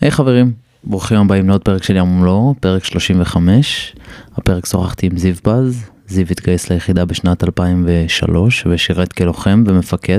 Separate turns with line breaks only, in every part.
היי חברים, ברוכים הבאים לעוד פרק של ים ומלואו, פרק 35. הפרק שוחחתי עם זיו פז. זיו התגייס ליחידה בשנת 2003 ושירת כלוחם ומפקד.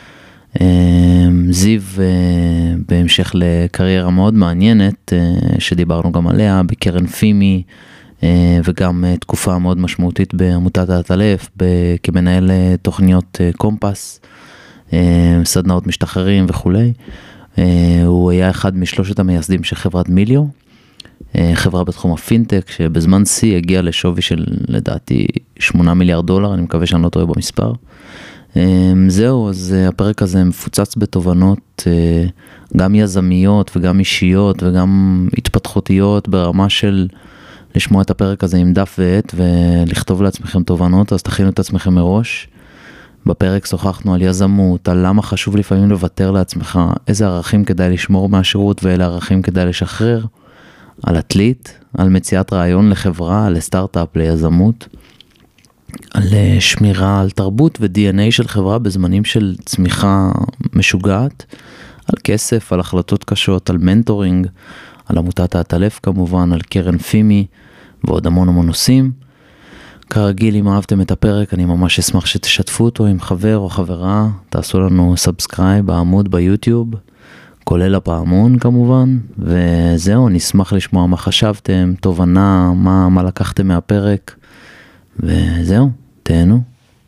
זיו בהמשך לקריירה מאוד מעניינת שדיברנו גם עליה בקרן פימי, וגם תקופה מאוד משמעותית בעמותת העטלף כמנהל תוכניות קומפס, סדנאות משתחררים וכולי. הוא היה אחד משלושת המייסדים של חברת מיליו, חברה בתחום הפינטק שבזמן C הגיע לשווי של לדעתי $8 מיליארד, אני מקווה שאני לא טועה במספר. זהו, אז הפרק הזה מפוצץ בתובנות גם יזמיות וגם אישיות וגם התפתחותיות, ברמה של לשמוע את הפרק הזה עם דף ועט ולכתוב לעצמכם תובנות, אז תכינו את עצמכם מראש. בפרק שוחחנו על יזמות, על למה חשוב לפעמים לוותר לעצמך, איזה ערכים כדאי לשמור מהשירות ואיזה ערכים כדאי לשחרר, על אתלית, על מציאת רעיון לחברה, לסטארט-אפ, ליזמות, על שמירה על תרבות ו-DNA של חברה בזמנים של צמיחה משוגעת, על כסף, על החלטות קשות, על מנטורינג, על עמותת העטלף כמובן, על קרן פימי ועוד המון נושאים. כרגיל, אם אהבתם את הפרק, אני ממש אשמח שתשתפו אותו עם חבר או חברה, תעשו לנו סאבסקרייב בעמוד ביוטיוב, כולל הפעמון כמובן, וזהו, נשמח לשמוע מה חשבתם, תובנה, מה לקחתם מהפרק, וזהו, תהנו.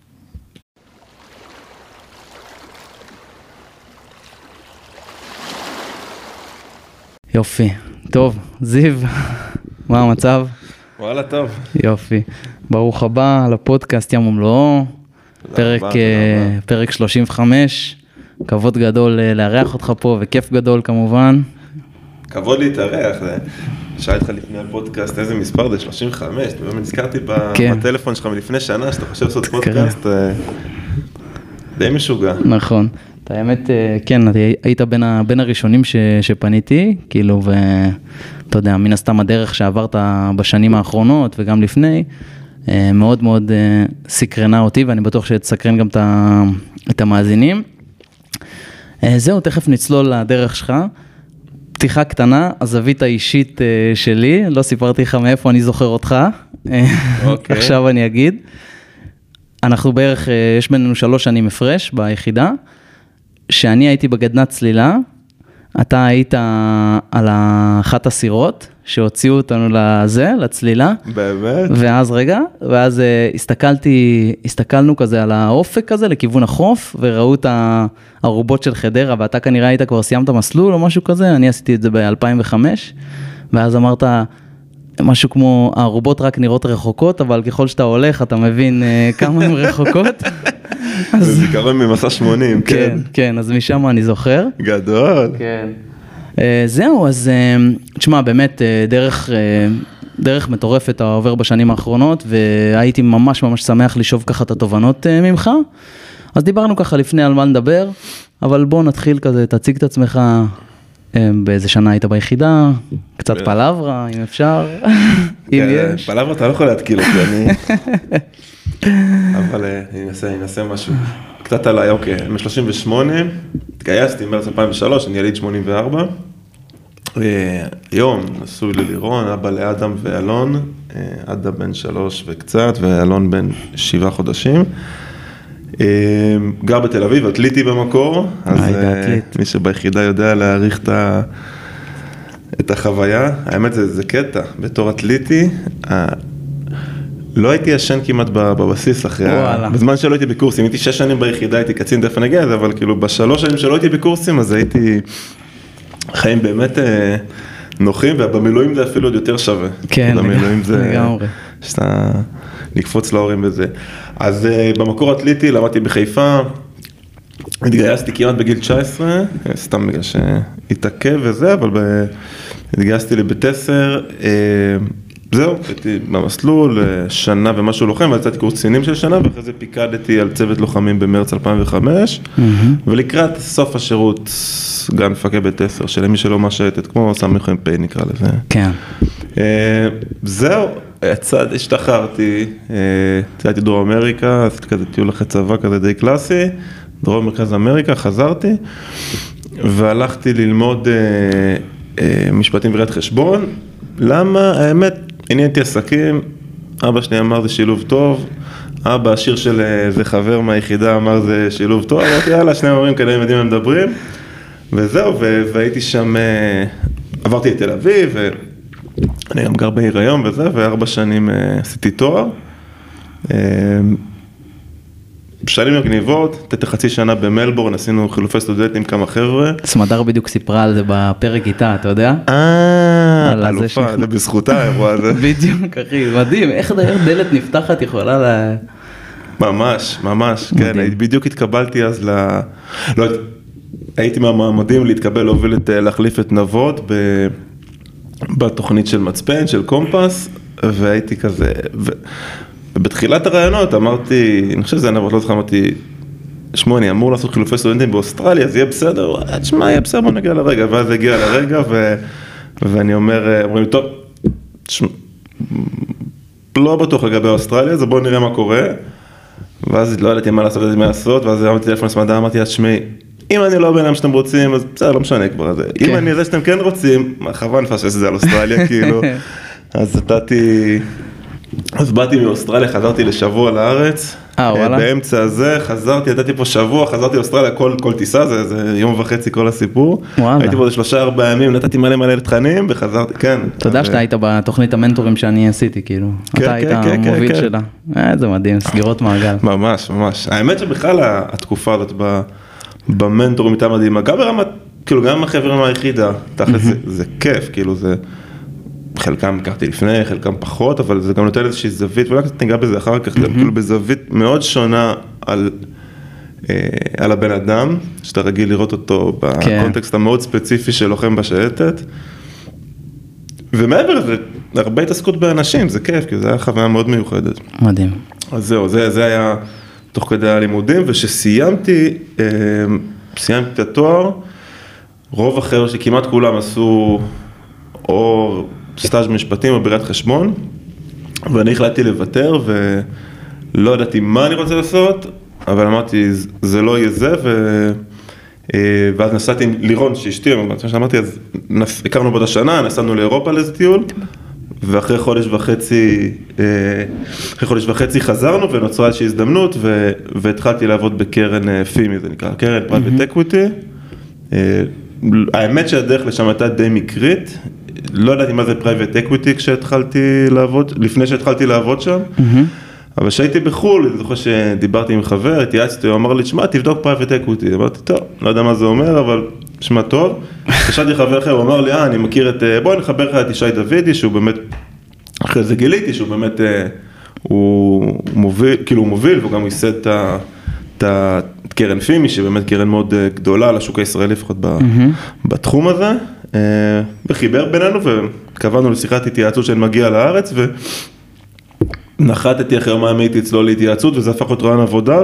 יופי, טוב, זיו, מה המצב?
וואלה, טוב.
יופי. ברוך הבא לפודקאסט ים ומלואו, פרק 35, כבוד גדול לארח אותך פה וכיף גדול כמובן.
כבוד להתארח, שאלתי לך לפני הפודקאסט איזה מספר זה 35, באמת הזכרתי בטלפון שלך מלפני שנה שאתה חושב לעשות פודקאסט, די משוגע.
נכון, האמת כן, היית בין הראשונים שפניתי, כאילו, ואתה יודע, מן הסתם הדרך שעברת בשנים האחרונות וגם לפני, מאוד מאוד סקרנה אותי, ואני בטוח שתסקרן גם את המאזינים. זהו, תכף נצלול לדרך שלך. פתיחה קטנה, הזווית האישית שלי, לא סיפרתי לך מאיפה אני זוכר אותך, עכשיו אני אגיד. אנחנו בערך, יש בינינו 3 שנים הפרש ביחידה, שאני הייתי בגדנת צלילה, אתה היית על אחת הסירות, שהוציאו אותנו לצלילה.
באמת?
ואז הסתכלנו כזה על האופק כזה, לכיוון החוף, וראו את הערובות של חדרה, ואתה כנראה היית כבר סיימת מסלול או משהו כזה, אני עשיתי את זה ב-2005, ואז אמרת משהו כמו, הערובות רק נראות רחוקות, אבל ככל שאתה הולך, אתה מבין כמה הן רחוקות.
זה זיכרון ממסע 80, כן.
כן, אז משם אני זוכר.
גדול.
כן. זהו, אז תשמע, באמת דרך מטורפת העובר בשנים האחרונות, והייתי ממש שמח לשאוב ככה את התובנות ממך. אז דיברנו ככה לפני על מה נדבר, אבל בוא נתחיל כזה, תציג את עצמך, באיזה שנה היית ביחידה, קצת פלברה, אם אפשר, אם יש.
פלברה אתה לא יכול להתקיל אותי, אבל אני אנסה משהו. קצת עליי, אוקיי, מ-38, התגייסתי מרץ 2003, אני יליד 84. היום נשוי ללירון, אבא לאדם ואלון, אדם בן 3 וקצת, ואלון בן 7 חודשים. גר בתל אביב, אתליטי במקור, אז מי שביחידה יודע להעריך את החוויה. האמת זה קטע, בתור אתליטי, לא הייתי ישן כמעט בבסיס אחרי, בזמן שלא הייתי בקורסים, הייתי 6 שנים ביחידה, הייתי קצין דף נגד, אבל כאילו ב3 שנים שלא הייתי בקורסים, אז הייתי חיים באמת נוחים, ובמילואים זה אפילו עוד יותר שווה.
כן,
במילואים זה,
לגמרי.
שאתה לקפוץ להורים בזה. אז במקור אתליטי, למדתי בחיפה, התגייסתי כמעט בגיל 19, סתם בגלל שהתעכב וזה, אבל התגייסתי לבית 10, זהו, הייתי במסלול, שנה ומשהו לוחם, ויצאתי קורס קצינים של שנה, ואחרי זה פיקדתי על צוות לוחמים במרץ 2005, ולקראת סוף השירות, סגן מפקד בית 10, שלמי שלא משייטת, כמו סמי חמפי נקרא לזה.
כן.
זהו, השתחררתי, יצאתי דרום אמריקה, עשיתי כזה טיול אחרי צבא כזה די קלאסי, דרום מרכז אמריקה, חזרתי, והלכתי ללמוד משפטים וראיית חשבון. למה? האמת, עניינתי עסקים, אבא שלי אמר זה שילוב טוב, אבא השיר של איזה חבר מהיחידה אמר זה שילוב טוב, אמרתי יאללה, שני המורים כאלה יודעים מה מדברים, וזהו, והייתי שם, עברתי לתל אביב, ואני גם גר בעיר היום וזה, ו4 שנים עשיתי תואר. שנים מגניבות, תת חצי שנה במלבורן, עשינו חילופי סטודנטים כמה חבר'ה.
סמדר בדיוק סיפרה על זה בפרק איתה, אתה יודע?
אלופה, זה בזכותה האירוע הזה.
בדיוק, אחי, מדהים, איך דלת נפתחת יכולה
ממש, ממש, כן, בדיוק התקבלתי אז לא, הייתי מהמועמדים להתקבל, להחליף את נבות בתוכנית של מצפן, של קומפס, והייתי כזה, ובתחילת הרעיונות אמרתי, אני חושב שזה נבות, לא זוכר, אמרתי, שמוע, אני אמור לעשות חילופי סטודנטים באוסטרליה, אז יהיה בסדר, תשמע, יהיה בסדר, בוא נגיע לרגע, ואז הגיע לרגע, ואני אומרים לי, טוב, לא בטוח לגבי אוסטרליה, אז בואו נראה מה קורה, ואז לא ידעתי מה לעשות, ואז אמרתי טלפון לסמדר, אמרתי לה, תשמעי, אם אני לא בינם שאתם רוצים, אז בסדר, לא משנה כבר את זה. אם אני זה שאתם כן רוצים, חבל נפש שזה על אוסטרליה, כאילו, אז באתי מאוסטרליה, חזרתי לשבוע לארץ, באמצע הזה, חזרתי, ידעתי פה שבוע, חזרתי לאוסטרליה, כל טיסה, זה יום וחצי כל הסיפור, הייתי פה 3-4 ימים, נתתי מלא תכנים, וחזרתי, כן.
אתה יודע שאתה היית בתוכנית המנטורים שאני עשיתי, כאילו, אתה היית המוביל שלה, זה מדהים, סגירות מעגל.
ממש, ממש, האמת שבכלל התקופה הזאת במנטורים הייתה מדהימה, גם ברמת, כאילו גם החבר'ה מהיחידה, תכל'ס זה כיף, כאילו זה, חלקם הכרתי לפני, חלקם פחות, אבל זה גם נותן איזושהי זווית, ואולי קצת ניגע בזה אחר כך, כאילו בזווית מאוד שונה על הבן אדם, שאתה רגיל לראות אותו בקונטקסט המאוד ספציפי של לוחם בשייטת, ומעבר לזה, הרבה התעסקות באנשים, זה כיף, כי זה היה חוויה מאוד מיוחדת.
מדהים.
אז זהו, זה היה תוך כדי הלימודים, ושסיימתי את התואר, רוב אחר שכמעט כולם עשו או סטאז' משפטים או בראיית חשבון, ואני החלטתי לוותר, ולא ידעתי מה אני רוצה לעשות, אבל אמרתי, זה לא יהיה זה, ואז נסעתי עם לירון, שאשתי, אמרתי, אז הכרנו בעוד השנה, נסענו לאירופה לאיזה טיול, ואחרי חודש וחצי חזרנו, ונוצרה איזושהי הזדמנות, והתחלתי לעבוד בקרן פימי, זה נקרא, קרן פרייבט אקוויטי. האמת שהדרך לשם הייתה די מקרית, לא ידעתי מה זה פרייבט אקוויטי לפני שהתחלתי לעבוד שם, אבל כשהייתי בחול, אני זוכר שדיברתי עם חבר, התייעצתי, הוא אמר לי, שמע, תבדוק פרייבט אקוויטי, אמרתי, טוב, לא יודע מה זה אומר, אבל שמע טוב, חשבתי חבר אחר, הוא אמר לי, אני מכיר בואי נחבר לך את ישי דוידי, שהוא באמת, אחרי זה גיליתי, שהוא באמת, הוא מוביל, והוא גם ייסד את קרן פימי, שבאמת קרן מאוד גדולה לשוק הישראלי, לפחות בתחום הזה, וחיבר בינינו, וקבענו לשיחת התייעצות שאני מגיע לארץ, ונחתתי אחרי יומיים הייתי אצלו להתייעצות, וזה הפך להיות רעיון עבודה,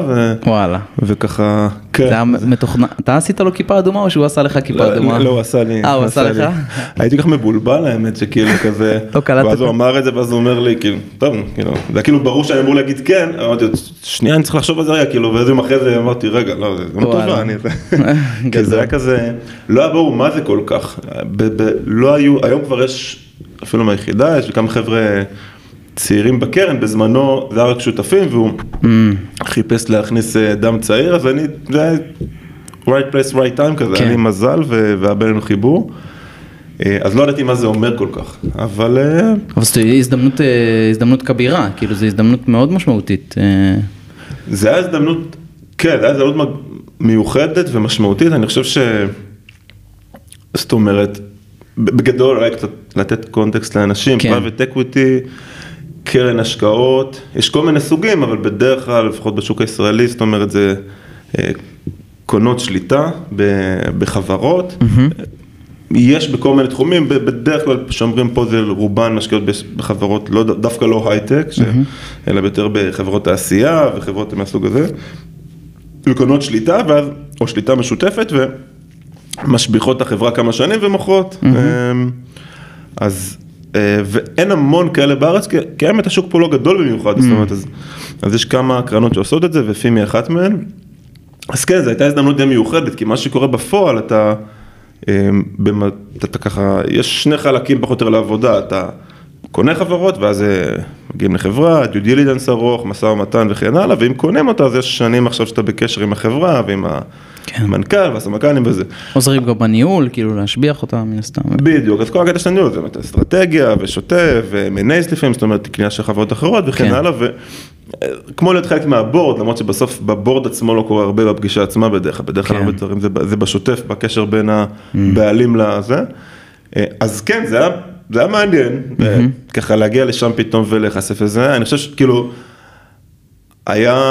וככה,
כן. אתה עשית לו כיפה אדומה, או שהוא עשה לך כיפה אדומה?
לא, הוא עשה לי.
הוא עשה לך?
הייתי כך מבולבל, האמת, שכאילו כזה, ואז הוא אמר את זה, ואז הוא אומר לי, כאילו, טוב, כאילו, זה כאילו ברור שאני אמור להגיד כן, אמרתי, שנייה, אני צריך לחשוב על זה רגע, כאילו, ואיזה אחרי זה אמרתי, רגע, לא, זה לא טובה, כי זה היה כזה, לא היה ברור מה זה כל כך, לא היו, היום כבר יש, אפילו מהיחידה, יש כמה חבר'ה צעירים בקרן, בזמנו זה היה רק שותפים, והוא חיפש להכניס דם צעיר, אז אני, זה היה right place, right time כזה, היה לי מזל, והיה בינינו חיבור, אז לא ידעתי מה זה אומר כל כך, אבל
זו הזדמנות כבירה, כאילו זו הזדמנות מאוד משמעותית.
זה היה הזדמנות, כן, זה היה הזדמנות מיוחדת ומשמעותית, אני חושב זאת אומרת, בגדול, אולי קצת לתת קונטקסט לאנשים, private equity, קרן השקעות, יש כל מיני סוגים, אבל בדרך כלל, לפחות בשוק הישראלי, זאת אומרת, זה קונות שליטה בחברות, יש בכל מיני תחומים, בדרך כלל שאומרים פה זה רובן משקיעות בחברות, דווקא לא הייטק, אלא יותר בחברות תעשייה וחברות מהסוג הזה, וקונות שליטה, או שליטה משותפת, ומשביחות את החברה כמה שנים ומוכרות, ואין המון כאלה בארץ, כי האמת השוק פה לא גדול במיוחד, זאת אומרת, אז יש כמה קרנות שעושות את זה, ופימי אחת מהן, אז כן, זו הייתה הזדמנות די מיוחדת, כי מה שקורה בפועל, אתה אתה ככה, יש שני חלקים פחות או יותר לעבודה, אתה קונה חברות ואז מגיעים לחברה, due diligence ארוך, משא ומתן וכן הלאה, ואם קונים אותה, אז יש שנים עכשיו שאתה בקשר עם החברה ועם המנכ"ל והסמנכ"לים וזה.
עוזרים גם בניהול, כאילו להשביח אותה מן הסתם.
בדיוק, אז כל הקטע של הניהול, זה אסטרטגיה ושוטף ומנהיס לפעמים, זאת אומרת, קנייה של חברות אחרות וכן הלאה, וכמו להיות חלק מהבורד, למרות שבסוף בבורד עצמו לא קורה הרבה בפגישה עצמה בדרך כלל הרבה דברים, זה בשוטף, בקשר בין הבעלים לזה. אז כן, זה היה מעניין, ככה להגיע לשם פתאום ולהיחשף לזה, אני חושב שכאילו, היה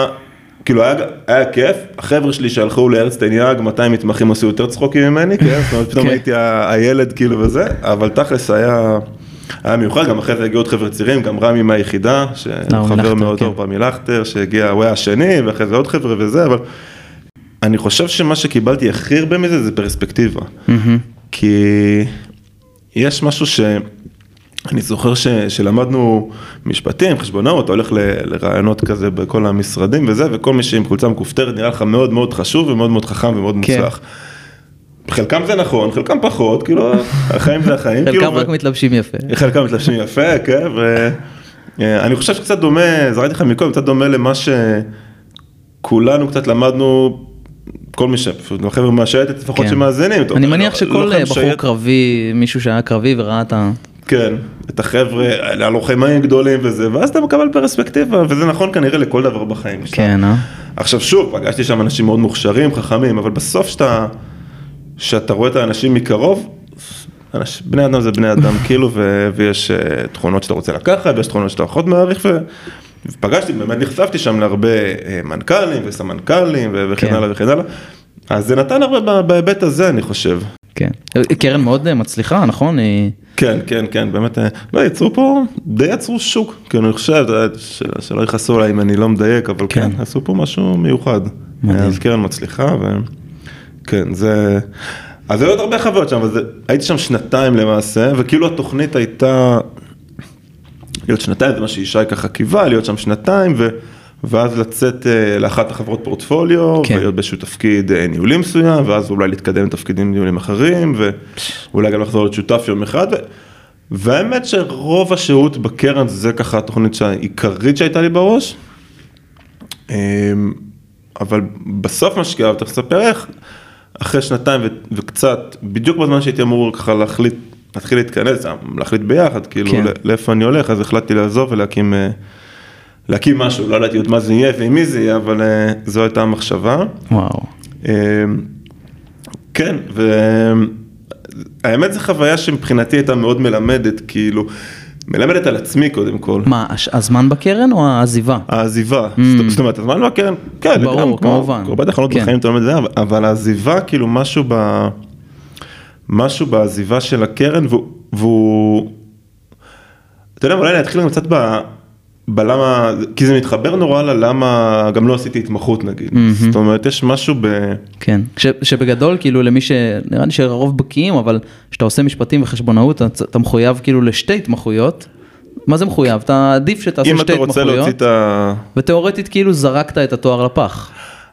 כיף, החבר'ה שלי שהלכו לארצטיין יאג, 200 מתמחים עשו יותר צחוקים ממני, כן, זאת אומרת, פתאום הייתי הילד כאילו וזה, אבל תכלס היה מיוחד, גם אחרי זה הגיעו עוד חבר'ה צעירים, גם רמי מהיחידה, שחבר מאוד טוב, רמי לכטר, שהגיע, הוא היה השני, ואחרי זה עוד חבר'ה וזה, אבל אני חושב שמה שקיבלתי הכי הרבה מזה, זה פרספקטיבה, כי יש משהו אני זוכר שלמדנו משפטים, חשבונאות, אתה הולך לרעיונות כזה בכל המשרדים וזה, וכל מי שעם חולצה מכופתרת נראה לך מאוד מאוד חשוב ומאוד מאוד חכם ומאוד מוצלח. חלקם זה נכון, חלקם פחות, כאילו, החיים זה החיים.
חלקם רק מתלבשים יפה.
חלקם מתלבשים יפה, כן, ואני חושב שקצת דומה, זרעתי לך מקודם, קצת דומה למה שכולנו קצת למדנו, כל מי החבר'ה מהשייטת, לפחות שמאזינים.
אני מניח שכל בחור קרבי, מישהו שהיה קרבי וראה את
כן, את החבר'ה, הלוחמים גדולים וזה, ואז אתה מקבל פרספקטיבה, וזה נכון כנראה לכל דבר בחיים.
כן,
עכשיו שוב, פגשתי שם אנשים מאוד מוכשרים, חכמים, אבל בסוף שאתה רואה את האנשים מקרוב, בני אדם זה בני אדם, כאילו, ויש תכונות שאתה רוצה לקחת, ויש תכונות שאתה פחות מעריך, ופגשתי, באמת נחשפתי שם להרבה מנכ"לים וסמנכ"לים, וכן הלאה וכן הלאה, אז זה נתן הרבה בהיבט הזה, אני חושב.
כן. קרן מאוד מצליחה, נכון?
כן, כן, כן, באמת, לא, יצרו פה, די יצרו שוק, כי אני חושב, שלא יכעסו עליי אם אני לא מדייק, אבל כן, עשו פה משהו מיוחד. אז קרן מצליחה, וכן, זה, אז היו עוד הרבה חוויות שם, הייתי שם שנתיים למעשה, וכאילו התוכנית הייתה, להיות שנתיים, זה מה שישי ככה קיווה, להיות שם שנתיים, ואז לצאת לאחת החברות פורטפוליו, ולהיות באיזשהו תפקיד ניהולי מסוים, ואז אולי להתקדם לתפקידים ניהולים אחרים, ואולי גם לחזור להיות שותף יום אחד, והאמת שרוב השהות בקרן זה ככה התוכנית העיקרית שהייתה לי בראש, אבל בסוף מה שקרה, ותכף לספר איך, אחרי שנתיים וקצת, בדיוק בזמן שהייתי אמור ככה להתחיל להתכנס, להחליט ביחד, כאילו לאיפה אני הולך, אז החלטתי לעזוב ולהקים משהו, לא ידעתי עוד מה זה יהיה ועם מי זה יהיה, אבל זו הייתה המחשבה.
וואו.
כן, והאמת זו חוויה שמבחינתי הייתה מאוד מלמדת, כאילו, מלמדת על עצמי קודם כל.
מה, הזמן בקרן או העזיבה?
העזיבה, זאת אומרת, הזמן בקרן, כן,
ברור, כמובן.
הרבה תחנות בחיים אתה לומד את זה, אבל העזיבה, כאילו משהו בעזיבה של הקרן, והוא, אתה יודע, אולי אני אתחיל גם קצת בלמה, כי זה מתחבר נורא ללמה גם לא עשיתי התמחות נגיד, זאת אומרת יש משהו
כן, שבגדול כאילו למי שנראה לי שהרוב בקיאים, אבל שאתה עושה משפטים וחשבונאות, אתה מחויב כאילו לשתי התמחויות, מה זה מחויב? אתה עדיף שתעשה שתי התמחויות, ותיאורטית כאילו זרקת את התואר לפח,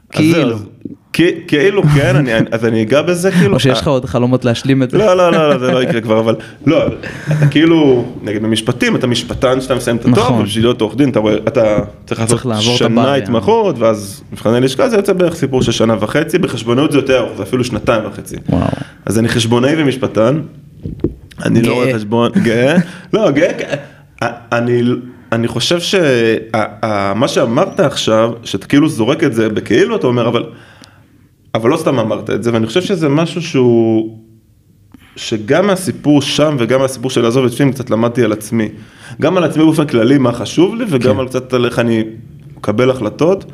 כאילו כן, אז אני אגע בזה כאילו.
או שיש לך עוד חלומות להשלים את זה.
לא, זה לא יקרה כבר, אבל לא, אתה כאילו, נגיד במשפטים, אתה משפטן שאתה מסיים את התואר, ובשביל להיות עורך דין, אתה צריך לעשות שנה התמחות, ואז מבחני לשכה זה יוצא בערך סיפור של שנה וחצי, בחשבונאות זה יותר, זה אפילו 2.5. אז אני חשבונאי ומשפטן, אני לא רואה חשבון, גאה, לא, גאה, אני חושב שמה שאמרת עכשיו, שאתה כאילו זורק את זה בכאילו, אתה אומר, אבל לא סתם אמרת את זה, ואני חושב שזה משהו שגם מהסיפור שם, וגם מהסיפור של לעזוב את פים, קצת למדתי על עצמי. גם על עצמי באופן כללי, מה חשוב לי, וגם על קצת על איך אני מקבל החלטות.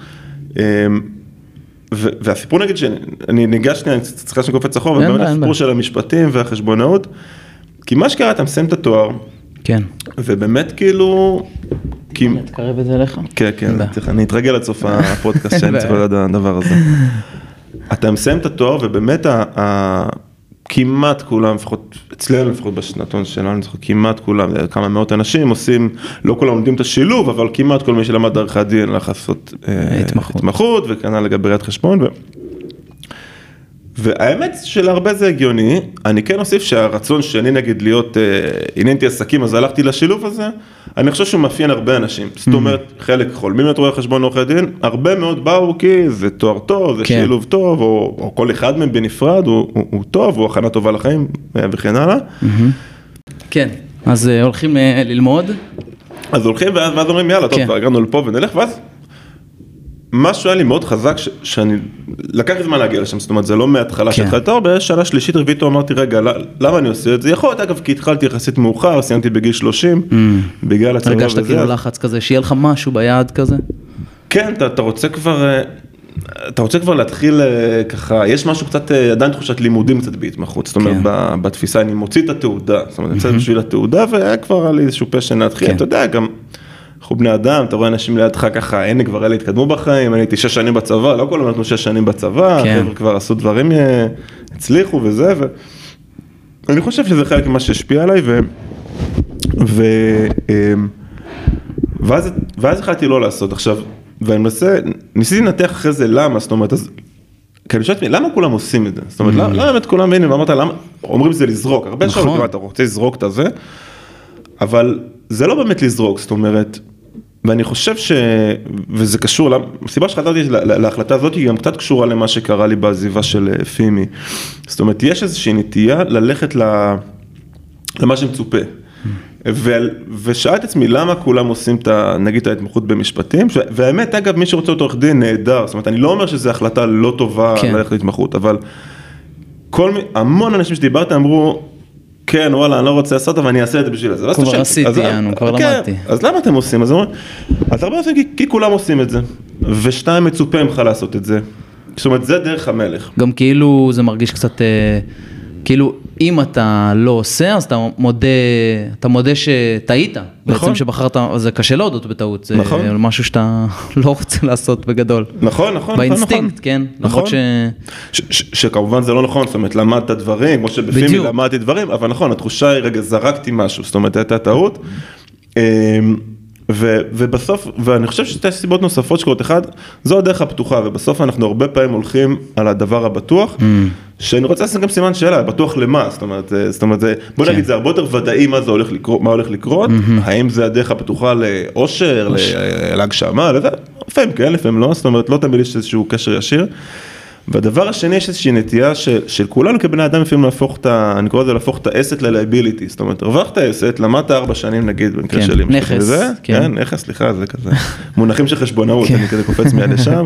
והסיפור נגיד שאני ניגשתי, אני צריכה שנקופץ אחורה, ובאמת הסיפור של המשפטים והחשבונאות, כי מה שקרה, אתה מסיים את התואר,
כן.
ובאמת כאילו...
תקרב את זה אליך?
כן, כן, אני אתרגל עד סוף הפודקאסט שאני צריך לדעת הדבר הזה. אתה מסיים את התואר, ובאמת כמעט כולם, לפחות אצלנו, לפחות בשנתון שלנו, כמעט כולם, כמה מאות אנשים עושים, לא כולם לומדים את השילוב, אבל כמעט כל מי שלמד עריכת דין הלך לעשות התמחות, וכנ"ל לגבי ראיית חשבון, והאמת של הרבה זה הגיוני, אני כן אוסיף שהרצון שאני נגיד להיות, עניינתי עסקים, אז הלכתי לשילוב הזה, אני חושב שהוא מאפיין הרבה אנשים, זאת אומרת, חלק חולמים להיות רואה חשבון עורכי דין, הרבה מאוד באו כי זה תואר טוב, זה שילוב טוב, או כל אחד מהם בנפרד, הוא טוב, הוא הכנה טובה לחיים, וכן הלאה.
כן, אז הולכים ללמוד.
אז הולכים ואז אומרים, יאללה, טוב, הגענו לפה ונלך, ואז משהו היה לי מאוד חזק, שאני לקח לי זמן להגיע לשם, זאת אומרת, זה לא מההתחלה שהתחלתי, בשנה שלישית רביעית אמרתי, רגע, למה אני עושה את זה? יכול להיות, אגב, כי התחלתי יחסית מאוחר, סיימתי בגיל 30, בגלל הצבא וזה.
הרגשת כאילו לחץ כזה, שיהיה לך משהו ביד כזה?
כן, אתה רוצה כבר להתחיל ככה, יש משהו קצת, עדיין תחושת לימודים קצת בהתמחות, זאת אומרת, בתפיסה אני מוציא את התעודה, זאת אומרת, אני יוצא בשביל התעודה, והיה כבר על איזשהו פשן להתחיל, אתה יודע, גם אנחנו בני אדם, אתה רואה אנשים לידך ככה, הנה כבר אלה התקדמו בחיים, אני הייתי 6 שנים בצבא, לא כולם נתנו 6 שנים בצבא, כבר עשו דברים, הצליחו וזה, ואני חושב שזה חלק ממה שהשפיע עליי, ואז החלטתי לא לעשות. עכשיו, ואני ניסיתי לנתח אחרי זה למה, זאת אומרת, אז, כי אני שואלת, למה כולם עושים את זה? זאת אומרת, למה באמת כולם, הנה, ואמרת, למה, אומרים זה לזרוק, הרבה שעות, אתה רוצה לזרוק את זה, אבל זה לא באמת לזרוק, זאת אומרת, ואני חושב וזה קשור, הסיבה שחזרתי להחלטה הזאת היא גם קצת קשורה למה שקרה לי בעזיבה של פימי. זאת אומרת, יש איזושהי נטייה ללכת למה שמצופה. ושאלתי את עצמי, למה כולם עושים נגיד את ההתמחות במשפטים? והאמת, אגב, מי שרוצה להיות עורך דין נהדר, זאת אומרת, אני לא אומר שזו החלטה לא טובה ללכת להתמחות, אבל המון אנשים שדיברתי אמרו, כן, וואלה, אני לא רוצה לעשות, אבל אני אעשה את זה בשביל זה.
כבר עשיתי, כבר למדתי.
אז למה אתם עושים? אז הרבה עושים כי כולם עושים את זה, ושתיים מצופה ממך לעשות את זה. זאת אומרת, זה דרך המלך.
גם כאילו זה מרגיש קצת, כאילו אם אתה לא עושה, אז אתה מודה שטעית. בעצם שבחרת, זה קשה להודות בטעות, זה משהו שאתה לא רוצה לעשות בגדול.
נכון.
באינסטינקט, כן.
נכון. שכמובן זה לא נכון, זאת אומרת, למדת דברים, כמו שבפימי למדתי דברים, אבל נכון, התחושה היא, רגע, זרקתי משהו, זאת אומרת, הייתה טעות. ובסוף, ואני חושב שתי סיבות נוספות שקורות, אחד, זו הדרך הפתוחה, ובסוף אנחנו הרבה פעמים הולכים על הדבר הבטוח, שאני רוצה לעשות גם סימן שאלה, בטוח למה, זאת אומרת, בוא נגיד, זה הרבה יותר ודאי מה הולך לקרות, האם זה הדרך הפתוחה לאושר, להגשמה, לפעמים כן, לפעמים לא, זאת אומרת, לא תמיד יש איזשהו קשר ישיר, והדבר השני, יש איזושהי נטייה של כולנו כבני אדם לפעמים אני קורא לזה להפוך את האסט ל-liability, זאת אומרת, הרווחת האסט, למדת 4 שנים נגיד, במקרה שלי.
נכס.
כן, נכס, סליחה, זה כזה, מונחים של חשבונאות, אני כזה קופץ מיד לשם,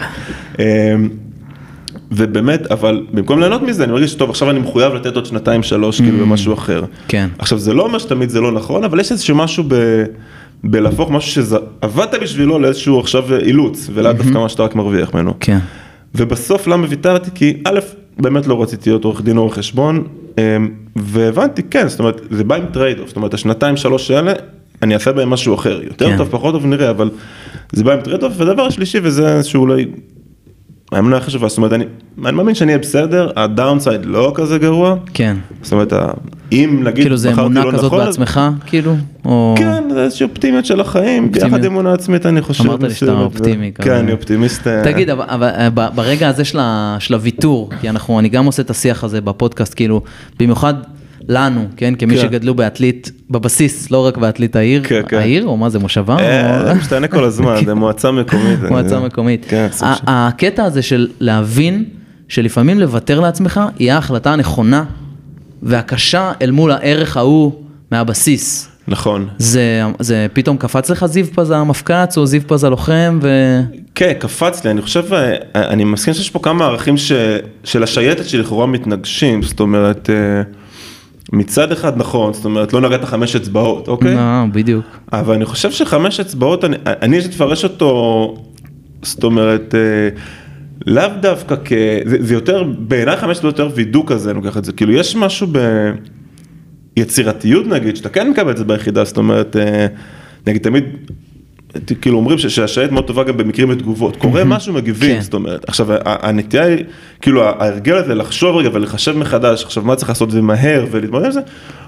ובאמת, אבל במקום ליהנות מזה, אני מרגיש שטוב, עכשיו אני מחויב לתת עוד 2-3 כאילו במשהו אחר.
כן.
עכשיו, זה לא אומר שתמיד זה לא נכון, אבל יש איזשהו משהו בלהפוך משהו שעבדת בשבילו לאיזשהו עכשיו אילוץ, ולא דווקא מה שאתה רק מרוויח ממנו. כן. ובסוף למה ויתרתי? כי א', באמת לא רציתי להיות עורך דין או עורך חשבון, והבנתי, כן, זאת אומרת, זה בא עם טרייד-אוף, זאת אומרת, 2-3 האלה, אני אעשה בהם משהו אחר, יותר טוב, פחות טוב, נראה, אבל זה בא עם טרייד-אוף, ודבר השלישי, וזה שאולי, האמונה חשובה, זאת אומרת, אני מאמין שאני אהיה בסדר, הדאונסייד לא כזה גרוע,
כן.
זאת אומרת, אם נגיד,
כאילו זה אמונה כזאת בעצמך, כאילו?
כן, זה איזושהי אופטימיות של החיים, ביחד אמונה עצמית, אני חושב.
אמרת לי שאתה אופטימי.
כן, אני אופטימיסט.
תגיד, אבל ברגע הזה של הוויתור, כי אני גם עושה את השיח הזה בפודקאסט, כאילו, במיוחד לנו, כן, כמי שגדלו באתלית, בבסיס, לא רק באתלית העיר, או מה זה, מושבה?
זה משתנה כל הזמן, זה מועצה מקומית.
מועצה מקומית. הקטע הזה של להבין שלפעמים לוותר לעצמך, היא ההחלטה הנכונה והקשה אל מול הערך ההוא מהבסיס.
נכון.
זה פתאום קפץ לך זיו פזה המפקץ, או זיו פזה לוחם,
כן, קפץ לי, אני חושב, אני מסכים שיש פה כמה ערכים של השייטת שלכאורה מתנגשים, זאת אומרת, מצד אחד נכון, זאת אומרת, לא נגעת 5 אצבעות, אוקיי?
בדיוק.
אבל אני חושב ש5 אצבעות, אני יש לפרש אותו, זאת אומרת, לאו דווקא זה יותר, בעיניי 5 אצבעות יותר וידוק כזה, נוקח את זה, כאילו יש משהו ביצירתיות נגיד, שאתה כן מקבל את זה ביחידה, זאת אומרת, נגיד תמיד, כאילו אומרים שהשייט מאוד טובה גם במקרים ותגובות, קורה משהו מגיבים, זאת אומרת, עכשיו הנטייה היא, כאילו ההרגל הזה לחשוב רגע ולחשב מחדש, עכשיו מה צריך לעשות זה מהר ולהתמודד עם זה,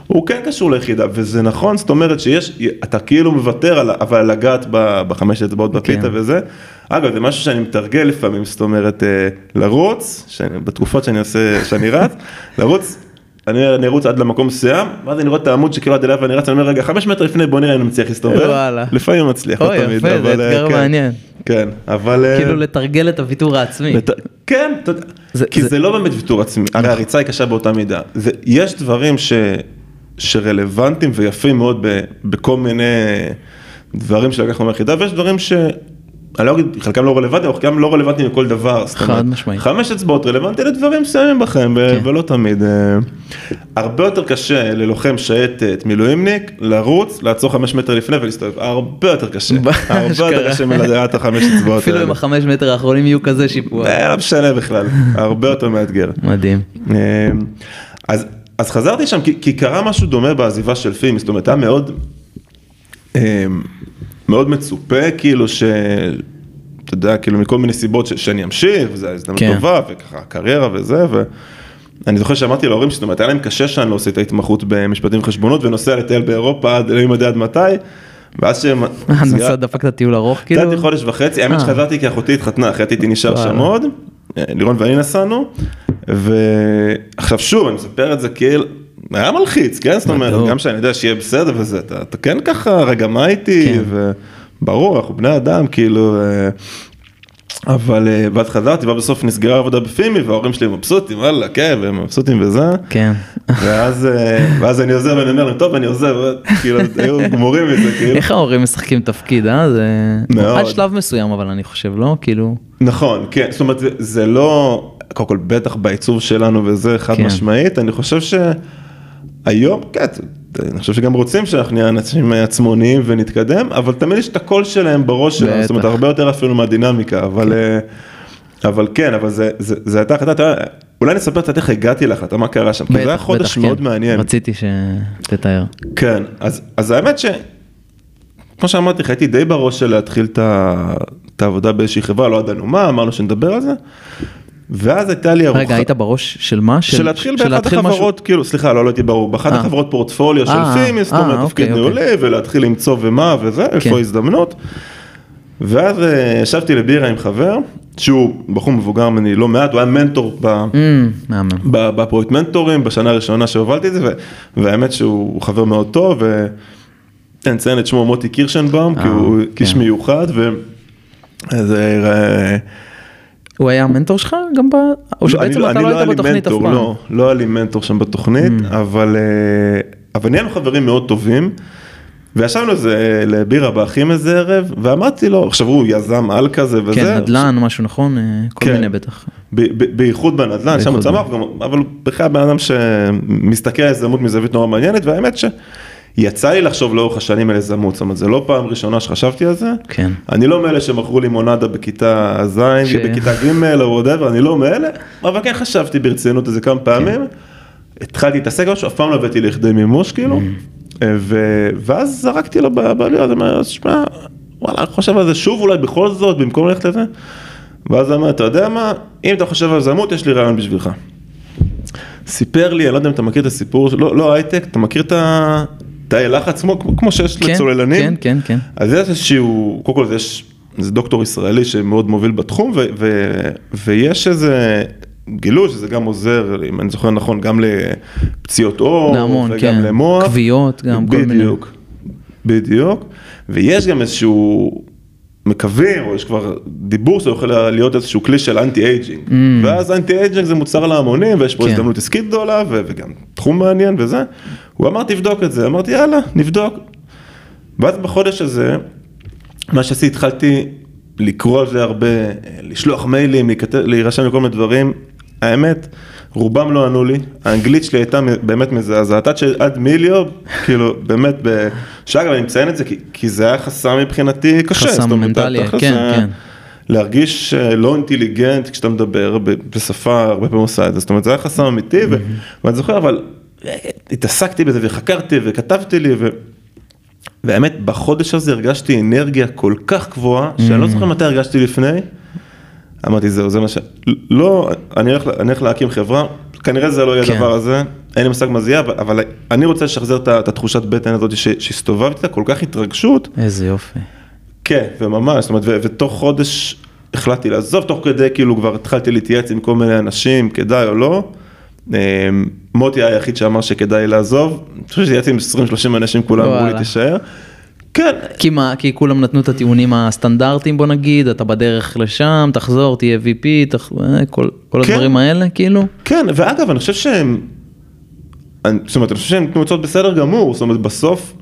הוא כן קשור ליחידה, וזה נכון, זאת אומרת אתה כאילו מוותר, אבל לגעת בחמש אצבעות בפיתה וזה. אגב, זה משהו שאני מתרגל לפעמים, זאת אומרת, לרוץ, בתקופות שאני רץ, לרוץ, אני ארוץ עד למקום מסוים, ואז אני רואה את העמוד שכאילו עד אליו ואני רץ, אני אומר, רגע, 5 מטר לפני, בוא נראה אם מצליח להסתובב. לפעמים מצליח, לא תמיד.
יפה, זה אתגר מעניין.
כן, אבל...
כאילו לתרגל את הוויתור העצמי.
כן, כי זה לא באמת ויתור עצמי, הרי הריצה היא קשה באותה מידה. יש דברים שרלוונטיים ויפים מאוד בכל מיני דברים שלקחנו מהיחידה, ויש דברים אני לא אגיד, חלקם לא רלוונטיים, אבל חלקם לא רלוונטיים לכל דבר.
חד משמעית.
5 אצבעות רלוונטיים לדברים מסוימים בכם, ולא תמיד. הרבה יותר קשה ללוחם שייטת מילואימניק, לרוץ, לעצור 5 מטר לפני ולהסתובב. הרבה יותר קשה. הרבה יותר קשה מלדעת ה5 אצבעות.
אפילו אם ה5 מטר האחרונים יהיו כזה שיפוע.
לא משנה בכלל, הרבה יותר מאתגר.
מדהים.
אז חזרתי שם, כי קרה משהו דומה בעזיבה של פימי, זאת אומרת, היה מאוד מצופה, כאילו אתה יודע, כאילו מכל מיני סיבות שאני אמשיך, וזו הזדמנות טובה, וככה הקריירה וזה, ואני זוכר שאמרתי להורים, זאת אומרת, היה להם קשה שאני לא עושה את ההתמחות במשפטים וחשבונות, ונוסע לטייל באירופה, לא יודע עד מתי, ואז שהם...
נסע דפקת הטיול ארוך, כאילו?
קצתי חודש וחצי, האמת שחזרתי כי אחותי התחתנה, אחרי הייתי נשאר שם עוד, לירון ואני נסענו, ועכשיו שוב, אני מספר את זה כאילו, היה מלחיץ, כן? זאת אומרת, גם שאני יודע שיהיה בסדר וזה, אתה כן ככה, רגע, מה איתי? וברור, אנחנו בני אדם, כאילו, אבל, ואז חזרתי, ובסוף נסגרה עבודה בפימי, וההורים שלי מבסוטים, וואלה, כן, והם מבסוטים וזה.
כן.
ואז אני עוזב, ואני אומר להם, טוב, אני עוזב, כאילו, היו גמורים מזה, כאילו.
איך ההורים משחקים תפקיד, עד שלב מסוים, אבל אני חושב, לא? כאילו...
נכון, כן, זאת אומרת, זה לא, קודם כל, בטח בעיצוב שלנו, וזה חד משמעית, אני חושב היום, כן, אני חושב שגם רוצים שאנחנו נהיה אנשים עצמוניים ונתקדם, אבל תמיד יש את הקול שלהם בראש שלנו, זאת אומרת, הרבה יותר אפילו מהדינמיקה, אבל כן, אבל זה הייתה החלטה, אולי נספר קצת איך הגעתי להחלטה, מה קרה שם, כי זה היה חודש מאוד מעניין.
רציתי שתתאר.
כן, אז האמת כמו שאמרתי, הייתי די בראש של להתחיל את העבודה באיזושהי חברה, לא ידענו מה, אמרנו שנדבר על זה, ואז הייתה לי ארוחה.
רגע, היית בראש של מה?
של להתחיל באחת החברות, כאילו, סליחה, לא הייתי ברור, באחת החברות פורטפוליו של פימי, זאת אומרת, תפקיד ניהולי, ולהתחיל למצוא ומה וזה, איפה הזדמנות. ואז ישבתי לבירה עם חבר, שהוא בחור מבוגר ממני לא מעט, הוא היה מנטור בפרויקט מנטורים, בשנה הראשונה שהובלתי את זה, והאמת שהוא חבר מאוד טוב, ונציין את שמו מוטי קירשנבאום, כי הוא איש מיוחד,
הוא היה המנטור שלך גם או שבעצם אתה לא היית בתוכנית אף פעם?
לא היה לי מנטור שם בתוכנית, אבל נהיינו חברים מאוד טובים, וישבנו לבירה באחים איזה ערב, ואמרתי לו, עכשיו הוא יזם על כזה וזה.
כן, נדל"ן, משהו נכון, כל מיני בטח.
בייחוד בנדל"ן, שם הוא צמח, אבל בכלל בן אדם שמסתכל על יזמות מזווית נורא מעניינת, והאמת יצא לי לחשוב לאורך השנים על יזמות, זאת אומרת, זה לא פעם ראשונה שחשבתי על זה.
כן.
אני לא מאלה שמכרו לי מונדה בכיתה ז', בכיתה ג' או whatever, אני לא מאלה, אבל כן חשבתי ברצינות איזה כמה פעמים, התחלתי להתעסק משהו, אף פעם לא הבאתי לכדי מימוש, כאילו, ואז זרקתי לו בעלויות, אני אומר, שמע, וואלה, אני חושב על זה שוב אולי בכל זאת, במקום ללכת לזה, ואז אני אומר, אתה יודע מה, אם אתה חושב על יזמות, יש לי רעיון בשבילך. סיפר לי, אני לא יודע אם אתה מכיר את הסיפור, לא הייטק, אתה מכיר את תאי לחץ, כמו שיש לצוללנים.
כן, כן, כן.
אז יש איזשהו, קודם כל זה דוקטור ישראלי שמאוד מוביל בתחום, ויש איזה גילוי שזה גם עוזר, אם אני זוכר נכון, גם לפציעות אור, וגם למוח.
קביעות, גם כל מיני.
בדיוק. ויש גם איזשהו מקווים, או יש כבר דיבור שיכול להיות איזשהו כלי של אנטי-אייג'ינג. ואז אנטי-אייג'ינג זה מוצר להמונים, ויש פה הזדמנות עסקית גדולה, וגם תחום מעניין וזה. הוא אמר, תבדוק את זה. אמרתי, יאללה, נבדוק. ואז בחודש הזה, מה שעשיתי, התחלתי לקרוא על זה הרבה, לשלוח מיילים, להירשם לכל מיני דברים. האמת, רובם לא ענו לי. האנגלית שלי הייתה באמת מזעזעת, עד מיליו, כאילו, באמת, שאגב, אני מציין את זה, כי זה היה חסם מבחינתי קשה.
חסם מנטלי, כן, כן.
להרגיש לא אינטליגנט כשאתה מדבר בשפה הרבה פעמים עושה את זה. זאת אומרת, זה היה חסם אמיתי, ואני זוכר, אבל התעסקתי בזה וחקרתי וכתבתי לי, והאמת, בחודש הזה הרגשתי אנרגיה כל כך גבוהה, שאני לא זוכר מתי הרגשתי לפני, אמרתי, זהו, זה מה לא, אני הולך להקים חברה, כנראה זה לא יהיה הדבר הזה, אין לי מושג מה זה יהיה, אבל אני רוצה לשחזר את התחושת בטן הזאת שהסתובבתי איתה, כל כך התרגשות.
איזה יופי.
כן, וממש, זאת אומרת, ותוך חודש החלטתי לעזוב, תוך כדי כאילו כבר התחלתי להתייעץ עם כל מיני אנשים, כדאי או לא. מוטי היה היחיד שאמר שכדאי לעזוב, אני חושב שהתייעצתי עם 20-30 אנשים, כולם אמרו לי תישאר. כן.
כי כולם נתנו את הטיעונים הסטנדרטיים, בוא נגיד, אתה בדרך לשם, תחזור, תהיה VP, כל הדברים האלה, כאילו?
כן, ואגב, אני חושב שהם, זאת אומרת, אני חושב שהם קבוצות בסדר גמור, זאת אומרת, בסוף,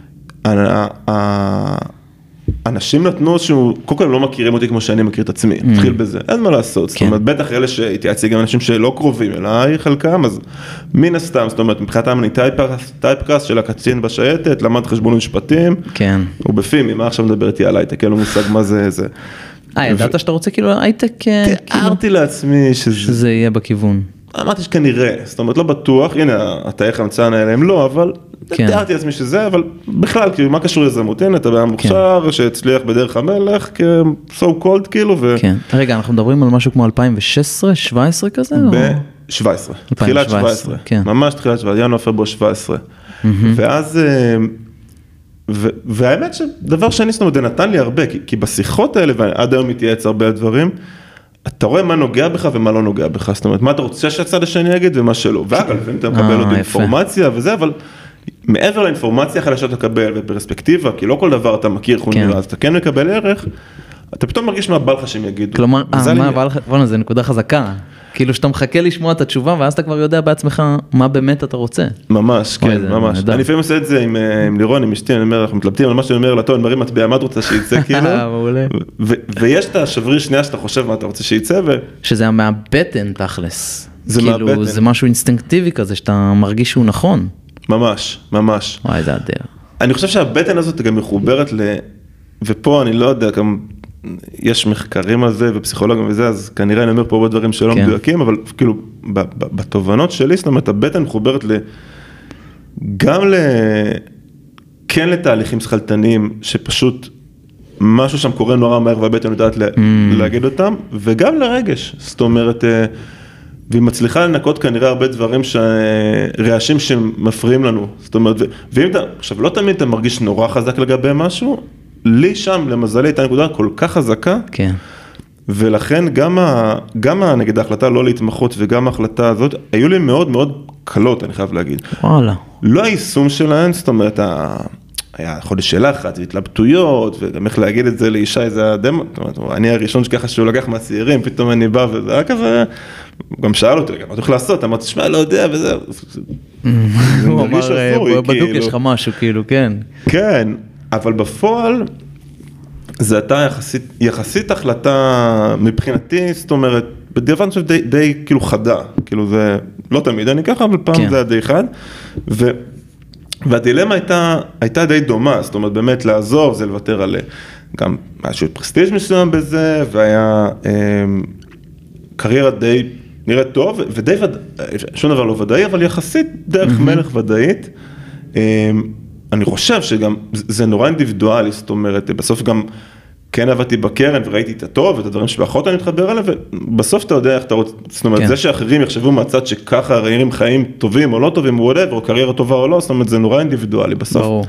אנשים נתנו שהוא, קודם כל הם לא מכירים אותי כמו שאני מכיר את עצמי, התחיל בזה, אין מה לעשות, זאת אומרת, בטח אלה שהתייעצתי גם אנשים שלא קרובים אליי, חלקם, אז מן הסתם, זאת אומרת, מבחינתם אני טייפקאסט של הקצין בשייטת, למד חשבון משפטים, הוא בפימי, מה עכשיו מדבר איתי על הייטק, אין לו מושג מה זה.
ידעת שאתה רוצה כאילו הייטק?
תיארתי לעצמי
שזה יהיה בכיוון.
אמרתי שכנראה, זאת אומרת, לא בטוח, הנה, התאי חמצן האלה הם לא, אבל תיארתי לעצמי שזה, אבל בכלל, כאילו, מה קשור לזמות? הנה, אתה מוכשר, שהצליח בדרך המלך, so called, כאילו,
כן. רגע, אנחנו מדברים על משהו כמו 2016, 17 כזה?
ב-17, תחילת 17, ממש תחילת 17, ינואר פברואר 17. ואז, והאמת שדבר שני, זאת אומרת, זה נתן לי הרבה, כי בשיחות האלה, ועד היום מתייעץ הרבה דברים, אתה רואה מה נוגע בך ומה לא נוגע בך, זאת אומרת, מה אתה רוצה שהצד השני יגיד ומה שלא, ואגב, לפעמים אתה מקבל עוד אינפורמציה וזה, אבל מעבר לאינפורמציה החדשה שאתה מקבל בפרספקטיבה, כי לא כל דבר אתה מכיר איך הוא נראה, אז אתה כן מקבל ערך, אתה פתאום מרגיש מה בא לך שהם יגידו.
כלומר, מה בא לך, בוא'נה, זה נקודה חזקה, כאילו שאתה מחכה לשמוע את התשובה, ואז אתה כבר יודע בעצמך מה באמת אתה רוצה.
ממש, כן, ממש. אני לפעמים עושה את זה עם לירון, עם אשתי, אני אומר, אנחנו מתלבטים על מה שאני אומר לטון, מרים מטבע, מה את רוצה שייצא כאילו? ויש את השבריר שנייה שאתה חושב מה אתה רוצה שייצא,
שזה מהבטן תכלס. כאילו, זה משהו אינסטינקטיבי כזה, שאתה מרגיש שהוא נכון.
ממש, ממש.
וואי, זה אדיר.
אני חושב שהבטן הזאת גם מחוברת ופה אני לא יודע, גם יש מחקרים על זה ופסיכולוגים וזה, אז כנראה אני אומר פה עוד דברים שלא מדויקים, אבל כאילו בתובנות שלי, זאת אומרת, הבטן מחוברת גם כן לתהליכים שכלתניים, שפשוט משהו שם קורה נורא מהר והבטן יודעת להגיד אותם, וגם לרגש, זאת אומרת, והיא מצליחה לנקות כנראה הרבה דברים, רעשים שמפריעים לנו, זאת אומרת, ואם אתה, עכשיו לא תמיד אתה מרגיש נורא חזק לגבי משהו, לי שם, למזלי, הייתה נקודה כל כך חזקה,
כן.
ולכן גם נגד ההחלטה לא להתמחות וגם ההחלטה הזאת, היו לי מאוד מאוד קלות, אני חייב להגיד.
וואלה.
לא היישום שלהן, זאת אומרת, היה חודש של לחץ, התלבטויות, וגם איך להגיד את זה לאישה, זה הדמו, זאת אומרת, אני הראשון שככה שהוא לקח מהצעירים, פתאום אני בא וזה היה כזה, גם שאל אותי, מה אתה הולך לעשות? אמרתי, שמע, לא יודע, וזה,
הוא אמר, בדוק יש לך משהו, כאילו, כן.
כן. אבל בפועל, זה הייתה יחסית החלטה מבחינתי, זאת אומרת, בדיעבד אני חושב די כאילו חדה, כאילו זה לא תמיד אני ככה, אבל פעם זה היה די חד, והדילמה הייתה די דומה, זאת אומרת באמת לעזוב, זה לוותר על גם משהו פרסטיג' מסוים בזה, והיה קריירה די נראית טוב, ודי שום דבר לא ודאי, אבל יחסית דרך מלך ודאית, אני חושב שגם זה נורא אינדיבידואלי, זאת אומרת, בסוף גם כן עבדתי בקרן וראיתי את הטוב ואת הדברים שבאחות אני מתחבר אליהם, ובסוף אתה יודע איך אתה רוצה, זאת אומרת, זה שאחרים יחשבו מהצד שככה ראירים חיים טובים או לא טובים, או whatever, או קריירה טובה או לא, זאת אומרת, זה נורא אינדיבידואלי בסוף.
ברור.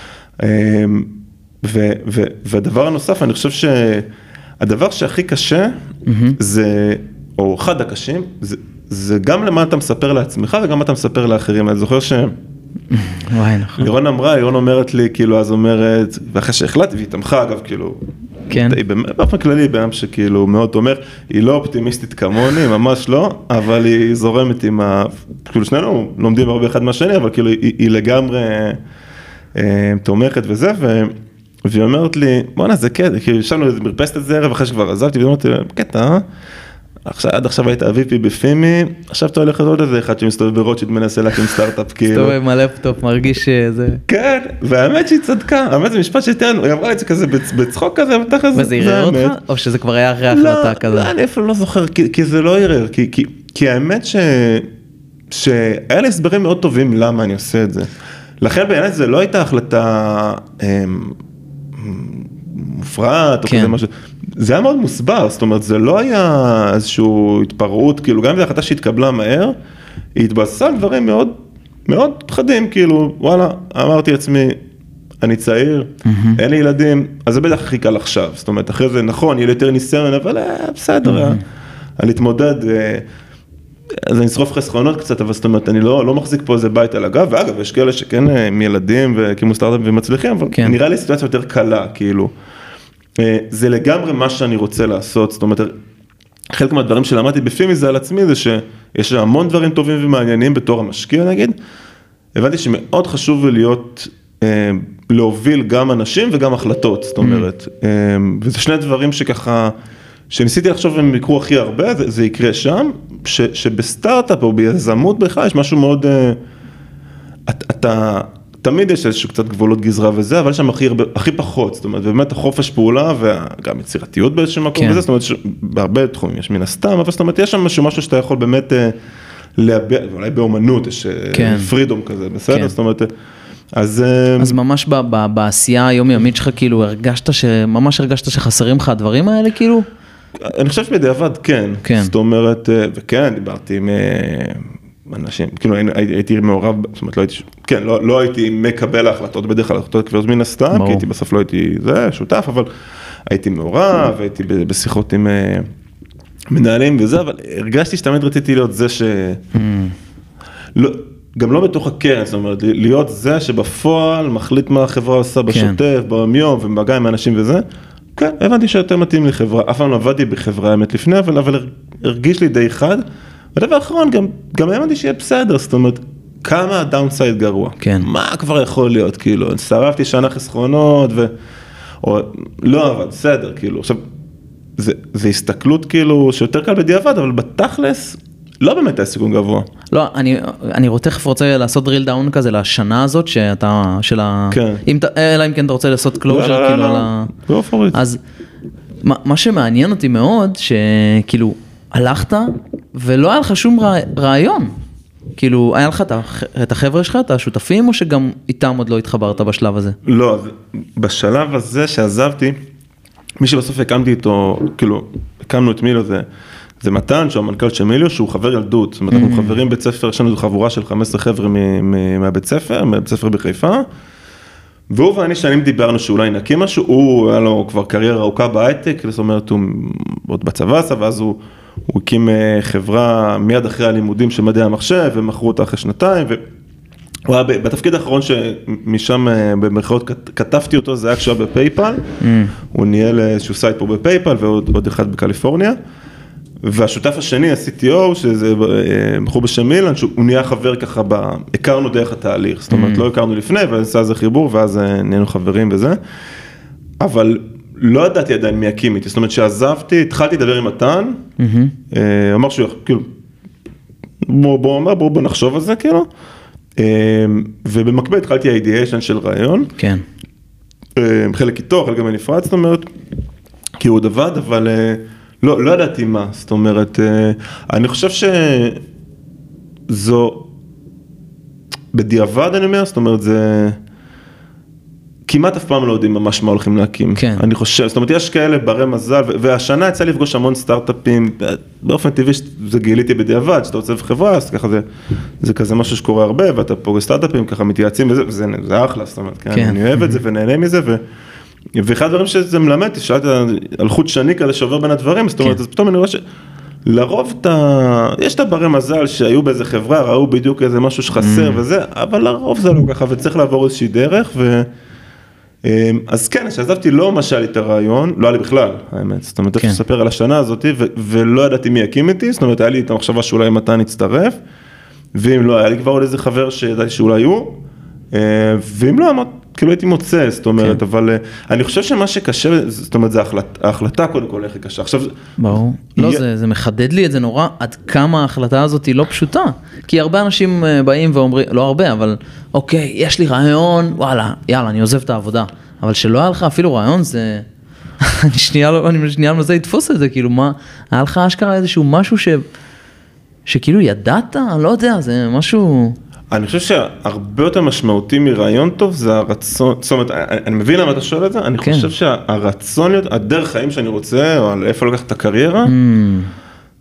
והדבר הנוסף, אני חושב שהדבר שהכי קשה, זה, או אחד הקשים, זה גם למה אתה מספר לעצמך וגם מה אתה מספר לאחרים. אני זוכר
וואי, נכון.
לירון אמרה, לירון אומרת לי, כאילו, אז אומרת, ואחרי שהחלטתי, והיא תמכה, אגב, כאילו,
כן.
באופן כללי, בעם שכאילו מאוד תומך, היא לא אופטימיסטית כמוני, ממש לא, אבל היא זורמת עם כאילו, שנינו לומדים הרבה אחד מהשני, אבל כאילו, היא לגמרי תומכת וזה, והיא אומרת לי, בוא'נה, זה קטע, כאילו, ישבנו מרפסת את זה ערב, אחרי שכבר עזבתי, והיא אומרת לי, קטע, עד עכשיו היית ה-VP בפימי, עכשיו אתה הולך לעוד איזה אחד שמסתובב ברוטשילד מנסה להקים סטארט-אפ כאילו.
מסתובב עם הלפטופ, מרגיש שזה...
כן, והאמת שהיא צדקה, האמת זה משפט שתיארנו, היא אמרה את זה כזה בצחוק כזה, ותכף זה...
וזה ערער אותך? או שזה כבר היה אחרי החלטה כזה?
לא, אני אפילו לא זוכר, כי זה לא ערער, כי האמת שהיה לי הסברים מאוד טובים למה אני עושה את זה. לכן בעיניי זה לא הייתה החלטה מופרעת או כזה משהו. זה היה מאוד מוסבר, זאת אומרת, זה לא היה איזושהי התפרעות, כאילו גם אם זו החלטה שהתקבלה מהר, היא התבססה על דברים מאוד, מאוד חדים, כאילו, וואלה, אמרתי לעצמי, אני צעיר, אין לי ילדים, אז זה בטח הכי קל עכשיו, זאת אומרת, אחרי זה נכון, יהיה לי יותר ניסיון, אבל בסדר, אני אתמודד, אז אני אשרוף חסכונות קצת, אבל זאת אומרת, אני לא מחזיק פה איזה בית על הגב, ואגב, יש כאלה שכן עם ילדים והקימו סטארט-אפים ומצליחים, אבל נראה לי סיטואציה יותר קלה, כאילו. זה לגמרי מה שאני רוצה לעשות, זאת אומרת, חלק מהדברים שלמדתי בפימי זה על עצמי, זה שיש המון דברים טובים ומעניינים בתור המשקיע, נגיד. הבנתי שמאוד חשוב להיות, להוביל גם אנשים וגם החלטות, זאת אומרת. וזה שני דברים שככה, שניסיתי לחשוב אם יקרו הכי הרבה, זה יקרה שם, שבסטארט-אפ או ביזמות בכלל, יש משהו מאוד, תמיד יש איזשהו קצת גבולות גזרה וזה, אבל שם הכי פחות, זאת אומרת, ובאמת החופש פעולה, וגם יצירתיות באיזשהו מקום וזה, זאת אומרת, בהרבה תחומים יש מן הסתם, אבל זאת אומרת, יש שם משהו שאתה יכול באמת להביע, אולי באומנות יש פרידום כזה, בסדר? זאת אומרת, אז
ממש בעשייה היומיומית שלך, כאילו, ממש הרגשת שחסרים לך הדברים האלה, כאילו?
אני חושב שבדיעבד, כן. זאת אומרת, וכן, דיברתי עם אנשים, כאילו הייתי מעורב, זאת אומרת, לא הייתי מקבל ההחלטות, בדרך כלל החלטות כביר מן הסתם, כי הייתי בסוף לא הייתי שותף, אבל הייתי מעורב, הייתי בשיחות עם מנהלים וזה, אבל הרגשתי שתמיד רציתי להיות זה גם לא בתוך הקרן, זאת אומרת, להיות זה שבפועל מחליט מה החברה עושה בשוטף, ביום ומגע עם האנשים וזה, כן, הבנתי שיותר מתאים לי חברה, אף פעם לא עבדתי בחברה האמת לפני, אבל הרגיש לי די חד, ודבר האחרון, גם הבנתי שיהיה בסדר, זאת אומרת, כמה הדאונסייד גרוע, מה כבר יכול להיות, כאילו, שרפתי שנה חסכונות, או לא עבד, בסדר, כאילו, עכשיו, זה הסתכלות כאילו שיותר קל בדיעבד, אבל בתכלס, לא באמת היה סיכון גבוה.
לא, אני תכף רוצה לעשות דריל דאון כזה לשנה הזאת, שאתה, אלא אם כן אתה רוצה לעשות קלוז'ר, כאילו,
לא פורית.
אז, מה שמעניין אותי מאוד, שכאילו, הלכת, ולא היה לך שום רעיון. כאילו, היה לך את החבר'ה שלך, את השותפים, או שגם איתם עוד לא התחברת בשלב הזה?
לא, בשלב הזה שעזבתי, מי שבסוף הקמתי איתו, כאילו, הקמנו את מילו, זה מתן, שהוא המנכ"ל של מיליו, שהוא חבר ילדות, זאת אומרת, אנחנו חברים בית ספר, יש לנו חבורה של 15 חבר'ה מהבית ספר, מבית ספר בחיפה, והוא ואני שנים דיברנו שאולי נקים משהו, הוא היה לו כבר קריירה ארוכה בהייטק, זאת אומרת, הוא עוד בצבא, ואז הוא הקים חברה מיד אחרי הלימודים של מדעי המחשב, ומכרו אותה אחרי שנתיים, הוא היה בתפקיד האחרון שמשם במרכאות כתבתי אותו, זה היה כשהוא היה בפייפל, הוא ניהל איזשהו סייט פה בפייפל, ועוד אחד בקליפורניה, והשותף השני, ה-CTO, שזה בחור בשם מילן, הוא נהיה חבר ככה, הכרנו דרך התהליך, זאת אומרת, לא הכרנו לפני, ועשה איזה חיבור, ואז נהיינו חברים וזה, אבל לא ידעתי עדיין מי הקים איתי, זאת אומרת, שעזבתי, התחלתי לדבר עם מתן, אמר שהוא, כאילו, בוא נחשוב על זה, כאילו, ובמקביל התחלתי ה-ideation של רעיון,
כן.
חלק איתו, חלק גם בנפרד, זאת אומרת, כי הוא עבד, אבל לא ידעתי מה, זאת אומרת, אני חושב שזו, בדיעבד אני אומר, זאת אומרת, זה כמעט אף פעם לא יודעים ממש מה הולכים להקים,
כן.
אני חושב, זאת אומרת, יש כאלה ברי מזל, והשנה יצא לפגוש המון סטארט-אפים, באופן טבעי זה גיליתי בדיעבד, שאתה רוצה בחברה, אז ככה זה כזה משהו שקורה הרבה, ואתה פוגש סטארט-אפים, ככה מתייעצים, וזה אחלה, זאת אומרת, כן. אני אוהב את זה ונהנה מזה, ואחד הדברים שזה מלמד, שאלתי על חוט שני כזה שעובר בין הדברים, זאת אומרת, אז פתאום אני רואה שלרוב יש את הברי מזל שהיו באיזה חברה, ראו בדיוק איזה משהו שחסר וזה, אבל לרוב זה לא ככה, וצריך לעבור איזושהי דרך, אז כן, כשעזבתי לא משל לי את הרעיון, לא היה לי בכלל, האמת, זאת אומרת, אני אספר על השנה הזאת, ולא ידעתי מי יקים איתי, זאת אומרת, היה לי את המחשבה שאולי מתן יצטרף, ואם לא, היה לי כבר עוד איזה חבר שידעתי שאולי הוא, ואם לא, כאילו הייתי מוצא, זאת אומרת, אבל אני חושב שמה שקשה, זאת אומרת, זה ההחלטה קודם כל איך היא קשה. עכשיו,
ברור. לא, זה מחדד לי את זה נורא, עד כמה ההחלטה הזאת היא לא פשוטה. כי הרבה אנשים באים ואומרים, לא הרבה, אבל אוקיי, יש לי רעיון, וואלה, יאללה, אני עוזב את העבודה. אבל שלא היה לך אפילו רעיון, זה, אני שנייה מזה יתפוס את זה, כאילו מה, היה לך אשכרה איזשהו משהו שכאילו ידעת, לא יודע, זה משהו
אני חושב שהרבה יותר משמעותי מרעיון טוב זה הרצון, זאת אומרת, אני מבין למה אתה שואל את זה, אני חושב שהרצון להיות, הדרך חיים שאני רוצה, או איפה לקחת את הקריירה,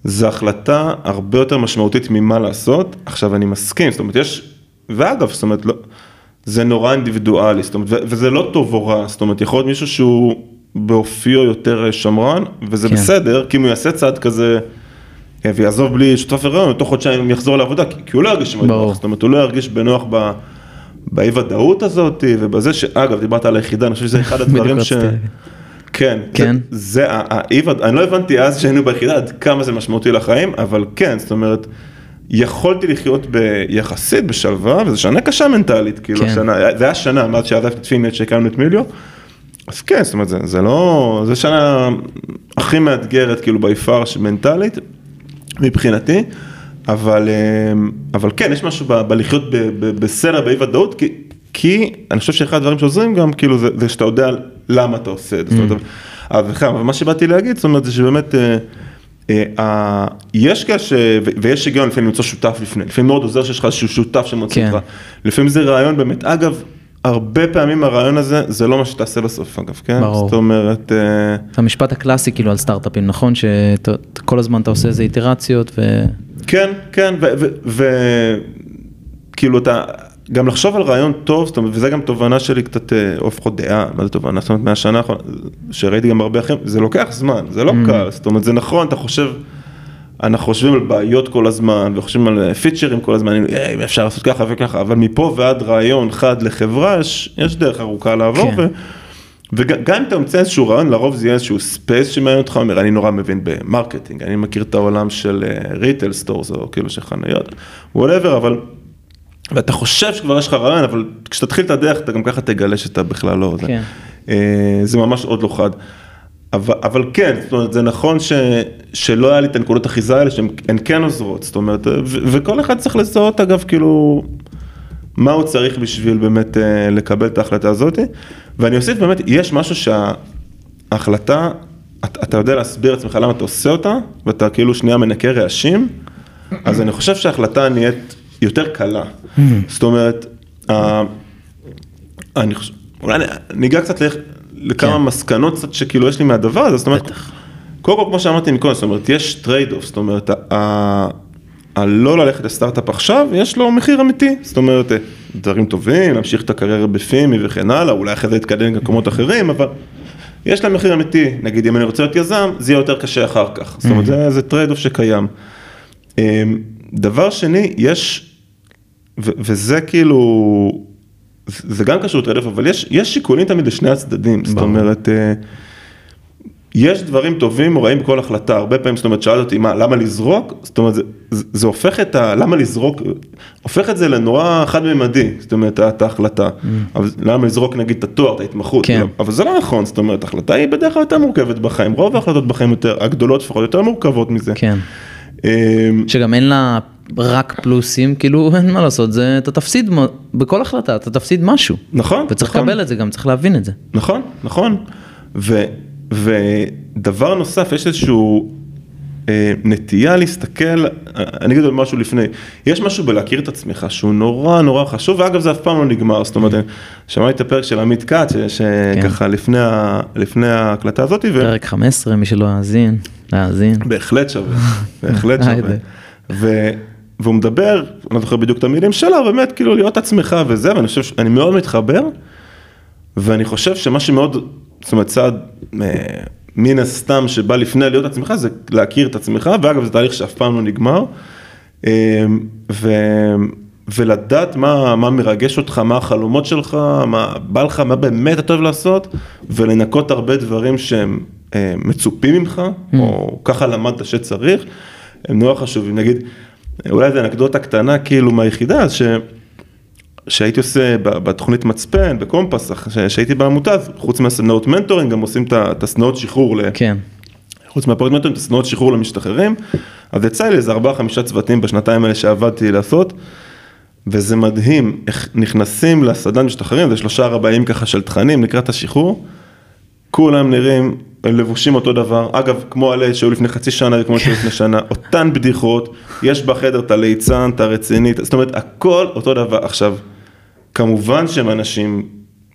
זו החלטה הרבה יותר משמעותית ממה לעשות, עכשיו אני מסכים, זאת אומרת, ואגב, זאת אומרת, לא, זה נורא אינדיבידואלי, זאת אומרת, וזה לא טוב או רע, זאת אומרת, יכול להיות מישהו שהוא באופיו יותר שמרן, וזה בסדר, כי אם הוא יעשה צעד כזה, ויעזוב בלי שותף הרעיון, תוך חודשיים הוא יחזור לעבודה, כי הוא לא ירגיש בנוח, זאת אומרת, הוא לא ירגיש בנוח באי ודאות הזאת, ובזה שאגב, דיברת על היחידה, אני חושב שזה אחד הדברים כן, זה, אני לא הבנתי אז שהיינו ביחידה, עד כמה זה משמעותי לחיים, אבל כן, זאת אומרת, יכולתי לחיות ביחסית בשלווה, וזה שנה קשה מנטלית, כאילו, זה היה שנה, מאז שעזבתי את פינט, שהקמנו את מיליו, אז כן, זאת אומרת, זה לא, זה שנה הכי מאתגרת, כאילו, ביפר מנטלית, מבחינתי, אבל כן, יש משהו בלחיות בסדר, באי ודאות, כי אני חושב שאחד הדברים שעוזרים גם, כאילו, זה שאתה יודע למה אתה עושה את זה. אבל מה שבאתי להגיד, זאת אומרת, זה שבאמת, יש קש, ויש היגיון לפעמים למצוא שותף לפעמים מאוד עוזר שיש לך איזשהו שותף שמוצא לך, לפעמים זה רעיון באמת, אגב, הרבה פעמים הרעיון הזה, זה לא מה שתעשה בסוף, אגב, כן?
ברור.
זאת אומרת...
המשפט הקלאסי, כאילו, על סטארט-אפים, נכון? שכל הזמן אתה עושה איזה איטרציות
כן, כן, וכאילו אתה... גם לחשוב על רעיון טוב, זאת אומרת, וזה גם תובנה שלי קצת, או לפחות דעה, מה זה תובנה? זאת אומרת, מהשנה האחרונה, שראיתי גם הרבה אחרים, זה לוקח זמן, זה לא קל, זאת אומרת, זה נכון, אתה חושב, אנחנו חושבים על בעיות כל הזמן, וחושבים על פיצ'רים כל הזמן, אם אפשר לעשות ככה וככה, אבל מפה ועד רעיון חד לחברה, יש דרך ארוכה לעבור, וגם אם אתה מצא איזשהו רעיון, לרוב זה יהיה איזשהו ספייס שמעניין אותך, אומר, אני נורא מבין במרקטינג, אני מכיר את העולם של ריטל סטורס, או כאילו של חנויות, whatever, אבל ואתה חושב שכבר יש לך רעיון, אבל כשתתחיל את הדרך, אתה גם ככה תגלה שאתה בכלל לא.
כן.
זה ממש עוד לא חד. אבל כן, זאת אומרת, זה נכון שלא היה לי את הנקודות אחיזה האלה, שהן כן עוזרות, זאת אומרת, וכל אחד צריך לזהות, אגב, כאילו, מה הוא צריך בשביל באמת לקבל את ההחלטה הזאת, ואני אוסיף באמת, יש משהו שההחלטה, אתה יודע להסביר עצמך למה אתה עושה אותה, ואתה כאילו שנייה מנקה רעשים, אז אני חושב שההחלטה נהיית יותר קלה. זאת אומרת, אולי ניגע קצת לכמה מסקנות קצת שכאילו יש לי מהדבר הזה, זאת אומרת, קודם כל כמו שאמרתי מקודם, זאת אומרת, יש טרייד אוף, זאת אומרת, הלא ללכת לסטארט-אפ עכשיו, יש לו מחיר אמיתי, זאת אומרת, דברים טובים, להמשיך את הקריירה בפימי וכן הלאה, אולי אחרי זה יתקדם במקומות אחרים, אבל יש לה מחיר אמיתי, נגיד, אם אני רוצה להיות יזם, זה יהיה יותר קשה אחר כך, זאת אומרת, זה טרייד אוף שקיים. דבר שני, יש, וזה כאילו, זה גם קשור לטרייד-אוף, אבל יש שיקולים תמיד לשני הצדדים, זאת אומרת, יש דברים טובים או רעים בכל החלטה, הרבה פעמים, זאת אומרת, שאלת אותי, מה, למה לזרוק? זאת אומרת, זה הופך למה לזרוק, הופך את זה לנורא חד-ממדי, זאת אומרת, את ההחלטה, אבל למה לזרוק נגיד את התואר, את ההתמחות, אבל זה לא נכון, זאת אומרת, ההחלטה היא בדרך כלל יותר מורכבת בחיים, רוב ההחלטות בחיים יותר, הגדולות לפחות יותר מורכבות מזה.
כן. שגם אין לה רק פלוסים, כאילו אין מה לעשות, זה, אתה תפסיד בכל החלטה, אתה תפסיד משהו.
נכון.
וצריך לקבל את זה גם, צריך להבין את זה.
נכון, נכון. ודבר נוסף, יש איזשהו נטייה להסתכל, אני אגיד עוד משהו לפני, יש משהו בלהכיר את עצמך, שהוא נורא נורא חשוב, ואגב זה אף פעם לא נגמר, זאת אומרת, שמעתי את הפרק של עמית קאט, שככה לפני ההקלטה הזאת,
פרק 15, מי שלא להאזין.
בהחלט שווה, בהחלט שווה. והוא מדבר, אני לא זוכר בדיוק את המילים שלו, באמת כאילו להיות עצמך וזה, ואני חושב שאני מאוד מתחבר, ואני חושב שמה שמאוד, זאת אומרת, צעד מן הסתם שבא לפני להיות עצמך, זה להכיר את עצמך, ואגב זה תהליך שאף פעם לא נגמר, ולדעת מה מרגש אותך, מה החלומות שלך, מה בא לך, מה באמת אתה אוהב לעשות, ולנקות הרבה דברים שהם מצופים ממך, או ככה למדת שצריך, הם נורא חשובים. נגיד, אולי זה אנקדוטה קטנה כאילו מהיחידה, שהייתי עושה בתוכנית מצפן, בקומפס, שהייתי בעמותה, חוץ מהסדנאות מנטורינג, גם עושים את הסדנאות שחרור,
כן.
חוץ מהפרויקט מנטורינג, את הסדנאות שחרור למשתחררים, אז יצא לי איזה 4-5 צוותים בשנתיים האלה שעבדתי לעשות, וזה מדהים, איך נכנסים לסדנת משתחררים, זה 3-4 ככה של תכנים לקראת השחרור, כולם נראים, לבושים אותו דבר, אגב, כמו אלה שהיו לפני חצי שנה וכמו שהיו לפני שנה, אותן בדיחות, יש בחדר את הליצן, את הרצינית, זאת אומרת, הכל אותו דבר. עכשיו, כמובן שהם אנשים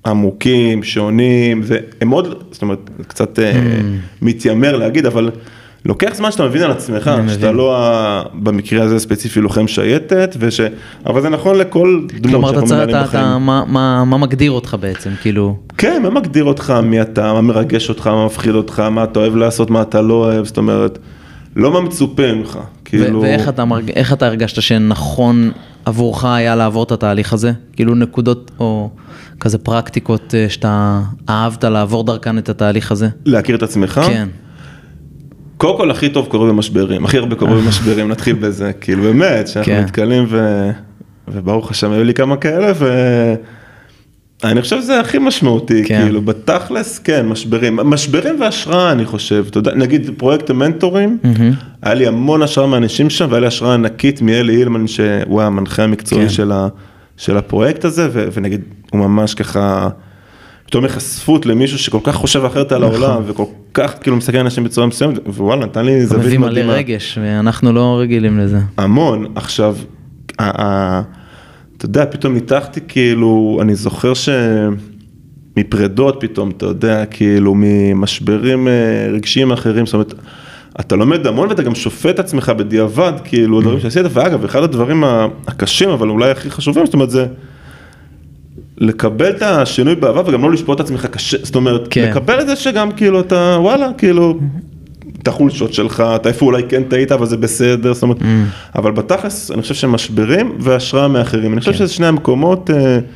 עמוקים, שונים, והם עוד, זאת אומרת, קצת מתיימר להגיד, אבל לוקח זמן שאתה מבין על עצמך, שאתה לא במקרה הזה ספציפי לוחם שייטת, אבל זה נכון לכל דמות שאנחנו מנהלים בחיים.
כלומר, מה מגדיר אותך בעצם, כאילו? כן,
מה מגדיר אותך, מי אתה, מה מרגש אותך, מה מפחיד אותך, מה אתה אוהב לעשות, מה אתה לא אוהב, זאת אומרת, לא מה מצופה ממך, כאילו...
ואיך אתה הרגשת שנכון עבורך היה לעבור את התהליך הזה? כאילו נקודות או כזה פרקטיקות שאתה אהבת לעבור דרכן את התהליך הזה?
להכיר את עצמך?
כן.
קודם כל, הכי טוב קורה במשברים, הכי הרבה קורה במשברים, נתחיל בזה, כאילו באמת, שאנחנו מתקלים וברוך השם, היו לי כמה כאלה, ואני חושב שזה הכי משמעותי, כאילו, בתכלס, כן, משברים והשראה, אני חושב, אתה יודע, נגיד פרויקט המנטורים, היה לי המון השראה מהאנשים שם, והיה לי השראה ענקית מאלי הילמן, שהוא המנחה המקצועי של הפרויקט הזה, ונגיד, הוא ממש ככה, פתאום מחשפות למישהו שכל כך חושב אחרת על העולם, וכל כך כאילו מסתכל אנשים בצורה מסוימת, ווואלה, נתן לי זווית מדהימה.
מביא מלא רגש, ואנחנו לא רגילים לזה.
המון. עכשיו, אתה יודע, פתאום ניתחתי כאילו, אני זוכר שמפרדות פתאום, אתה יודע, כאילו ממשברים רגשיים אחרים, זאת אומרת, אתה לומד המון ואתה גם שופט עצמך בדיעבד, כאילו, הדברים שעשית, ואגב, אחד הדברים הקשים, אבל אולי הכי חשובים, זאת אומרת, זה לקבל את השינוי בעבר וגם לא לשפוט את עצמך קשה, זאת אומרת, לקבל את זה שגם כאילו אתה, וואלה, כאילו, את החולשות שלך, אתה איפה אולי כן טעית, אבל זה בסדר, זאת אומרת, אבל בתכלס, אני חושב שמשברים והשראה מאחרים, אני חושב שזה שני המקומות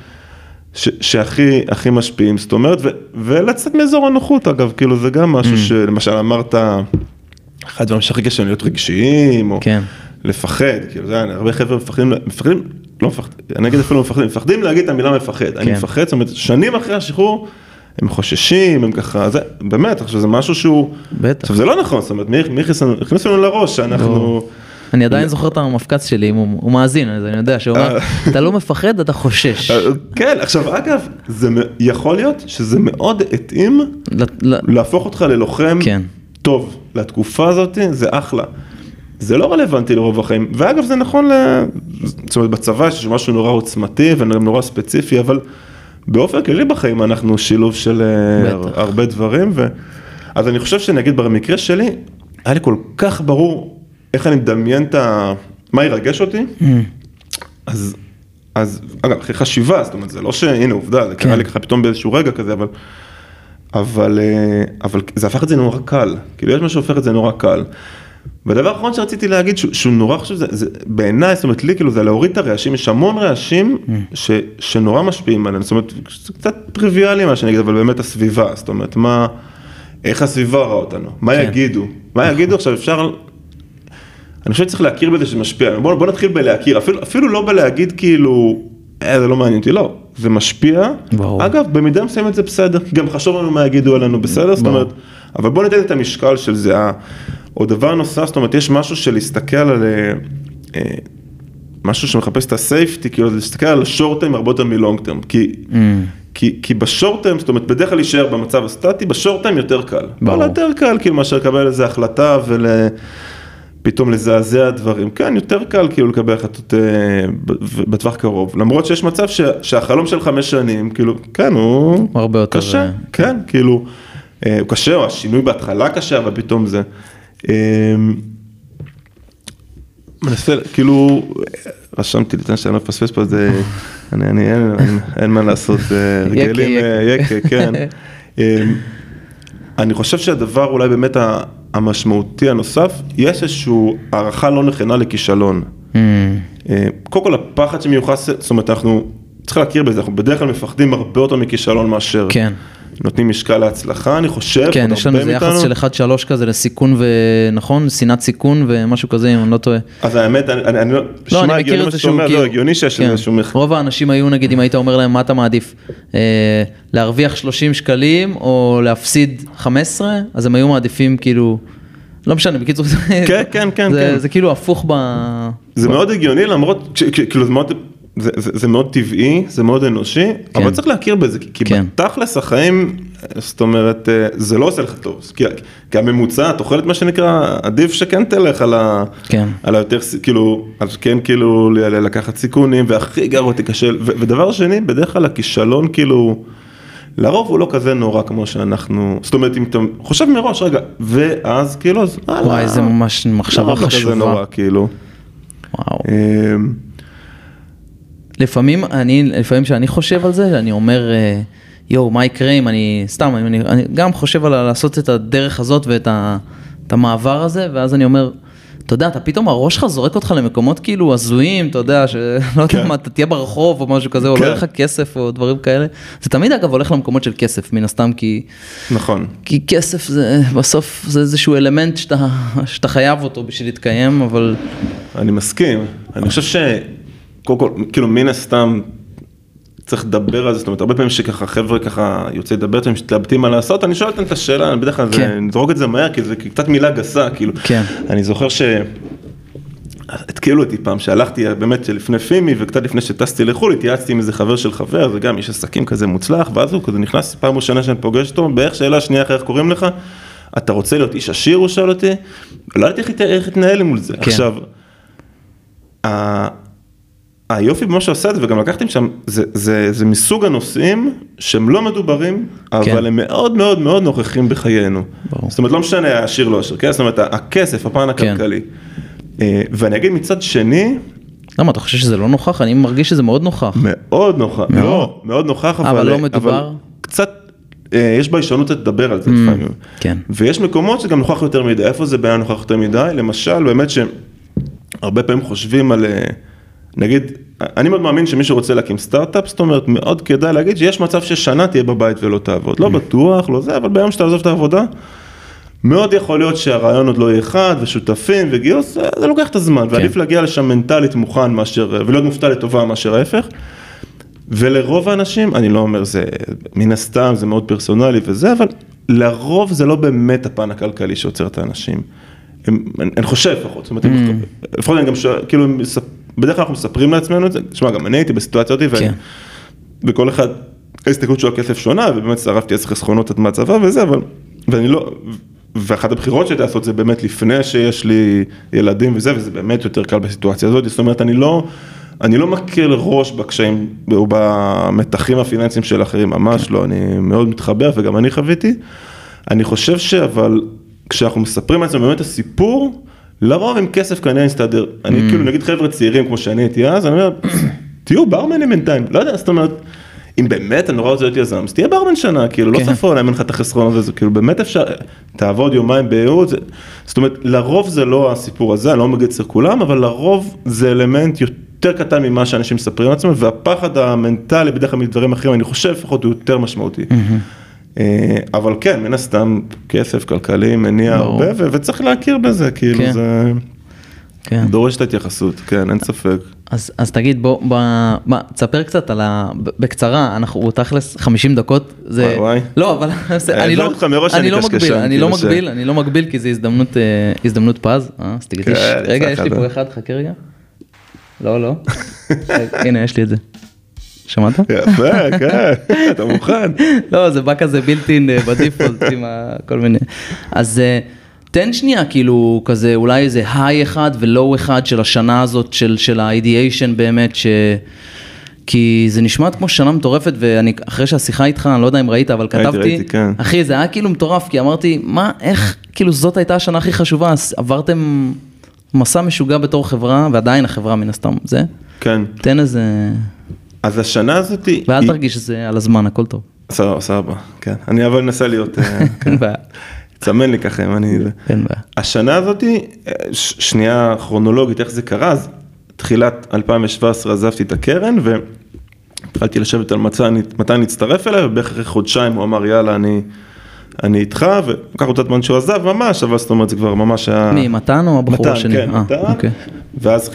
שהכי משפיעים, זאת אומרת, ולצאת מאזור הנוחות, אגב, כאילו זה גם משהו שלמשל אמרת, אחד הדברים שהכי קשה להיות רגשיים, או לפחד, כאילו זה, הרבה חבר'ה מפחדים, לא מפחדים, אני אגיד אפילו מפחדים להגיד את המילה מפחד, אני מפחד, זאת אומרת, שנים אחרי השחרור, הם חוששים, הם ככה, זה, באמת, עכשיו זה משהו שהוא, עכשיו זה לא נכון, זאת אומרת, מי הכניס לנו לראש שאנחנו...
אני עדיין זוכר את המפקץ שלי, הוא מאזין, אז אני יודע, שהוא אומר, אתה לא מפחד, אתה חושש.
כן, עכשיו אגב, יכול להיות שזה מאוד התאים להפוך אותך ללוחם טוב, לתקופה הזאת, זה אחלה. זה לא רלוונטי לרוב החיים, ואגב זה נכון, זאת אומרת בצבא יש משהו נורא עוצמתי ונורא ספציפי, אבל באופן כללי בחיים אנחנו שילוב של הרבה דברים, אז אני חושב שנגיד במקרה שלי, היה לי כל כך ברור איך אני מדמיין מה ירגש אותי, אז אגב, אחרי חשיבה, זאת אומרת, זה לא שהנה עובדה, זה קרה לי ככה פתאום באיזשהו רגע כזה, אבל זה הפך את זה נורא קל, כאילו יש מה שהופך את זה נורא קל, והדבר האחרון שרציתי להגיד, שהוא נורא חשוב, זה בעיניי, זאת אומרת לי, כאילו זה להוריד את הרעשים, יש המון רעשים שנורא משפיעים עליהם, זאת אומרת, זה קצת טריוויאלי מה שאני אגיד, אבל באמת הסביבה, זאת אומרת, איך הסביבה ראה אותנו, מה יגידו, עכשיו אפשר, אני חושב שצריך להכיר בזה שמשפיע, בוא נתחיל בלהכיר, אפילו לא בלהגיד כאילו, זה לא מעניין אותי, לא, זה משפיע, אגב, במידה מסוימת זה בסדר, כי גם חשוב לנו מה יגידו עלינו בסדר, זאת אומרת, אבל בוא ניתן את המשקל של זה, או דבר נוסף, זאת אומרת, יש משהו של להסתכל על, משהו שמחפש את הסייפטי, כאילו, זה להסתכל על השורט-טיים הרבה יותר מלונג-טיים, כי בשורט-טיים, זאת אומרת, בדרך כלל להישאר במצב הסטטי, בשורט-טיים יותר קל. לא יותר קל, כאילו, מאשר לקבל איזו החלטה פתאום לזעזע דברים. כן, יותר קל כאילו לקבל החלטות בטווח קרוב. למרות שיש מצב שהחלום של 5 שנים, כאילו, כן, הוא
הרבה יותר
קשה. כן, כאילו, הוא קשה, או השינוי בהתחלה קשה, אבל פתאום זה. מנסה, כאילו, רשמתי לי, שאני לא מפספס פה, זה, אין מה לעשות, רגלים, יקה, כן. אני חושב שהדבר אולי באמת המשמעותי הנוסף, יש איזושהי הערכה לא נכונה לכישלון. קודם כל הפחד שמיוחס, זאת אומרת, אנחנו צריכים להכיר בזה, אנחנו בדרך כלל מפחדים הרבה יותר מכישלון מאשר נותנים משקל להצלחה, אני חושב.
כן, יש לנו איזה יחס של 1-3 כזה לסיכון ונכון, שנאת סיכון ומשהו כזה, אם אני לא טועה.
אז האמת, אני לא, אני מכיר את זה שהוא לא הגיוני שיש איזשהו מחיר.
רוב האנשים היו, נגיד, אם היית אומר להם, מה אתה מעדיף? להרוויח 30 שקלים או להפסיד 15, אז הם היו מעדיפים כאילו, לא משנה, בקיצור, זה כאילו הפוך
זה מאוד הגיוני, למרות, כאילו זה מאוד... זה מאוד טבעי, זה מאוד אנושי, אבל צריך להכיר בזה, כי בתכלס החיים, זאת אומרת, זה לא עושה לך טוב, כי הממוצע, תאכלת מה שנקרא, עדיף שכן תלך על היותר, כאילו, אז כן כאילו לקחת סיכונים, והכי גרוע תיכשל, ודבר שני, בדרך כלל הכישלון כאילו, לרוב הוא לא כזה נורא כמו שאנחנו, זאת אומרת, אם אתה חושב מראש, רגע, ואז כאילו, אז
וואי, זה ממש מחשבה חשובה.
לרוב לא כזה נורא, כאילו.
וואו. לפעמים שאני חושב על זה, אני אומר, יו, מה יקרה אם אני גם חושב על לעשות את הדרך הזאת ואת המעבר הזה, ואז אני אומר, אתה יודע, אתה פתאום הראש שלך זורק אותך למקומות כאילו הזויים, אתה יודע, שלא יודע מה, אתה תהיה ברחוב או משהו כזה, או לא לך כסף או דברים כאלה. זה תמיד אגב הולך למקומות של כסף, מן הסתם,
נכון.
כי כסף זה, בסוף זה איזשהו אלמנט שאתה חייב אותו בשביל להתקיים, אבל...
אני מסכים. אני חושב קודם כל, כאילו מן הסתם צריך לדבר על זה, זאת אומרת, הרבה פעמים שככה חבר'ה ככה יוצא לדבר, אתם מתלבטים מה לעשות, אני שואל את השאלה, בדרך כלל נזרוק את זה מהר, כי זה קצת מילה גסה, כאילו, אני זוכר התקילו אותי פעם, שהלכתי באמת לפני פימי, וקצת לפני שטסתי לחול, התייעצתי עם איזה חבר של חבר, זה גם איש עסקים כזה מוצלח, ואז הוא כזה נכנס פעם ראשונה שאני פוגש אותו, בערך שאלה שנייה אחרי איך קוראים לך, אתה רוצה להיות איש עשיר, הוא שאל אותי, לא יודעת איך להתנהל מול זה. עכשיו, היופי במה שעושה את זה, וגם לקחתם שם, זה מסוג הנושאים שהם לא מדוברים, אבל הם מאוד מאוד מאוד נוכחים בחיינו. זאת אומרת, לא משנה, העשיר לא עשיר, זאת אומרת, הכסף, הפן הכלכלי. ואני אגיד מצד שני...
למה, אתה חושב שזה לא נוכח? אני מרגיש שזה מאוד נוכח.
מאוד נוכח, לא, מאוד נוכח,
אבל לא מדובר.
קצת, יש בהישנות לדבר על זה לפעמים.
כן.
ויש מקומות שגם נוכח יותר מדי. איפה זה בעיה נוכח יותר מדי? למשל, באמת שהרבה פעמים חושבים על... נגיד, אני מאוד מאמין שמי שרוצה להקים סטארט-אפ, זאת אומרת, מאוד כדאי להגיד שיש מצב ששנה תהיה בבית ולא תעבוד. לא בטוח, לא זה, אבל ביום שאתה עוזב את העבודה, מאוד יכול להיות שהרעיון עוד לא יהיה אחד, ושותפים וגיוס, זה לוקח את הזמן, ועדיף להגיע לשם מנטלית מוכן מאשר, ולהיות מופתע לטובה מאשר ההפך. ולרוב האנשים, אני לא אומר, זה מן הסתם, זה מאוד פרסונלי וזה, אבל לרוב זה לא באמת הפן הכלכלי שעוצר את האנשים. אני חושב לפחות, זאת אומרת, לפחות אני גם כאילו, בדרך כלל אנחנו מספרים לעצמנו את זה, תשמע, גם אני הייתי בסיטואציה אותי, וכל אחד, ההסתכלות של הכסף שונה, ובאמת שרפתי אז חסכונות עד מהצבא וזה, אבל, ואני לא, ואחת הבחירות שהייתי לעשות זה באמת לפני שיש לי ילדים וזה, וזה באמת יותר קל בסיטואציה הזאת, זאת אומרת, אני לא מכיר לראש בקשיים, או במתחים הפיננסיים של אחרים, ממש לא, אני מאוד מתחבר, וגם אני חוויתי, אני חושב אבל כשאנחנו מספרים על זה באמת הסיפור, לרוב עם כסף כנראה נסתדר. אני כאילו נגיד חבר'ה צעירים כמו שאני הייתי אז, אני אומר, תהיו ברמנים בינתיים, לא יודע, זאת אומרת, אם באמת אני נורא רוצה להיות יזם, אז תהיה ברמן שנה, כאילו לא ספרו עליהם אין לך את החסרון הזה, כאילו באמת אפשר, תעבוד יומיים באהוד, זאת אומרת, לרוב זה לא הסיפור הזה, אני לא מגיד אצל כולם, אבל לרוב זה אלמנט יותר קטן ממה שאנשים מספרים לעצמם, והפחד המנטלי בדרך כלל מדברים אחרים, אני חושב לפחות הוא יותר משמעותי. אבל כן, מן הסתם כסף כלכלי מניע הרבה, וצריך להכיר בזה, כאילו זה דורש את ההתייחסות, כן, אין ספק.
אז תגיד, בוא, תספר קצת בקצרה, אנחנו תכלס 50 דקות, זה...
וואי.
לא, אבל אני לא מגביל, כי זה הזדמנות פז, אז תגיד, רגע, יש לי פה אחד, חכה רגע. לא, הנה, יש לי את זה. שמעת?
יפה, כן, אתה מוכן.
לא, זה בא כזה בילטין בדיפולט עם כל מיני. אז תן שנייה, כאילו, כזה, אולי איזה היי אחד ולואו אחד של השנה הזאת, של האידיאשן באמת, כי זה נשמע כמו שנה מטורפת, ואני, אחרי שהשיחה איתך, אני לא יודע אם ראית, אבל כתבתי, אחי, זה היה כאילו מטורף, כי אמרתי, מה, איך, כאילו, זאת הייתה השנה הכי חשובה, אז עברתם מסע משוגע בתור חברה, ועדיין החברה מן הסתם, זה?
כן.
תן איזה...
אז השנה הזאת היא...
ואל תרגיש שזה על הזמן, הכל טוב.
סבבה, כן. אני אבל אנסה להיות...
אין בעיה.
צמן לי ככה, אם אני...
אין בעיה. השנה
הזאת, שנייה כרונולוגית, איך זה קרה, אז תחילת 2017 עזבתי את הקרן, והתחלתי לשבת על מתי נצטרף אליי, ובערך אחרי חודשיים הוא אמר, יאללה, אני איתך, וכך אותה זמן שהוא עזב ממש, אבל זאת אומרת, זה כבר ממש היה...
מי, מתן או הבחור השני?
מתן, כן, מתן. ואז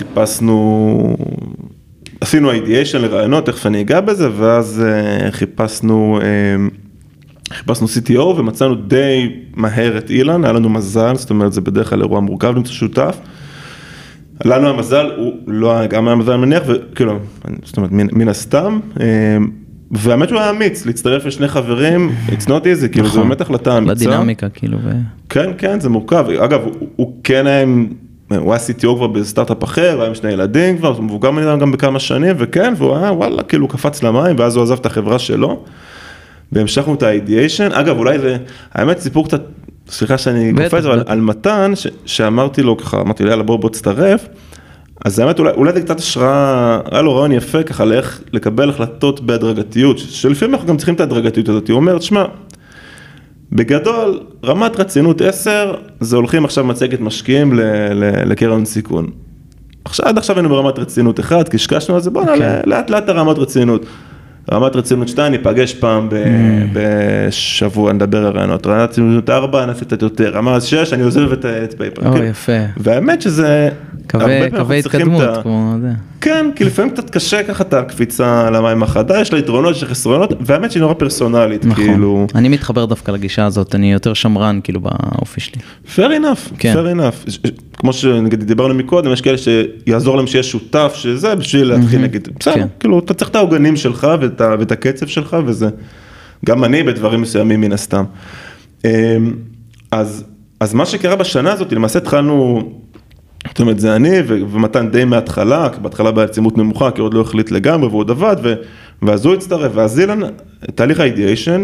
עשינו אידיאשן לרעיונות, תכף אני אגע בזה, ואז חיפשנו CTO, ומצאנו די מהר את אילן, היה לנו מזל, זאת אומרת, זה בדרך כלל אירוע מורכב למצוא שותף. לנו המזל, הוא לא היה גם המזל מניח, וכאילו, זאת אומרת, מן הסתם, והאמת שהוא היה אמיץ, להצטרף לשני חברים, it's not easy, כאילו, זה באמת החלטה אמיצה.
לדינמיקה, כאילו.
כן, כן, זה מורכב. אגב, הוא כן היה הוא היה CTO כבר בסטארט-אפ אחר, היה עם שני ילדים כבר, הוא מבוגר ממנו גם בכמה שנים, וכן, והוא היה, וואלה, כאילו, הוא קפץ למים, ואז הוא עזב את החברה שלו, והמשכנו את ה-ideation, אגב, אולי זה, האמת, סיפור קצת, סליחה שאני קופץ, אבל על מתן, שאמרתי לו ככה, אמרתי לו, יאללה, בוא תצטרף, אז האמת, אולי זה קצת השראה, היה לו רעיון יפה ככה, לאיך לקבל החלטות בהדרגתיות, שלפעמים אנחנו גם צריכים את ההדרגתיות הזאת, הוא אומר, תשמע, בגדול, רמת רצינות 10, זה הולכים עכשיו מצגת משקיעים לקרן סיכון. עד עכשיו היינו ברמת רצינות 1, קשקשנו על זה, בוא נעלה לאט לאט הרמת רצינות. רמת רצינות 2, ניפגש פעם בשבוע, נדבר על רעיונות. רמת רצינות 4, נעשה קצת יותר. רמת 6, אני עוזב את פייפר.
יפה.
והאמת שזה...
קווי התקדמות, כמו זה.
כן, כי לפעמים קצת קשה ככה את הקפיצה למים החדה, יש לה יתרונות, יש לה חסרונות, והאמת שהיא נורא פרסונלית, כאילו...
אני מתחבר דווקא לגישה הזאת, אני יותר שמרן, כאילו, באופי שלי.
Fair enough. כמו שנגיד דיברנו מקודם, יש כאלה שיעזור להם שיש שותף, שזה בשביל להתחיל, נגיד, בסדר, כאילו, אתה צריך את העוגנים שלך ואת הקצב שלך, וזה גם אני בדברים מסוימים מן הסתם. אז מה שקרה בשנה הזאת, למעשה התחלנו, זאת אומרת, זה אני ומתן די מההתחלה, כי בהתחלה בעצימות נמוכה, כי עוד לא החליט לגמרי, והוא עוד עבד, ואז הוא הצטרף, ואז אילן, תהליך האידיאשן,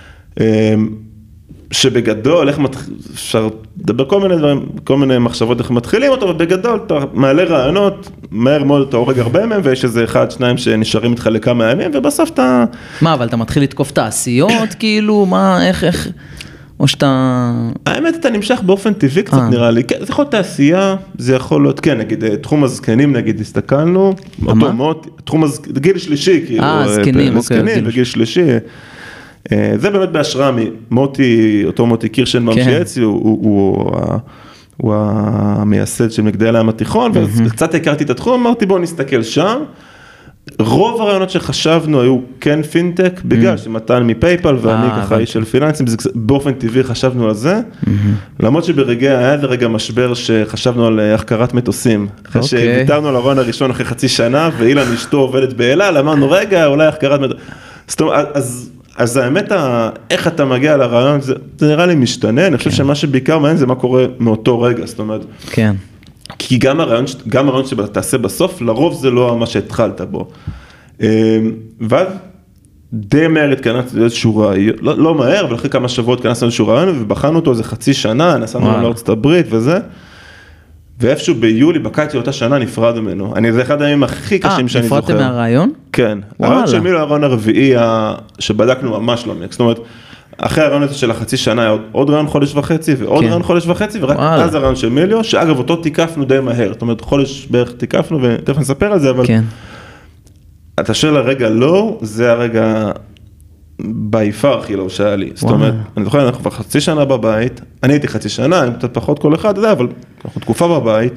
שבגדול, אפשר לדבר כל מיני מחשבות איך מתחילים אותו, ובגדול אתה מעלה רעיונות, מהר מאוד אתה הורג הרבה מהם, ויש איזה 1-2 שנשארים איתך לכמה ימים, ובסוף אתה...
מה, אבל אתה מתחיל לתקוף תעשיות, כאילו, מה, איך... או שאתה...
האמת, אתה נמשך באופן טבעי קצת נראה לי, זה יכול להיות תעשייה, זה יכול להיות, כן, נגיד, תחום הזקנים, נגיד, הסתכלנו, אותו מות, תחום גיל שלישי, כאילו,
זקנים,
וגיל שלישי, זה באמת בהשראה ממוטי, אותו מוטי קירשנבאום שיצי, הוא המייסד של מגדל הים התיכון, וקצת הכרתי את התחום, אמרתי בואו נסתכל שם, רוב הרעיונות שחשבנו היו כן פינטק, בגלל שמתן מפייפל ואני ככה איש של פיננסים, באופן טבעי חשבנו על זה, למרות היה זה רגע משבר שחשבנו על החכרת מטוסים, אחרי שוויתרנו על הרעיון הראשון אחרי חצי שנה, ואילן אשתו עובדת באלעל, אמרנו רגע אולי החכרת מטוסים, אז האמת, איך אתה מגיע לרעיון, זה נראה לי משתנה, אני חושב שמה שבעיקר מעניין זה מה קורה מאותו רגע, זאת אומרת,
כן.
כי גם הרעיון שאתה תעשה בסוף, לרוב זה לא מה שהתחלת בו. ואז די מהר התכנסנו לאיזשהו רעיון, לא מהר, אבל אחרי כמה שבועות התכנסנו לאיזשהו רעיון, ובחנו אותו איזה חצי שנה, נסענו לארצות הברית וזה, ואיפשהו ביולי, בקיץ של אותה שנה נפרדנו ממנו. זה אחד הימים הכי קשים שאני זוכר.
נפרדתם מהרעיון?
כן. הרעיון של מילו הרעיון הרביעי, שבדקנו ממש לא מק. זאת אומרת, אחרי הרעיון הזה של החצי שנה, היה עוד רעיון חודש וחצי, ועוד רעיון חודש וחצי, ורק אז הרעיון של מיליו, שאגב, אותו תיקפנו די מהר. זאת אומרת, חודש בערך תיקפנו, ותכף נספר על זה, אבל... אתה שואל הרגע לא, זה הרגע ביפר הכי לא שהיה לי. זאת אומרת, אני זוכר, אנחנו כבר חצי שנה בבית, אני הייתי חצי שנה, קצת פחות כל אחד, אבל אנחנו תקופה בבית,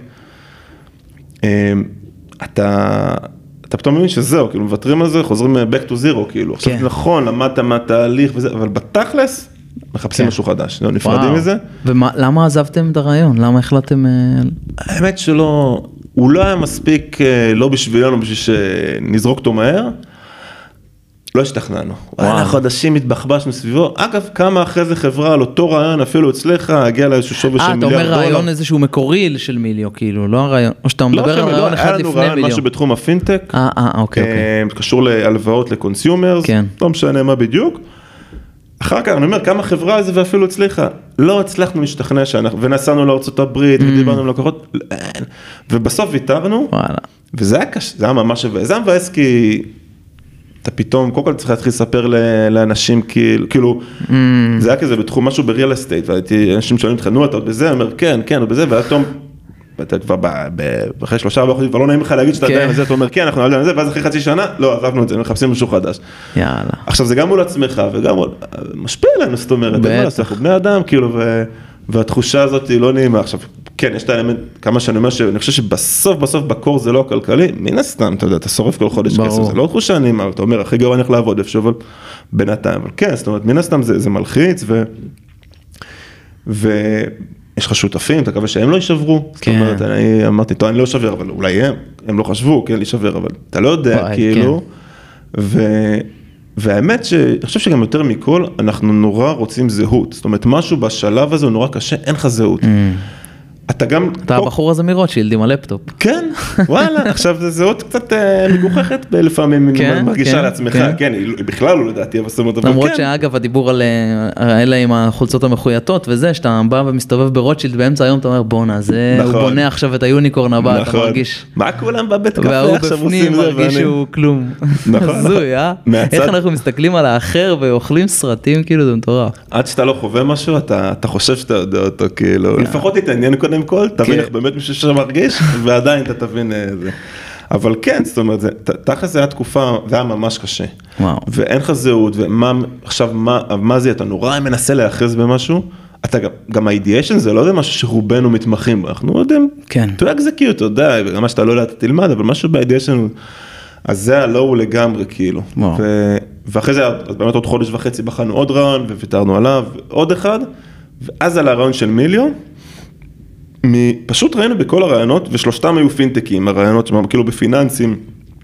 אתה פתאום מבין שזהו, כאילו מוותרים על זה, חוזרים back to zero, כאילו, עכשיו נכון, למדת מהתהליך וזה, אבל בתכלס, מחפשים משהו חדש, לא נפרדים מזה.
ולמה עזבתם את הרעיון? למה החלטתם?
האמת שלא, הוא לא היה מספיק, לא בשבילנו, בשביל שנזרוק אותו מהר, לא השתכנענו. היה חודשים התבחבשנו סביבו. אגב, כמה אחרי זה חברה על אותו רעיון, אפילו אצלך, הגיע לאיזשהו שווי של $1 מיליארד.
אתה אומר רעיון איזשהו מקורי של מיליו, כאילו, לא הרעיון, או שאתה מדבר על רעיון אחד לפני מיליו. היה לנו רעיון משהו בתחום הפינטק. אוקיי.
קשור להלוואות לקונסיומרס, לא משנה מה בדיוק. אחר כך, אני אומר, כמה חברה זה ואפילו אצלך, לא הצלחנו להשתכנע שאנחנו, ונסענו לארצות הברית, ודיברנו עם לקוחות, ובסוף ויתרנו, וזה היה קשה, זה היה ממש, זה היה מבאס כי אתה פתאום, קודם כל צריך להתחיל לספר לאנשים, כאילו, זה היה כזה בתחום משהו בריאל אסטייט, והייתי, אנשים שואלים אותך, נו, אתה עוד בזה, אומר, כן, עוד בזה, ואתה ואתה כבר אחרי 3-4 חודשים, כבר לא נעים לך להגיד שאתה עדיין על זה, אתה אומר, כן, אנחנו עדיין על זה, ואז אחרי חצי שנה, לא, עזבנו את זה, מחפשים משהו חדש.
יאללה.
עכשיו, זה גם מול עצמך, וגם משפיע עלינו, זאת אומרת, אנחנו בני אדם, כאילו, והתחושה הזאת היא לא נעימה. עכשיו, כן, יש את האלמנט, כמה שאני אומר, שאני חושב שבסוף בקור זה לא הכלכלי, מן הסתם, אתה יודע, אתה שורף כל חודש כסף, זה לא תחושה נעימה, אתה אומר, הכי גרוע אני הולך לעבוד איפשהו, אבל בינתיים, אבל כן, זאת אומרת, מן הסתם זה מלחיץ, יש לך שותפים, אתה מקווה שהם לא יישברו, זאת אומרת, אני אמרתי, טוב, אני לא אשבר, אבל אולי הם לא חשבו, כן, להישבר, אבל אתה לא יודע, כאילו, והאמת שאני חושב שגם יותר מכל, אנחנו נורא רוצים זהות, זאת אומרת, משהו בשלב הזה הוא נורא קשה, אין לך זהות. אתה גם...
אתה הבחור הזה מרוטשילד עם הלפטופ.
כן, וואלה, עכשיו זה עוד קצת מגוחכת לפעמים, מרגישה לעצמך, כן, היא בכלל לא לדעתי, אבל זאת אומרת,
למרות שאגב, הדיבור על האלה עם החולצות המחויטות וזה, שאתה בא ומסתובב ברוטשילד באמצע היום, אתה אומר, בונה, הוא בונה עכשיו את היוניקורן הבא, אתה מרגיש...
מה כולם בבית קפה עכשיו עושים זה?
והוא בפנים מרגיש שהוא כלום. הזוי, איך אנחנו מסתכלים על האחר ואוכלים סרטים, כאילו זה מטורף.
עד שאתה לא חווה משהו, אתה חושב שאתה יודע אותו, כאילו, לפחות תתעניין קודם כל, תבין איך באמת מישהו שמרגיש, ועדיין אתה תבין זה. אבל כן, זאת אומרת, תכף זה היה תקופה, זה היה ממש קשה. ואין לך זהות, ועכשיו מה זה, אתה נורא מנסה להאחז במשהו, אתה גם ה-ideation זה לא יודע משהו שרובנו מתמחים בו, אנחנו יודעים, to execute, אתה יודע, מה שאתה לא יודע, אתה תלמד, אבל משהו ב-ideation, אז זה הלואו לגמרי, כאילו. ואחרי זה, אז באמת עוד חודש וחצי בחנו עוד רעיון, וויתרנו עליו, עוד אחד, ואז על הרעיון של מיליו, פשוט ראינו בכל הרעיונות, ושלושתם היו פינטקים, הרעיונות כאילו בפיננסים,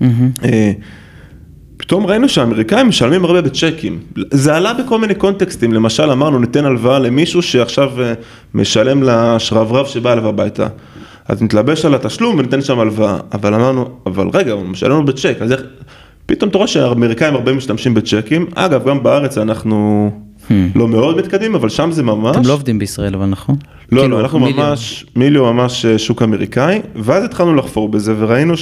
פתאום ראינו שהאמריקאים משלמים הרבה בצ'קים, זה עלה בכל מיני קונטקסטים, למשל אמרנו ניתן הלוואה למישהו שעכשיו משלם לשרברב שבא אליו הביתה, אז נתלבש על התשלום וניתן שם הלוואה, אבל אמרנו, אבל רגע, הוא משלם לנו בצ'ק, אז פתאום תראה שהאמריקאים הרבה משתמשים בצ'קים, אגב גם בארץ אנחנו לא מאוד מתקדמים, אבל שם זה ממש...
אתם לא עובדים בישראל, אבל נכון?
לא, לא, אנחנו ממש, מיליו ממש שוק אמריקאי, ואז התחלנו לחפור בזה, וראינו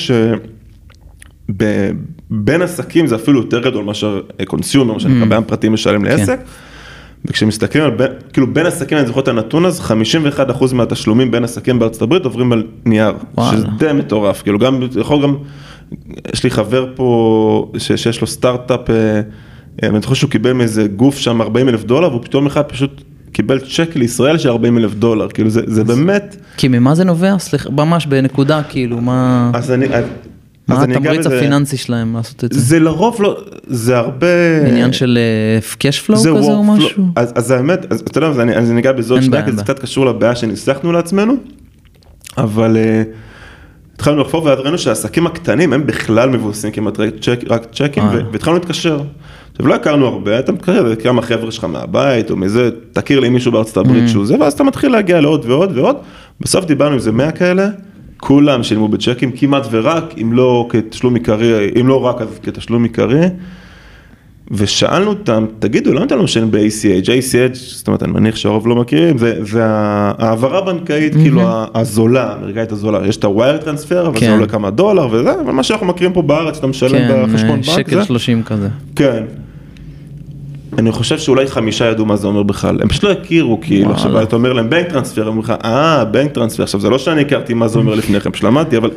שבין עסקים זה אפילו יותר גדול מאשר קונסיומר, מה שנקרא, בין פרטים משלם לעסק, וכשמסתכלים על, כאילו בין עסקים, אני זוכר את הנתון, אז 51% מהתשלומים בין עסקים בארצות הברית עוברים על נייר, שזה די מטורף, כאילו גם, יכול גם, יש לי חבר פה שיש לו סטארט-אפ, אני חושב שהוא קיבל מאיזה גוף שם $40,000, והוא פתאום אחד פשוט קיבל צ'ק לישראל של $40,000, כאילו זה באמת...
כי ממה זה נובע? סליחה, ממש בנקודה, כאילו, מה... מה התמריץ הפיננסי שלהם לעשות את זה?
זה לרוב לא, זה הרבה...
עניין של cash flow כזה או משהו?
אז האמת, אתה יודע, אז אני אגע בזאת שנייה, כי זה קצת קשור לבעיה שניסחנו לעצמנו, אבל התחלנו לחפור והראינו שהעסקים הקטנים הם בכלל מבוססים כמעט רק צ'קים, והתחלנו להתקשר. עכשיו לא הכרנו הרבה, אתה מתקשר כמה חבר'ה שלך מהבית או מזה, תכיר לי מישהו בארצות הברית שהוא זה, ואז אתה מתחיל להגיע לעוד ועוד ועוד, בסוף דיברנו עם זה 100 כאלה, כולם שילמו בצ'קים כמעט ורק, אם לא כתשלום עיקרי, אם לא רק אז כתשלום עיקרי, ושאלנו אותם, תגידו, למה אתם לא משלמים ב-ACH? ACH, זאת אומרת, אני מניח שהרוב לא מכירים, זה העברה בנקאית, כאילו הזולה, האמריקאית הזולה, יש את ה-wire transfer, אבל זה עולה כמה דולר וזה, אבל מה שאנחנו מכירים פה בארץ, אתה משלם בחשבון בנק,
שקל 30 כזה.
כן. אני חושב שאולי 5 ידעו מה זה אומר בכלל, הם פשוט לא הכירו, כאילו, עכשיו אתה אומר להם בנק טרנספר, הם אומרים לך, בנק טרנספר, עכשיו זה לא שאני הכרתי מה זה אומר לפניכם, שלמדתי, אבל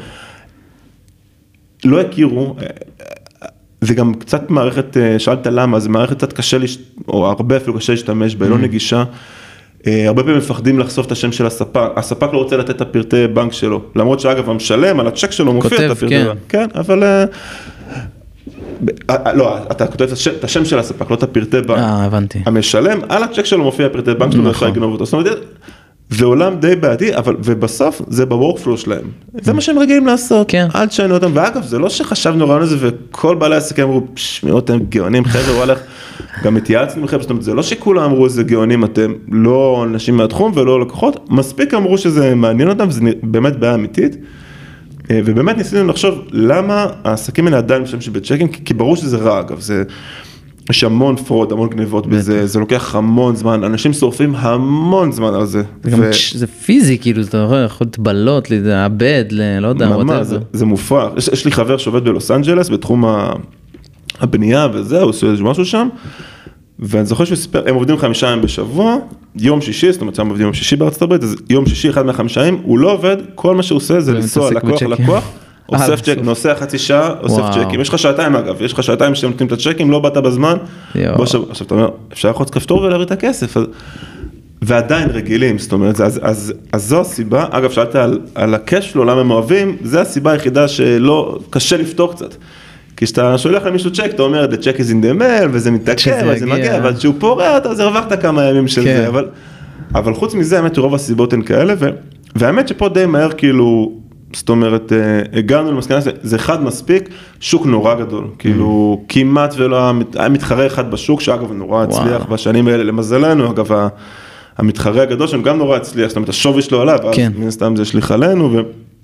לא הכירו, זה גם קצת מערכת, שאלת למה, זה מערכת קצת קשה, או הרבה אפילו קשה להשתמש בה, היא לא נגישה, הרבה פעמים מפחדים לחשוף את השם של הספק, הספק לא רוצה לתת את הפרטי בנק שלו, למרות שאגב המשלם, על הצ'ק שלו מופיע את הפרטי בנק, כן, אבל... לא, אתה כותב את השם של הספק, לא את הפרטי בנק.
הבנתי.
המשלם, על הצ'ק שלו מופיע פרטי בנק שלו, ואפשר לגנוב אותו. זאת אומרת, זה עולם די בעייתי, אבל, ובסוף זה בוורקפלו שלהם. זה מה שהם רגילים לעשות. אל תשנו אותם. ואגב, זה לא שחשבנו רעיון לזה, וכל בעלי העסקים אמרו, שמעות, הם גאונים, חבר'ה, וואלה, גם התייעצנו לכם, זאת אומרת, זה לא שכולם אמרו איזה גאונים, אתם לא אנשים מהתחום ולא לקוחות, מספיק אמרו שזה מעניין אותם, וזה באמת בעיה אמיתית. ובאמת ניסינו לחשוב למה העסקים האלה עדיין משתמשים בצ'קים, כי ברור שזה רע, אגב, יש המון פרוד, המון גניבות בזה, זה לוקח המון זמן, אנשים שורפים המון זמן על זה.
זה פיזי, כאילו, אתה יכול להתבלות, לאבד, לא יודע,
ממש, זה מופרח. יש לי חבר שעובד בלוס אנג'לס, בתחום הבנייה וזה, הוא עושה משהו שם, ואני זוכר שהוא סיפר, הם עובדים 5 ימים בשבוע, יום שישי, זאת אומרת, הם עובדים יום שישי בארצות הברית, אז יום שישי, 1 מה-5 ימים, הוא לא עובד, כל מה שהוא עושה זה לנסוע לקוח, אוסף צ'ק, נוסע חצי שעה, אוסף צ'קים, יש לך שעתיים אגב, יש לך שעתיים שהם נותנים את הצ'קים, לא באת בזמן, עכשיו אתה אומר, אפשר ללחוץ כפתור ולהביא את הכסף, ועדיין רגילים, זאת אומרת, אז זו הסיבה, אגב, שאלת על הקש שלו, למה הם אוהבים, זו הסיבה היחידה שלא, קשה לפתור קצת. כי כשאתה שולח למישהו צ'ק, אתה אומר, the check is in the mail, וזה מתעכב, וזה מגיע, אבל כשהוא פורע, אז הרווחת כמה ימים של זה, אבל חוץ מזה, האמת, רוב הסיבות הן כאלה, והאמת שפה די מהר, כאילו, זאת אומרת, הגענו למסקנה, זה אחד מספיק, שוק נורא גדול, כאילו, כמעט ולא, היה מתחרה אחד בשוק, שאגב, נורא הצליח בשנים האלה, למזלנו, אגב, המתחרה הגדול שלנו גם נורא הצליח, זאת אומרת, השווי שלו עליו, אז מן הסתם זה שליח עלינו,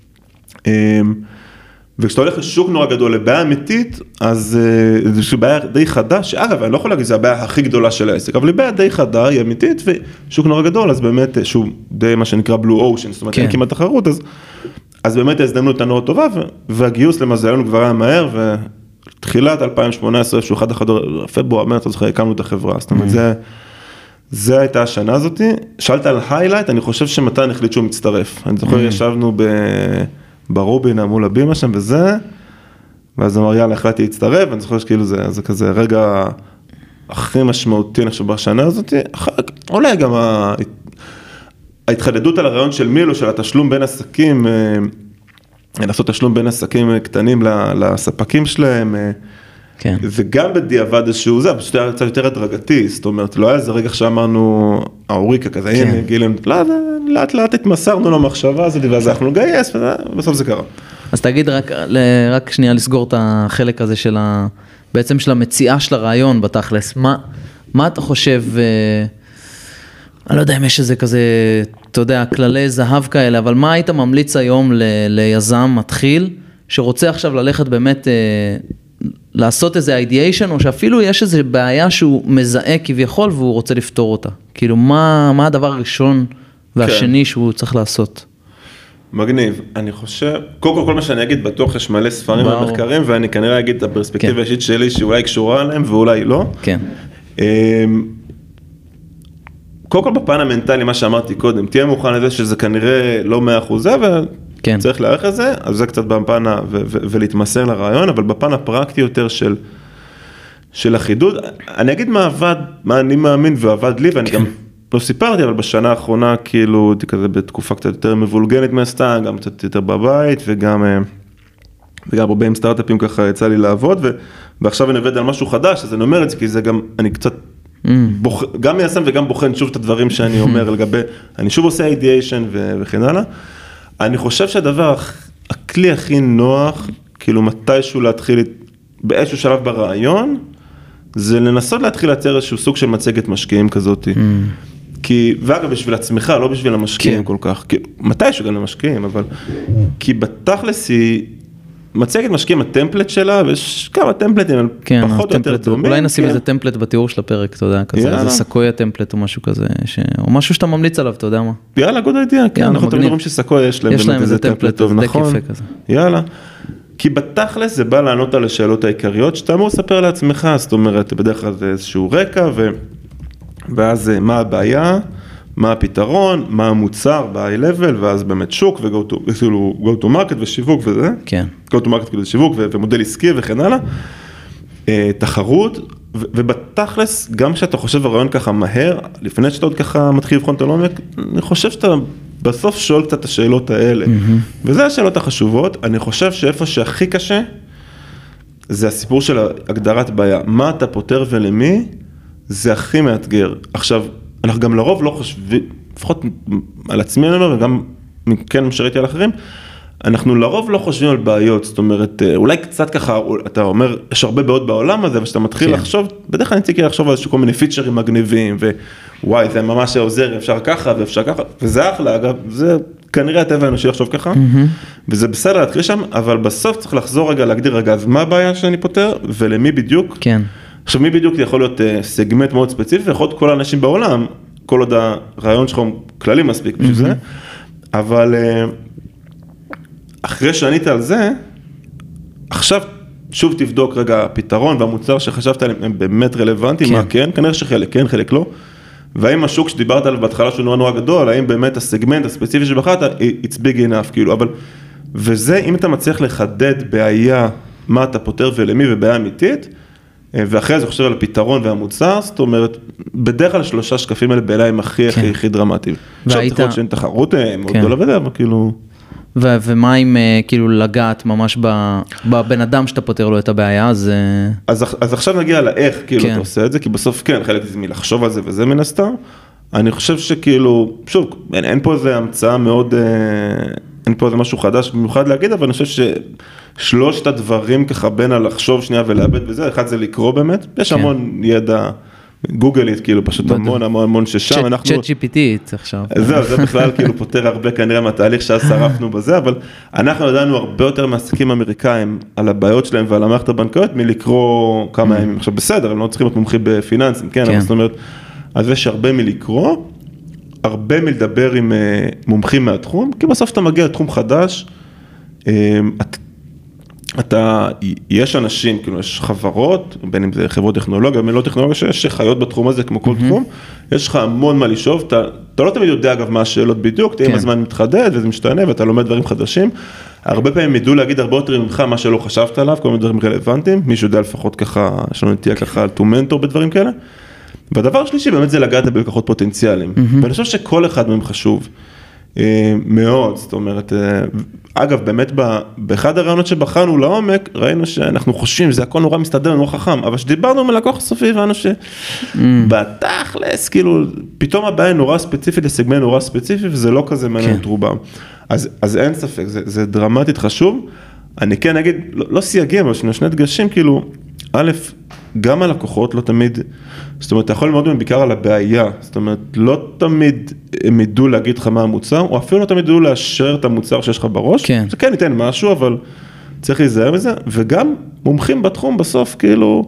וכשאתה הולך לשוק נורא גדול, לבעיה אמיתית, אז זו בעיה די חדה, שאגב, אני לא יכול להגיד, זו הבעיה הכי גדולה של העסק, אבל היא בעיה די חדה, היא אמיתית, ושוק נורא גדול, אז באמת, שהוא די מה שנקרא Blue Ocean, זאת אומרת, אין כמעט תחרות, אז באמת ההזדמנות הנורא טובה, והגיוס למזלנו כבר היה מהר, ותחילת 2018, שהוא אחד פברואר, מרץ, אז הקמנו את החברה, זאת אומרת, זה הייתה השנה הזאת. שאלת על highlight, אני חושב שמתן החליט שהוא מצטרף. אני זוכר, ישבנו ברובין, מול הבימה שם וזה, ואז אמר, יאללה, החלטתי להצטרף, ואני זוכר שכאילו זה כזה רגע הכי משמעותי, אני חושב, בשנה הזאת. אולי גם ההתחדדות על הרעיון של מילו, של התשלום בין עסקים, לעשות תשלום בין עסקים קטנים לספקים שלהם, וגם בדיעבד איזשהו, זה פשוט היה קצת יותר הדרגתי, זאת אומרת, לא היה איזה רגע שאמרנו, האוריקה כזה, הנה, גילים, לאט לאט התמסרנו למחשבה הזאת, ואז אנחנו נגייס, ובסוף זה קרה.
אז תגיד רק שנייה לסגור את החלק הזה של בעצם של המציאה של הרעיון בתכלס, מה אתה חושב, אני לא יודע אם יש איזה כזה, אתה יודע, כללי זהב כאלה, אבל מה היית ממליץ היום ליזם מתחיל, שרוצה עכשיו ללכת באמת לעשות איזה אידיאשן, או שאפילו יש איזה בעיה שהוא מזהה כביכול, והוא רוצה לפתור אותה. כאילו, מה הדבר הראשון והשני שהוא צריך לעשות?
מגניב. אני חושב, כל מה שאני אגיד, בטוח יש מלא ספרים ומחקרים, ואני כנראה אגיד את הפרספקטיבה האישית שלי, שאולי קשורה עליהם, ואולי לא.
כן.
קודם כל בפן המנטלי, מה שאמרתי קודם, תהיה מוכן לזה שזה כנראה לא 100%, וצריך להערך את זה, אז זה קצת בפן, ולהתמסר לרעיון, אבל בפן הפרקטי יותר של החידוד, אני אגיד מה עבד, מה אני מאמין ועבד לי, ואני גם לא סיפרתי, אבל בשנה האחרונה, כאילו, כזה בתקופה קצת יותר מבולגנת מהסתם, גם קצת יותר בבית, וגם הרבה עם סטארט-אפים ככה יצא לי לעבוד, ועכשיו אני עובד על משהו חדש, אז אני אומר את זה, כי זה גם, אני קצת, גם מיישם וגם בוחן שוב את הדברים שאני אומר לגבי, אני שוב עושה אידיאשן וכן הלאה. אני חושב שהדבר, הכלי הכי נוח, כאילו מתישהו להתחיל באיזשהו שלב ברעיון, זה לנסות להתחיל לייצר איזשהו סוג של מצגת משקיעים כזאת. כי, ואגב, בשביל עצמך, לא בשביל המשקיעים כל כך, מתישהו גם למשקיעים, אבל, כי בתכלס היא, מצגת משקיעים הטמפלט שלה, ויש כמה טמפלטים, פחות או יותר דומים.
אולי נשים איזה טמפלט בתיאור של הפרק, אתה יודע, כזה, איזה סקויה טמפלט או משהו כזה, או משהו שאתה ממליץ עליו, אתה יודע מה.
יאללה, גוד אידיעה, כן, אנחנו מדברים שסקויה יש להם באמת איזה טמפלט טוב, נכון? יאללה. כי בתכלס זה בא לענות על השאלות העיקריות, שאתה אמור לספר לעצמך, זאת אומרת, בדרך כלל זה איזשהו רקע, ואז מה הבעיה, מה הפתרון, מה המוצר ב-high-level, ואז באמת שוק, ו-go to market ושיווק וזה.
כן.
go to market כאילו שיווק ומודל עסקי וכן הלאה. תחרות, ובתכלס, גם כשאתה חושב הרעיון ככה מהר, לפני שאתה עוד ככה מתחיל לבחון את העומק, אני חושב שאתה בסוף שואל קצת את השאלות האלה. וזה השאלות החשובות. אני חושב שאיפה שהכי קשה, זה הסיפור של הגדרת בעיה. מה אתה פותר ולמי, זה הכי מאתגר. עכשיו, אנחנו גם לרוב לא חושבים, לפחות על עצמי אני אומר, וגם כן משריתי על אחרים, אנחנו לרוב לא חושבים על בעיות, זאת אומרת, אולי קצת ככה, אתה אומר, יש הרבה בעיות בעולם הזה, ושאתה מתחיל לחשוב, בדרך כלל אני צריך לחשוב על איזשהו כל מיני פיצ'רים מגניבים, ווואי, זה ממש עוזר, אפשר ככה ואפשר ככה, וזה אחלה, אגב, זה כנראה הטבע האנושי לחשוב ככה, וזה בסדר להתחיל שם, אבל בסוף צריך לחזור רגע, להגדיר רגע, אז מה הבעיה שאני פותר, ולמי בדיוק?
כן.
עכשיו, מי בדיוק יכול להיות סגמנט מאוד ספציפי, יכול להיות כל האנשים בעולם, כל עוד הרעיון שלך הוא כללי מספיק בשביל זה, אבל אחרי שענית על זה, עכשיו שוב תבדוק רגע הפתרון והמוצר שחשבת עליהם הם באמת רלוונטיים, מה כן, כנראה שחלק כן, חלק לא, והאם השוק שדיברת עליו בהתחלה שהוא נורא גדול, האם באמת הסגמנט הספציפי שבחרת, it's big enough, כאילו, אבל, וזה אם אתה מצליח לחדד בעיה, מה אתה פותר ולמי ובעיה אמיתית, ואחרי זה חושב על הפתרון והמוצר, זאת אומרת, בדרך כלל 3 שקפים האלה בעיניי הם הכי דרמטיים. עכשיו צריך להיות שאין תחרות מאוד גדולה וזה, אבל כאילו...
ומה אם כאילו לגעת ממש בבן אדם שאתה פותר לו את הבעיה, אז...
אז עכשיו נגיע לאיך כאילו אתה עושה את זה, כי בסוף כן, חלק זה מלחשוב על זה וזה מן הסתם. אני חושב שכאילו, שוב, אין פה איזה המצאה מאוד... אין פה איזה משהו חדש במיוחד להגיד, אבל אני חושב ש3 הדברים ככה בין הלחשוב שנייה ולאבד וזה, אחד זה לקרוא באמת, יש המון ידע גוגלית, כאילו פשוט המון ששם אנחנו...
צ'אט GPT עכשיו.
זהו, זה בכלל כאילו פותר הרבה כנראה מהתהליך שאז שרפנו בזה, אבל אנחנו ידענו הרבה יותר מעסקים אמריקאים על הבעיות שלהם ועל המערכת הבנקאית מלקרוא כמה ימים. עכשיו בסדר, הם לא צריכים להיות מומחים בפיננסים, כן, אבל זאת אומרת, אז יש הרבה מלקרוא, הרבה מלדבר עם מומחים מהתחום, כי בסוף אתה מגיע לתחום חדש, יש אנשים, כאילו יש חברות, בין אם זה חברות טכנולוגיה, בין לא טכנולוגיה, שחיות בתחום הזה כמו כל תחום, יש לך המון מה לשאוב, אתה לא תמיד יודע אגב מה השאלות בדיוק, אם הזמן מתחדד וזה משתנה ואתה לומד דברים חדשים, הרבה פעמים ידעו להגיד הרבה יותר ממך מה שלא חשבת עליו, כל מיני דברים רלוונטיים, מישהו יודע לפחות ככה, יש לנו נטייה ככה to mentor בדברים כאלה, והדבר השלישי באמת זה לגעת בלקוחות פוטנציאליים, ואני חושב שכל אחד מהם חשוב. מאוד, זאת אומרת, אגב, באמת באחד הרעיונות שבחרנו לעומק, ראינו שאנחנו חושבים, זה הכל נורא מסתדר, נורא חכם, אבל שדיברנו עם הלקוח הסופי, הבנו שבתכלס, כאילו, פתאום הבעיה נורא ספציפית, לסגמנט נורא ספציפי, וזה לא כזה מעניין את רובם. אז אין ספק, זה דרמטית חשוב. אני כן אגיד, לא סייגים, אבל שני דגשים, כאילו, א', גם הלקוחות לא תמיד, זאת אומרת, אתה יכול ללמוד בעיקר על הבעיה, זאת אומרת, לא תמיד הם ידעו להגיד לך מה המוצר, או אפילו לא תמיד ידעו לאשר את המוצר שיש לך בראש, כן. זה כן ייתן משהו, אבל צריך להיזהר מזה, וגם מומחים בתחום בסוף, כאילו,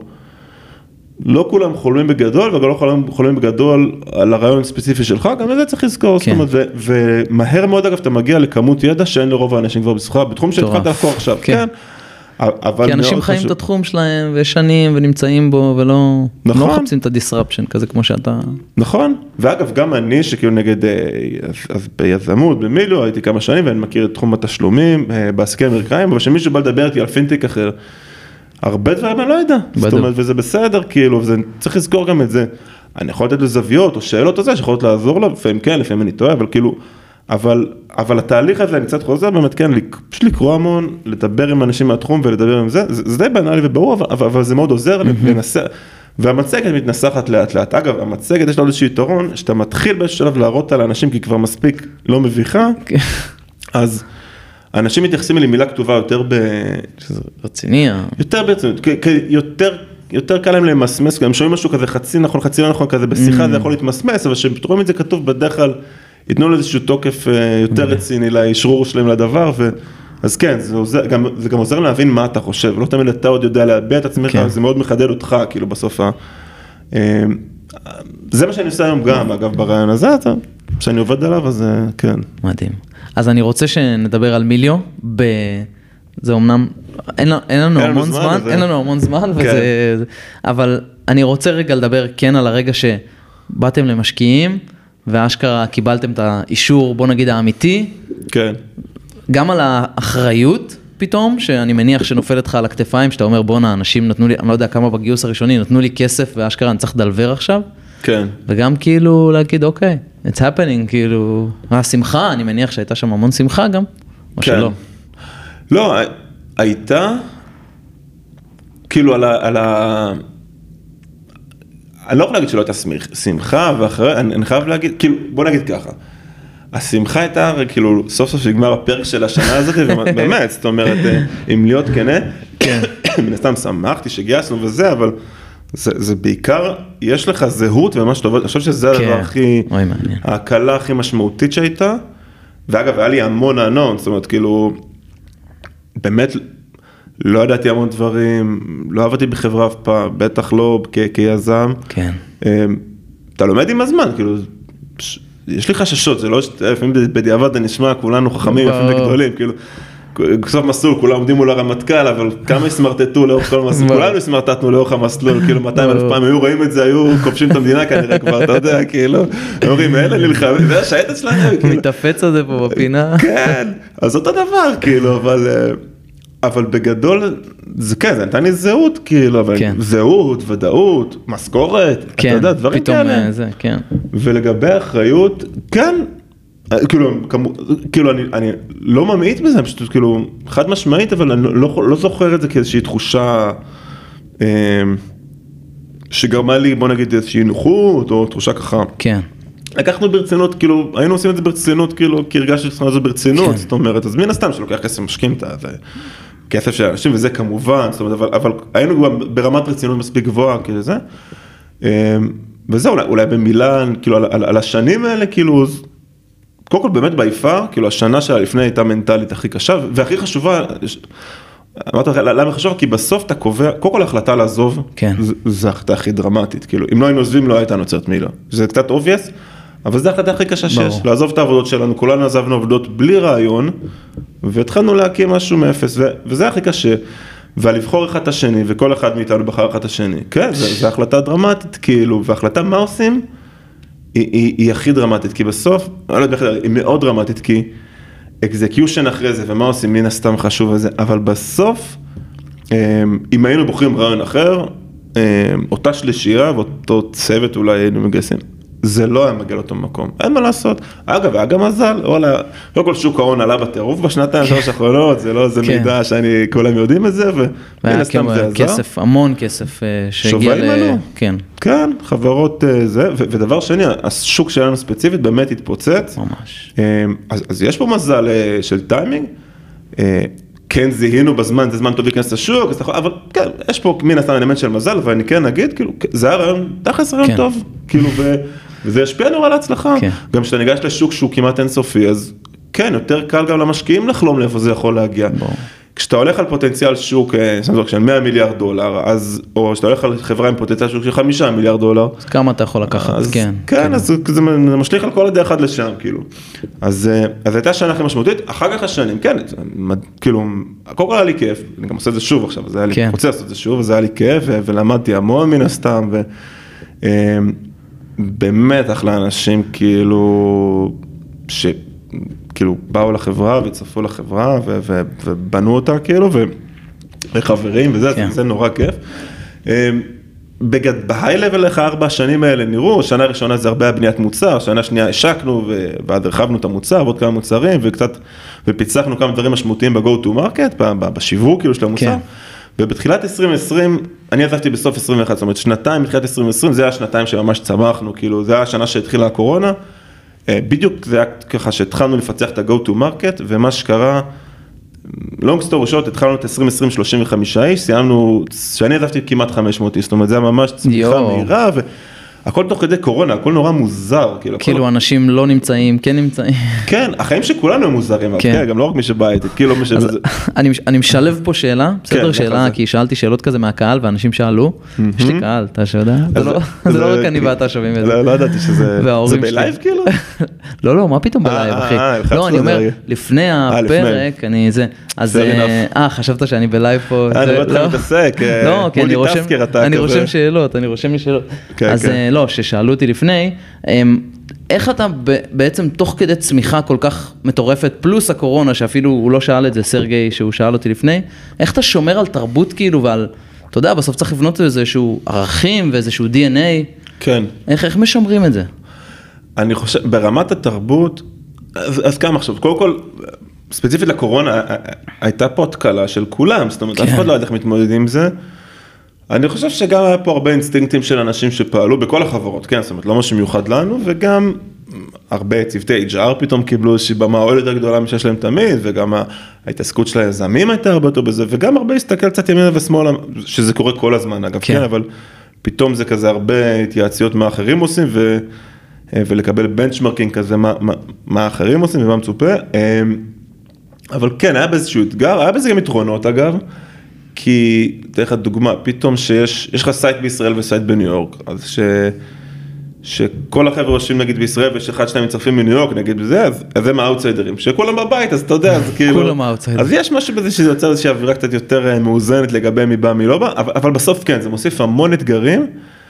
לא כולם חולמים בגדול, וגם לא חולמים בגדול על הרעיון הספציפי שלך, גם לזה צריך לזכור, כן. זאת אומרת, ומהר מאוד אגב, אתה מגיע לכמות ידע שאין לרוב האנשים כבר בשיחה, בתחום שהתחלת לחקור עכשיו, כן.
כי אנשים חיים את התחום שלהם ושנים ונמצאים בו ולא מחפשים את הדיסרפשן כזה כמו שאתה...
נכון, ואגב גם אני שכאילו נגד, אז ביזמות, במיליו, הייתי כמה שנים ואני מכיר את תחום התשלומים בעסקים אמריקאים, אבל שמישהו בא לדבר איתי על פינטק אחר, הרבה דברים אני לא יודע, זאת אומרת וזה בסדר כאילו, צריך לזכור גם את זה, אני יכול לתת לזוויות או שאלות הזה שיכולות לעזור לה, לפעמים כן, לפעמים אני טועה, אבל כאילו, אבל התהליך הזה, אני קצת חוזר, באמת כן, פשוט לקרוא המון, לדבר עם אנשים מהתחום ולדבר עם זה, זה די בנאלי וברור, אבל זה מאוד עוזר לנסה, והמצגת מתנסחת לאט לאט. אגב, המצגת יש לה איזשהו יתרון, שאתה מתחיל באיזשהו שלב להראות על האנשים, כי כבר מספיק לא מביכה, אז אנשים מתייחסים לי מילה כתובה יותר
רציני.
יותר ברצינות, יותר קל להם למסמס, הם שומעים משהו כזה חצי נכון, חצי לא נכון, כזה בשיחה זה יכול להתמסמס, אבל כשרואים את זה כתוב בדרך כלל, ייתנו לו איזשהו תוקף יותר רציני לאשרור שלהם לדבר, אז כן, זה גם עוזר להבין מה אתה חושב, לא תמיד אתה עוד יודע להביע את עצמך, זה מאוד מחדד אותך, כאילו בסוף, זה מה שאני עושה היום גם, אגב, ברעיון הזה, שאני עובד עליו, אז כן.
מדהים. אז אני רוצה שנדבר על מיליו, זה אומנם, אין לנו המון זמן, אבל אני רוצה רגע לדבר כן על הרגע שבאתם למשקיעים, ואשכרה קיבלתם את האישור, בוא נגיד האמיתי.
כן.
גם על האחריות פתאום, שאני מניח שנופלת לך על הכתפיים, שאתה אומר בונה, אנשים נתנו לי, אני לא יודע כמה בגיוס הראשוני, נתנו לי כסף ואשכרה אני צריך לדלבר עכשיו.
כן.
וגם כאילו להגיד, אוקיי, it's happening, כאילו, השמחה, אני מניח שהייתה שם המון שמחה גם, או
כן. שלא. לא, הייתה, כאילו על ה... אני לא יכול להגיד שלא הייתה שמחה, ואחרי, אני חייב להגיד, כאילו, בוא נגיד ככה, השמחה הייתה, כאילו, סוף סוף שנגמר הפרק של השנה הזאת, ובאמת, זאת אומרת, אם להיות כנה, מן הסתם שמחתי שגייסנו וזה, אבל זה בעיקר, יש לך זהות ומה שאתה עובד, אני חושב שזה הדבר הכי, ההקלה הכי משמעותית שהייתה, ואגב, היה לי המון הענון, זאת אומרת, כאילו, באמת, לא ידעתי המון דברים, לא עבדתי בחברה אף פעם, בטח לא כיזם.
כן.
אתה לומד עם הזמן, כאילו, יש לי חששות, זה לא לפעמים בדיעבד אני נשמע, כולנו חכמים, לפעמים גדולים, כאילו, בסוף מסלול, כולם עומדים מול הרמטכ"ל, אבל כמה הסמרטטו לאורך כל מסלול, כולנו הסמרטטנו לאורך המסלול, כאילו 200,000 פעם היו רואים את זה, היו כובשים את המדינה כנראה כבר, אתה יודע, כאילו, אומרים, אלה נלחם, זה השייטת שלנו,
כאילו. מתאפץ על זה פה בפינה.
כן, אז אותו דבר, כאילו, אבל בגדול, זה כן, זה נתן לי זהות, כאילו, אבל זהות, ודאות, משכורת, אתה יודע, דברים כאלה. ולגבי האחריות, כן, כאילו, אני לא ממעיט בזה, פשוט כאילו, חד משמעית, אבל אני לא זוכר את זה כאיזושהי תחושה שגרמה לי, בוא נגיד, איזושהי נוחות, או תחושה ככה.
כן.
לקחנו ברצינות, כאילו, היינו עושים את זה ברצינות, כאילו, כי הרגשתי את זה ברצינות, זאת אומרת, אז מן הסתם שלוקח כסף משקים את זה, כסף של אנשים, וזה כמובן, זאת אומרת, אבל היינו ברמת רצינות מספיק גבוהה, כאילו זה, וזה אולי במילה, כאילו, על השנים האלה, כאילו, קודם כל באמת בעיפה, כאילו, השנה שלה לפני הייתה מנטלית הכי קשה, והכי חשובה, אמרת לך, למה חשוב? כי בסוף אתה קובע, קודם כל ההחלטה לעזוב, זה ההחלטה הכי דרמטית, כאילו, אם לא היינו עוזבים, לא הייתה נוצרת מילה. זה קצת obvious, אבל זה ההחלטה הכי קשה שיש, לעזוב את העבודות שלנו, כולנו עזבנו עבודות בלי רעיון, והתחלנו להקים משהו מאפס, וזה הכי קשה, ולבחור אחד את השני, וכל אחד מאיתנו בחר אחד את השני. כן, זה החלטה דרמטית, כאילו, וההחלטה מה עושים, היא הכי דרמטית, כי בסוף, אני לא יודע בכלל, היא מאוד דרמטית, כי אקזקיושן אחרי זה, ומה עושים, מן הסתם חשוב הזה, אבל בסוף, אם היינו בוחרים רעיון אחר, אותה שלישייה, ואותו צוות אולי היינו מגייסים. זה לא היה מגיע לאותו מקום, אין מה לעשות. אגב, היה גם מזל, וואלה, לא כל שוק ההון עלה בטירוף בשנתיים שלוש האחרונות, זה לא איזה מידע שאני, כולם יודעים את זה, ומן הסתם זה עזר.
כסף, המון כסף שהגיע
כן. כן, חברות זה, ודבר שני, השוק שלנו ספציפית באמת התפוצץ.
ממש.
אז יש פה מזל של טיימינג, כן זיהינו בזמן, זה זמן טוב להיכנס לשוק, אבל כן, יש פה מן הסתם אלמנט של מזל, ואני כן אגיד, כאילו, זה היה רעיון, תכלס רעיון טוב, כאילו, וזה ישפיע נורא להצלחה. גם כשאתה ניגש לשוק שהוא כמעט אינסופי, אז כן, יותר קל גם למשקיעים לחלום לאיפה זה יכול להגיע. כשאתה הולך על פוטנציאל שוק של 100 מיליארד דולר, אז, או כשאתה הולך על חברה עם פוטנציאל שוק של 5 מיליארד דולר,
אז כמה אתה יכול לקחת?
כן, אז זה משליך על כל הדרך עד לשם, כאילו. אז הייתה שנה הכי משמעותית, אחר כך השנים, כן, כאילו, קודם כל היה לי כיף, אני גם עושה את זה שוב עכשיו, אז היה לי, רוצה לעשות את זה שוב, אז היה לי כיף, ולמדתי המון מן הסתם, ובאמת אחלה אנשים, כאילו, כאילו באו לחברה וצפו לחברה ובנו אותה כאילו וחברים וזה, זה נורא כיף. בהיי לבל לך 4 השנים האלה נראו, שנה ראשונה זה הרבה בניית מוצר, שנה שנייה השקנו ועד הרחבנו את המוצר ועוד כמה מוצרים ופיצחנו כמה דברים משמעותיים ב-go to market, בשיווק כאילו של המוצר. ובתחילת 2020, אני עזבתי בסוף 21, זאת אומרת שנתיים בתחילת 2020, זה היה שנתיים שממש צמחנו, כאילו זה היה השנה שהתחילה הקורונה, בדיוק זה היה ככה שהתחלנו לפצח את ה-go to market, ומה שקרה, long story short, התחלנו את 2020 35 איש, סיימנו, שאני עזבתי כמעט 500 איש, זאת אומרת, זה היה ממש צמיחה מהירה, הכל תוך כדי קורונה, הכל נורא מוזר.
כאילו אנשים לא נמצאים, כן נמצאים.
כן, החיים שכולנו הם מוזרים, גם לא רק מי שבית, כאילו מי שזה.
אני משלב פה שאלה, בסדר שאלה, כי שאלתי שאלות כזה מהקהל, ואנשים שאלו, יש לי קהל, אתה שיודע? זה לא רק אני ואתה שווים את זה.
לא ידעתי שזה בלייב כאילו?
לא, מה פתאום בלייב, אחי? לא, אני אומר, לפני הפרק, אני זה, אז, חשבת שאני בלייב פה.
אני לא צריך להתעסק,
אני רושם שאלות, אז לא, ששאלו אותי לפני, איך אתה בעצם תוך כדי צמיחה כל כך מטורפת, פלוס הקורונה, שאפילו הוא לא שאל את זה, סרגי, שהוא שאל אותי לפני, איך אתה שומר על תרבות כאילו, ועל, אתה יודע, בסוף צריך לבנות איזשהו ערכים ואיזשהו DNA,
כן.
איך משמרים את זה?
אני חושב, ברמת התרבות, אז כמה עכשיו, קודם כל, ספציפית לקורונה, הייתה פה התקלה של כולם, זאת אומרת, אף אחד לא יודע איך מתמודדים עם זה, אני חושב שגם היה פה הרבה אינסטינקטים של אנשים שפעלו בכל החברות, כן, זאת אומרת, לא משהו מיוחד לנו, וגם הרבה צוותי HR פתאום קיבלו איזושהי במה עוד יותר גדולה משש להם תמיד, וגם ההתעסקות של היזמים הייתה הרבה יותר בזה, וגם הרבה הסתכל קצת ימינה ושמאלה, שזה קורה כל הזמן, אגב, כן, אבל פתאום זה כזה הרבה התייעצויות מה אחרים עושים, ולקבל בנצ'מרקינג כזה, מה אחרים עושים ומה מצופה, אבל כן, היה באיזשהו אתגר, היה בזה גם יתרונות, אגב, כי, תראה לך דוגמה, פתאום יש לך סייט בישראל וסייט בניו יורק, אז שכל החבר'ה רושמים נגיד בישראל, ויש 1-2 מצטרפים מניו יורק, נגיד בזה, אז הם האוטסיידרים, שכולם בבית, אז אתה יודע, אז כאילו,
כולם האוטסיידרים.
אז יש משהו בזה שזה יוצר איזושהי אווירה קצת יותר מאוזנת לגבי מי בא, מי לא בא, אבל בסוף כן, זה מוסיף המון אתגרים,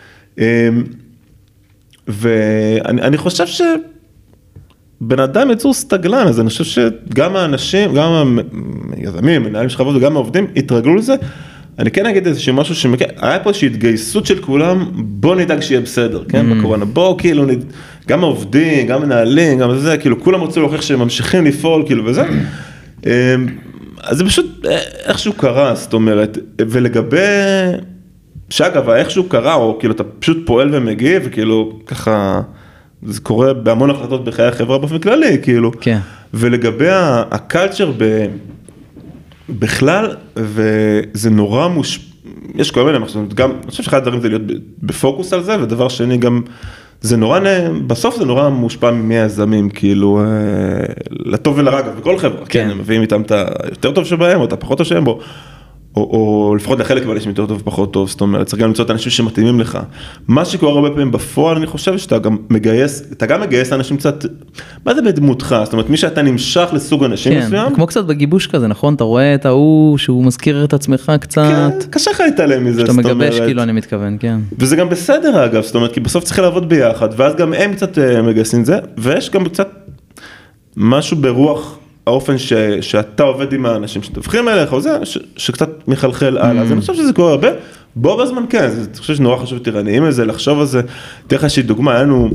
ואני חושב בן אדם יצור סטגלן, אז אני חושב שגם האנשים, גם היזמים, מנהלים של חברות וגם העובדים, התרגלו לזה. אני כן אגיד איזשהו משהו היה פה איזושהי התגייסות של כולם, בוא נדאג שיהיה בסדר, כן, בקורונה, בוא כאילו, גם העובדים, גם מנהלים, גם זה, כאילו, כולם רוצים להוכיח שהם ממשיכים לפעול, כאילו, וזה. אז זה פשוט איכשהו קרה, זאת אומרת, ולגבי, שאגב, איכשהו קרה, או כאילו, אתה פשוט פועל ומגיב, וכאילו, ככה, זה קורה בהמון החלטות בחיי החברה באופן כללי, כאילו.
כן.
ולגבי הקלצ'ר בכלל, וזה נורא יש כל מיני מחשבות, גם, אני חושב שאחד הדברים זה להיות בפוקוס על זה, ודבר שני גם, זה נורא, בסוף זה נורא מושפע מהיזמים, כאילו, לטוב ולרע, בכל חברה, כן, הם מביאים איתם את היותר טוב שבהם, או את הפחות טוב שבהם, או לפחות לחלק מהאנשים יותר טוב ופחות טוב, זאת אומרת, צריך גם למצוא את האנשים שמתאימים לך. מה שקורה הרבה פעמים בפועל, אני חושב שאתה גם מגייס אנשים קצת, מה זה בדמותך? זאת אומרת, מי שאתה נמשך לסוג אנשים מסוים.
כן, כמו קצת בגיבוש כזה, נכון? אתה רואה את ההוא שהוא מזכיר את עצמך קצת.
כן, קשה לך להתעלם מזה,
שאתה מגבש, כאילו אני מתכוון, כן.
וזה גם בסדר אגב, זאת אומרת, כי בסוף צריך לעבוד ביחד, ואז גם הם קצת מגייסים זה, ויש גם קצת משהו ברוח האופן שאתה עובד עם האנשים שתבחרים אליך, או זה, שקצת מחלחל הלאה, אז אני חושב שזה קורה הרבה, בו בזמן כן, אני חושב שנורא חשוב תירניים לזה, לחשוב על זה, תראה איזושהי דוגמה,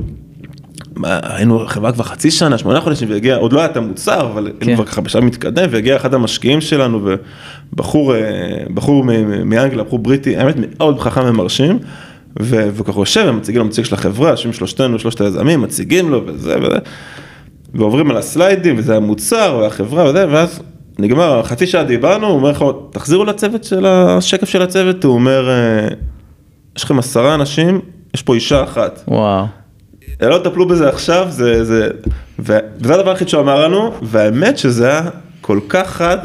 היינו חברה כבר חצי שנה, 8 חודשים, והגיע, עוד לא היה את המוצר, אבל היינו כבר ככה בשלב מתקדם, והגיע אחד המשקיעים שלנו, ובחור מאנגליה, בחור בריטי, האמת מאוד חכם ומרשים, וככה יושב, הם מציגים לו מציג של החברה, יושבים שלושת היזמים, מציגים לו וזה וזה, ועוברים על הסליידים, וזה המוצר, והחברה וזה, ואז נגמר, חצי שעה דיברנו, הוא אומר לך, תחזירו לצוות של השקף של הצוות, הוא אומר, יש לכם 10 אנשים, יש פה אישה אחת.
וואו.
לא תטפלו בזה עכשיו, וזה הדבר הכי שהוא אמר לנו, והאמת שזה היה כל כך חד,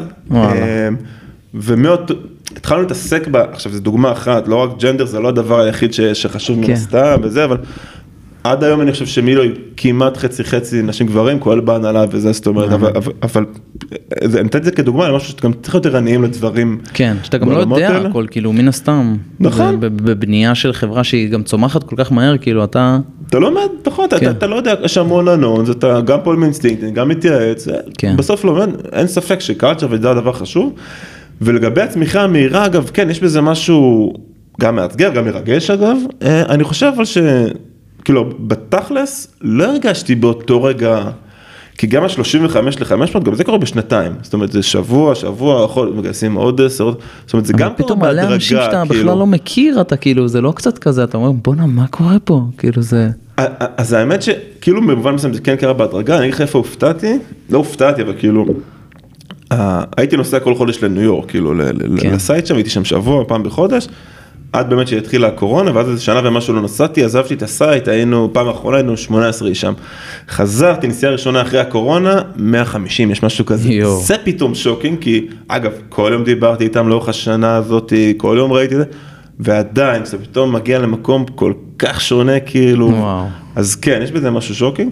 ומאוד, התחלנו להתעסק בה, עכשיו זו דוגמה אחת, לא רק ג'נדר, זה לא הדבר היחיד שחשוב מן הסתם וזה, אבל עד היום אני חושב שמילו כמעט חצי נשים גברים, כולל בהנהלה וזה, זאת אומרת, אבל אני נתן את זה כדוגמה, למשהו שאתה גם צריך יותר עניים לדברים.
כן, שאתה גם לא יודע הכל, כאילו, מן הסתם.
נכון.
בבנייה של חברה שהיא גם צומחת כל כך מהר, כאילו, אתה
לא לומד, נכון, אתה לא יודע, יש המון אנון, אתה גם פועל מאינסטינקטים, גם מתייעץ, בסוף לומד, אין ספק שקלצ'ר וזה הדבר חשוב, ולגבי הצמיחה המהירה, אגב, כן, יש בזה משהו גם מאתגר, גם מרגש, אגב, אני חושב אבל כאילו, בתכלס, לא הרגשתי באותו רגע, כי גם ה-35 ל-500, גם זה קורה בשנתיים. זאת אומרת, זה שבוע, מגייסים עוד 10, זאת אומרת, זה גם
פתאום מלא אנשים שאתה בכלל לא מכיר, אתה כאילו, זה לא קצת כזה, אתה אומר, בוא'נה, מה קורה פה? כאילו זה
אז האמת שכאילו, במובן מסוים, זה כן קרה בהדרגה, אני אגיד לך איפה הופתעתי, לא הופתעתי, אבל כאילו, הייתי נוסע כל חודש לניו יורק, כאילו, לסייט שם, הייתי שם שבוע, פעם בחודש, עד באמת שהתחילה הקורונה, ואז איזה שנה ומשהו לא נסעתי, עזבתי את הסייט, פעם האחרונה היינו 18 איש שם. חזרתי, נסיעה ראשונה אחרי הקורונה, 150, יש משהו כזה. זה פתאום שוקינג, כי אגב, כל יום דיברתי איתם לאורך השנה הזאת, כל יום ראיתי את זה, ועדיין, זה פתאום מגיע למקום כל כך שונה, כאילו, אז כן, יש בזה משהו שוקינג.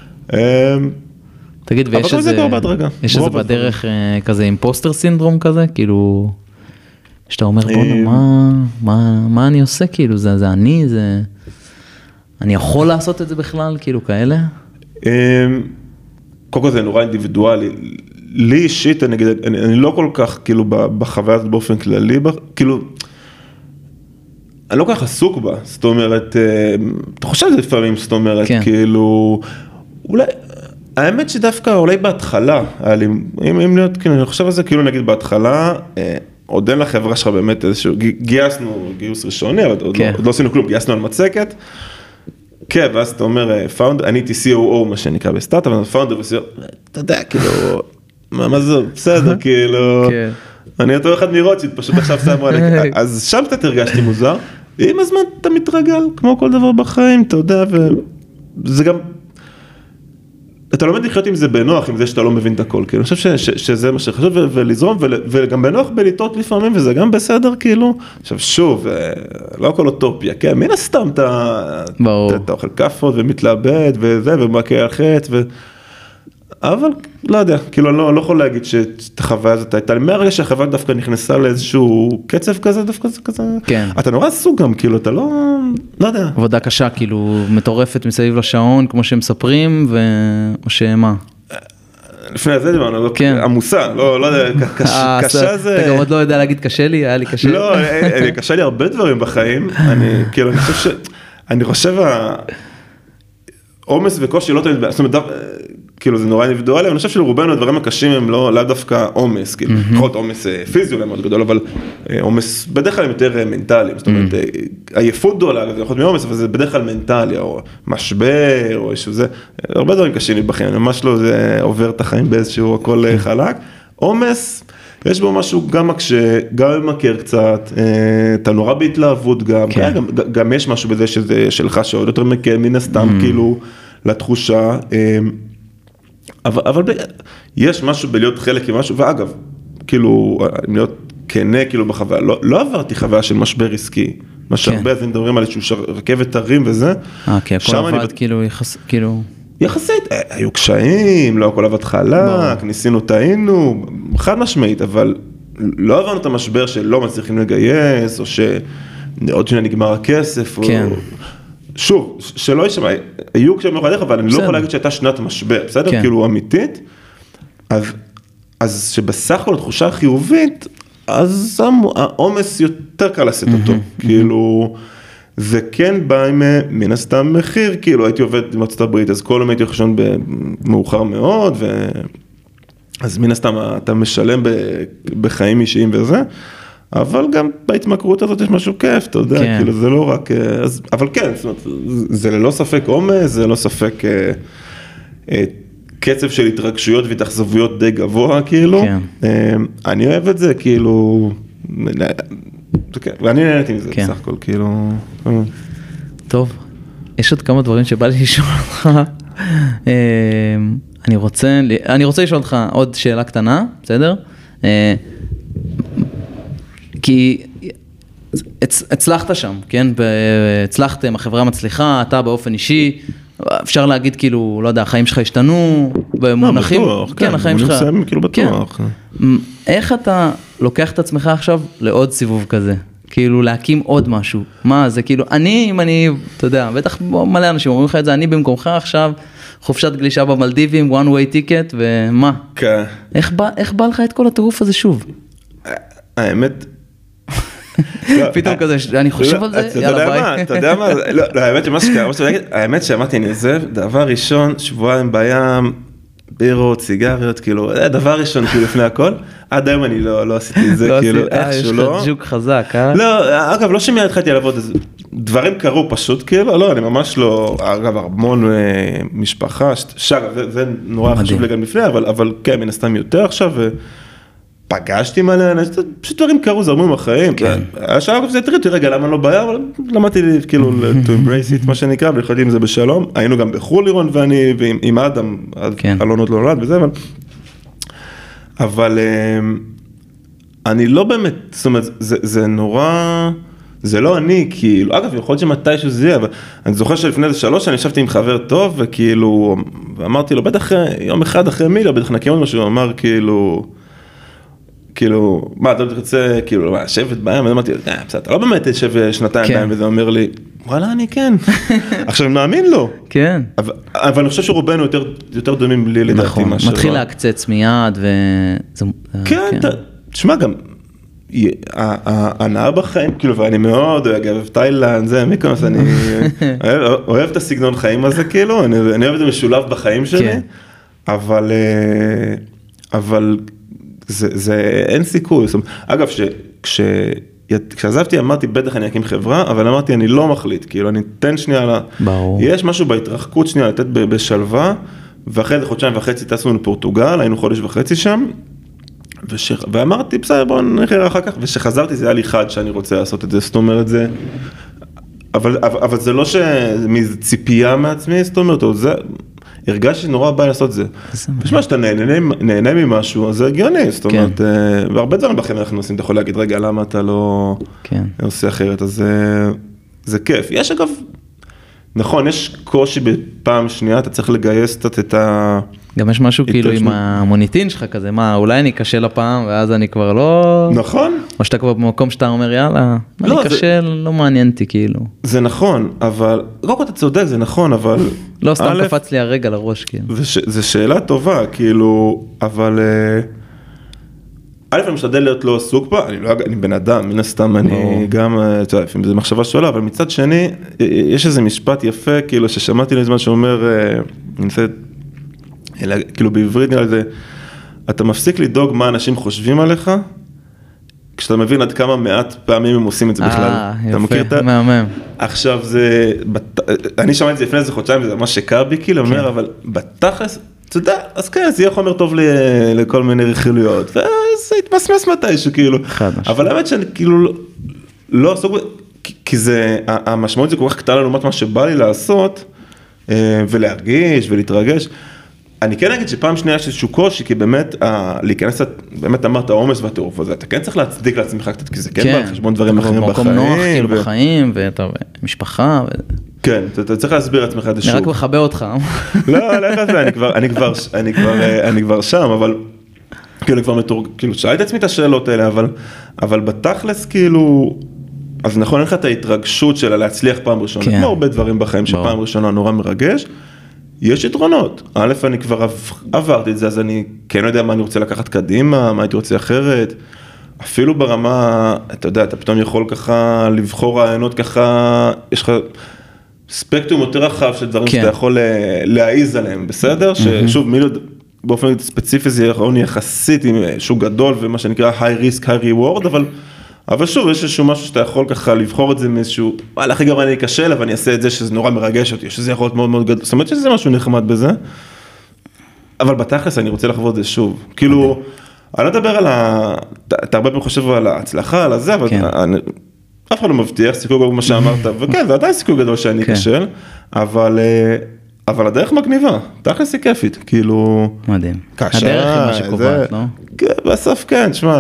תגיד, ויש איזה בדרך כזה אימפוסטר סינדרום כזה, כאילו שאתה אומר, בוא'נה, מה אני עושה, כאילו, זה אני יכול לעשות את זה בכלל, כאילו, כאלה?
קודם כל זה נורא אינדיבידואלי, לי אישית, אני לא כל כך, כאילו, בחוויה הזאת באופן כללי, כאילו, אני לא כל כך עסוק בה, זאת אומרת, אתה חושב על זה לפעמים, זאת אומרת, כאילו, אולי, האמת שדווקא, אולי בהתחלה, אם להיות, כאילו, אני חושב על זה, כאילו, נגיד, בהתחלה, עוד אין לחברה שלך באמת איזשהו, גייסנו גיוס ראשוני, אבל עוד לא עשינו כלום, גייסנו על מצקת, כן, ואז אתה אומר, אני הייתי COO, מה שנקרא בסטארט, אבל פאונדר ו-COO, אתה יודע, כאילו, מה זה, בסדר, כאילו, אני אותו אחד מרוטשילד, פשוט עכשיו סיימו עליי, אז שם קצת הרגשתי מוזר, עם הזמן אתה מתרגל, כמו כל דבר בחיים, אתה יודע, וזה גם, אתה לומד לחיות עם זה בנוח, עם זה שאתה לא מבין את הכל, כאילו, אני חושב שזה מה שחשוב, ולזרום, וגם בנוח בליטות לפעמים, וזה גם בסדר, כאילו, עכשיו שוב, לא הכל אוטופיה, כן, מן הסתם אתה אוכל כפות ומתלבט, וזה, ומכה על חץ, אבל לא יודע, כאילו, אני לא יכול להגיד שאת החוויה הזאת הייתה, מהרגע שהחוויה דווקא נכנסה לאיזשהו קצב כזה, דווקא זה כזה, אתה נורא סוג גם, כאילו, אתה לא יודע.
עבודה קשה, כאילו, מטורפת מסביב לשעון, כמו שהם מספרים, או שמה?
לפני זה דיברנו, עמוסה, לא יודע, קשה זה...
אתה גם עוד לא יודע להגיד קשה לי, היה לי קשה.
לא, קשה לי הרבה דברים בחיים, אני חושב, עומס וקושי לא תמיד, זאת אומרת, כאילו זה נורא אינדיבידואלי, אני חושב שלרובנו הדברים הקשים הם לא דווקא עומס, כאילו, פחות עומס פיזי אולי מאוד גדול, אבל עומס בדרך כלל הם יותר מנטליים, זאת אומרת, עייפות גדולה, זה יכול להיות מעומס, אבל זה בדרך כלל מנטלי, או משבר, או איזשהו זה, הרבה דברים קשים לי בחיים, ממש לא זה עובר את החיים באיזשהו הכל חלק, עומס, יש בו משהו גם מקשה, גם מכיר קצת, אתה נורא בהתלהבות גם, גם יש משהו בזה שזה שלך שעוד יותר מקל מן הסתם כאילו לתחושה, אבל יש משהו בלהיות חלק ממשהו, ואגב, כאילו, להיות כנה כאילו בחוויה, לא עברתי חוויה של משבר עסקי, מה שהרבה אז מדברים על איזשהו רכבת הרים וזה.
כי הכל עבד כאילו...
יחסית, היו קשיים, לא הכל עבד חלק, ניסינו טעינו, חד משמעית, אבל לא עברנו את המשבר שלא מצליחים לגייס, או שעוד שנה נגמר הכסף, שוב, שלא ישמע, היו קשיים מיוחדים, אבל אני לא יכול להגיד שהייתה שנת משבר, בסדר? כאילו אמיתית, אז שבסך הכל התחושה החיובית, אז העומס יותר קל לעשות אותו, כאילו, זה כן בא עם מן הסתם מחיר, כאילו הייתי עובד עם ארצות הברית, אז כל יום הייתי חשבון במאוחר מאוד, אז מן הסתם אתה משלם בחיים אישיים וזה, אבל גם בהתמכרות הזאת יש משהו כיף, אתה יודע, כאילו זה לא רק, אבל כן, זאת אומרת, זה ללא ספק עומס, זה ללא ספק קצב של התרגשויות והתאכזבויות די גבוה, כאילו, אני אוהב את זה, כאילו, ואני נהנתי מזה בסך הכל, כאילו.
טוב, יש עוד כמה דברים שבא לי לשאול אותך, אני רוצה לשאול אותך עוד שאלה קטנה, בסדר? כי הצלחת שם, כן? הצלחתם, החברה מצליחה, אתה באופן אישי, אפשר להגיד כאילו, לא יודע, החיים שלך השתנו, במונחים,
כן, החיים שלך, כאילו בטוח.
איך אתה לוקח את עצמך עכשיו לעוד סיבוב כזה? כאילו להקים עוד משהו, מה זה כאילו, אם אני, אתה יודע, בטח מלא אנשים אומרים לך את זה, אני במקומך עכשיו, חופשת גלישה במלדיבים, one way ticket, ומה?
כן.
איך בא לך את כל הטירוף הזה שוב?
האמת,
פתאום כזה, אני חושב על זה, יאללה ביי.
אתה יודע מה, לא, האמת שמה שקרה, האמת שאמרתי, אני עוזב, דבר ראשון, שבועיים בים, בירות, סיגריות, כאילו, דבר ראשון, כאילו, לפני הכל, עד היום אני לא עשיתי את זה, כאילו, איכשהו לא.
יש לך ג'וק חזק, אה?
לא, אגב, לא שמיד התחלתי לעבוד, דברים קרו פשוט, כאילו, לא, אני ממש לא, אגב, המון משפחה, זה נורא חשוב לי גם לפני, אבל כן, מן הסתם יותר עכשיו, פגשתי מלא, פשוט דברים קרו, זרמו עם החיים, השאלה אגב זה הטריד אותי, רגע, למה לא בעיה, אבל למדתי כאילו to embrace it, מה שנקרא, ולחלתי עם זה בשלום, היינו גם בחול לירון ואני, ועם אדם, אלון עוד לא נולד וזה, אבל אני לא באמת, זאת אומרת, זה נורא, זה לא אני, כאילו, אגב, יכול להיות שמתישהו זה יהיה, אבל אני זוכר שלפני זה 3, אני ישבתי עם חבר טוב, וכאילו, ואמרתי לו, בטח יום אחד אחרי מילה, בטח נקים משהו, הוא אמר כאילו, מה, אתה לא תרצה, כאילו, מה, שבט בים, ואני אמרתי, בסדר, אתה לא באמת תשב שנתיים בים, וזה אומר לי, וואלה, אני כן. עכשיו, אני מאמין לו.
כן.
אבל אני חושב שרובנו יותר דומים לי לדעתי.
נכון, מתחיל להקצץ מיד,
כן, תשמע גם, הנאה בחיים, כאילו, ואני מאוד אוהב תאילנד, זה מיקונוס, אני אוהב את הסגנון חיים הזה, כאילו, אני אוהב את זה משולב בחיים שלי, אבל זה אין סיכוי, אגב, כשעזבתי אמרתי, בטח אני אקים חברה, אבל אמרתי, אני לא מחליט, כאילו, אני אתן שנייה, יש משהו בהתרחקות שנייה, לתת בשלווה, ואחרי זה חודשיים וחצי טסנו לפורטוגל, היינו חודש וחצי שם, ואמרתי, בסדר, בואו נחיה אחר כך, ושחזרתי, זה היה לי חד שאני רוצה לעשות את זה, זאת אומרת, זה, אבל זה לא מציפייה מעצמי, זאת אומרת, זה, הרגשתי נורא בא לעשות זה. בשביל שאתה נהנה ממשהו, אז זה הגיוני, זאת אומרת, והרבה דברים בחיים אנחנו עושים, אתה יכול להגיד, רגע, למה אתה לא עושה אחרת, אז זה כיף. יש אגב, נכון, יש קושי בפעם שנייה, אתה צריך לגייס קצת את ה...
גם יש משהו כאילו עם המוניטין שלך כזה, מה, אולי אני קשה לפעם, ואז אני כבר לא...
נכון.
או שאתה כבר במקום שאתה אומר, יאללה, אני קשה, לא מעניין אותי כאילו.
זה נכון, אבל, לא אתה צודק, זה נכון, אבל...
לא, סתם קפץ לי הרגע לראש, כאילו.
זה שאלה טובה, כאילו, אבל... א', אני משתדל להיות לא עסוק בה, אני בן אדם, מן הסתם, אני גם, זה מחשבה שעולה, אבל מצד שני, יש איזה משפט יפה, כאילו, ששמעתי לזמן שאומר, אני מנסה, כאילו בעברית נראה לזה, אתה מפסיק לדאוג מה אנשים חושבים עליך, כשאתה מבין עד כמה מעט פעמים הם עושים את זה בכלל.
יפה, מהמם.
עכשיו זה, אני שמעתי את זה לפני איזה חודשיים, וזה ממש שקר בי, כאילו, אומר, אבל בתכלס, אתה יודע, אז כן, זה יהיה חומר טוב לכל מיני רכילויות, וזה יתמסמס מתישהו, כאילו. אבל האמת שאני כאילו לא עסוק, כי זה, המשמעות זה כל כך קטנה לעומת מה שבא לי לעשות, ולהרגיש ולהתרגש. אני כן אגיד שפעם שנייה יש איזשהו קושי, כי באמת להיכנס, באמת אמרת העומס והטירוף הזה, אתה כן צריך להצדיק לעצמך קצת, כי זה כן בא על חשבון דברים אחרים בחיים.
מקום נוח כאילו בחיים, ומשפחה.
כן, אתה צריך להסביר לעצמך את השוק.
אני רק מחבא אותך.
לא, לך זה, אני כבר שם, אבל כאילו כבר כאילו שאלתי עצמי את השאלות האלה, אבל בתכלס כאילו, אז נכון לך את ההתרגשות שלה להצליח פעם ראשונה, כמו הרבה דברים בחיים שפעם ראשונה נורא מרגש, יש יתרונות. א', אני כבר עברתי את זה, אז אני כן יודע מה אני רוצה לקחת קדימה, מה הייתי רוצה אחרת. אפילו ברמה, אתה יודע, אתה פתאום יכול ככה לבחור רעיונות ככה, יש לך ספקטרום יותר רחב של דברים שאתה יכול להעיז עליהם, בסדר? ששוב, באופן ספציפי זה רעיון יחסית עם שוק גדול ומה שנקרא high risk, high reward, אבל שוב, יש איזשהו משהו שאתה יכול ככה לבחור את זה מאיזשהו, וואלה, הכי גם אני אקשה לה ואני אעשה את זה שזה נורא מרגש אותי, שזה יכול להיות מאוד מאוד גדול, זאת אומרת שזה משהו נחמד בזה, אבל בתכלס אני רוצה לחוות את זה שוב, כאילו, אני לא מדבר על אתה הרבה פעמים חושב על ההצלחה, על הזה, אבל אף אחד לא מבטיח, סיכוי גדול כמו שאמרת, וכן, זה עדיין סיכוי גדול שאני אקשל, אבל הדרך מגניבה, תכלס היא כיפית, כאילו,
מדהים, הדרך היא מה שקובעת, לא?
בסוף כן, תשמע,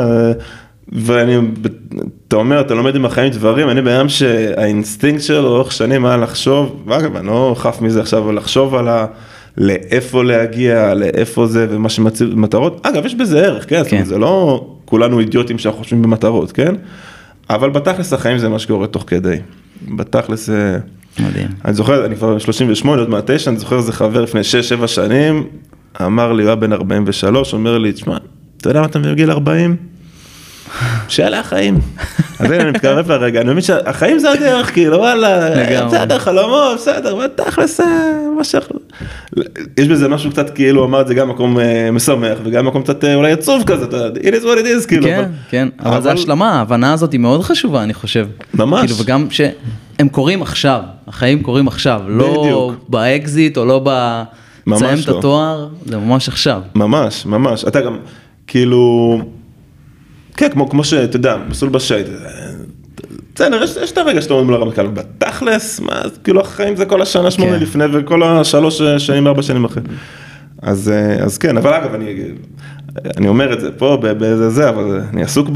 אתה אומר, אתה לומד עם החיים דברים, אני בעצם שהאינסטינקט שלו לאורך שנים היה לחשוב, ואגב, אני לא חף מזה עכשיו, לחשוב על לאיפה להגיע, לאיפה זה, ומה שמציב מטרות, אגב, יש בזה ערך, כן? זאת אומרת, זה לא כולנו אידיוטים שאנחנו חושבים במטרות, כן? אבל בתכלס החיים זה מה שקורה תוך כדי. בתכלס,
מדהים.
אני זוכר, אני כבר 38, עוד מה-9, אני זוכר איזה חבר לפני 6-7 שנים, אמר לי, הוא היה בן 43, אומר לי, תשמע, אתה יודע מה אתה מגיע ל-40? שאלה החיים. אז אני מתקרב לרגע, אני מבין שהחיים זה הדרך, כאילו, וואלה, זה הדרך חלומות, בסדר, ותכלס, מה שאנחנו... יש בזה משהו קצת, כאילו, אמר את זה גם מקום משמח, וגם מקום קצת אולי עצוב כזה, it is what it is, כאילו.
כן, כן, אבל זה השלמה, ההבנה הזאת היא מאוד חשובה, אני חושב.
ממש.
כאילו, וגם שהם קורים עכשיו, החיים קורים עכשיו, לא באקזיט, או לא בציים את התואר, זה ממש עכשיו.
ממש, ממש. אתה גם, כאילו... כן, כמו שאתה יודע, מסלול בשייט, בסדר, יש את הרגע שאתה אומרים לרמטכ"ל, בתכלס, מה, כאילו החיים זה כל השנה 8 לפני, וכל 3 שנים, 4 שנים אחרי. אז כן, אבל אגב, אני אומר את זה פה, בזה, אבל אני עסוק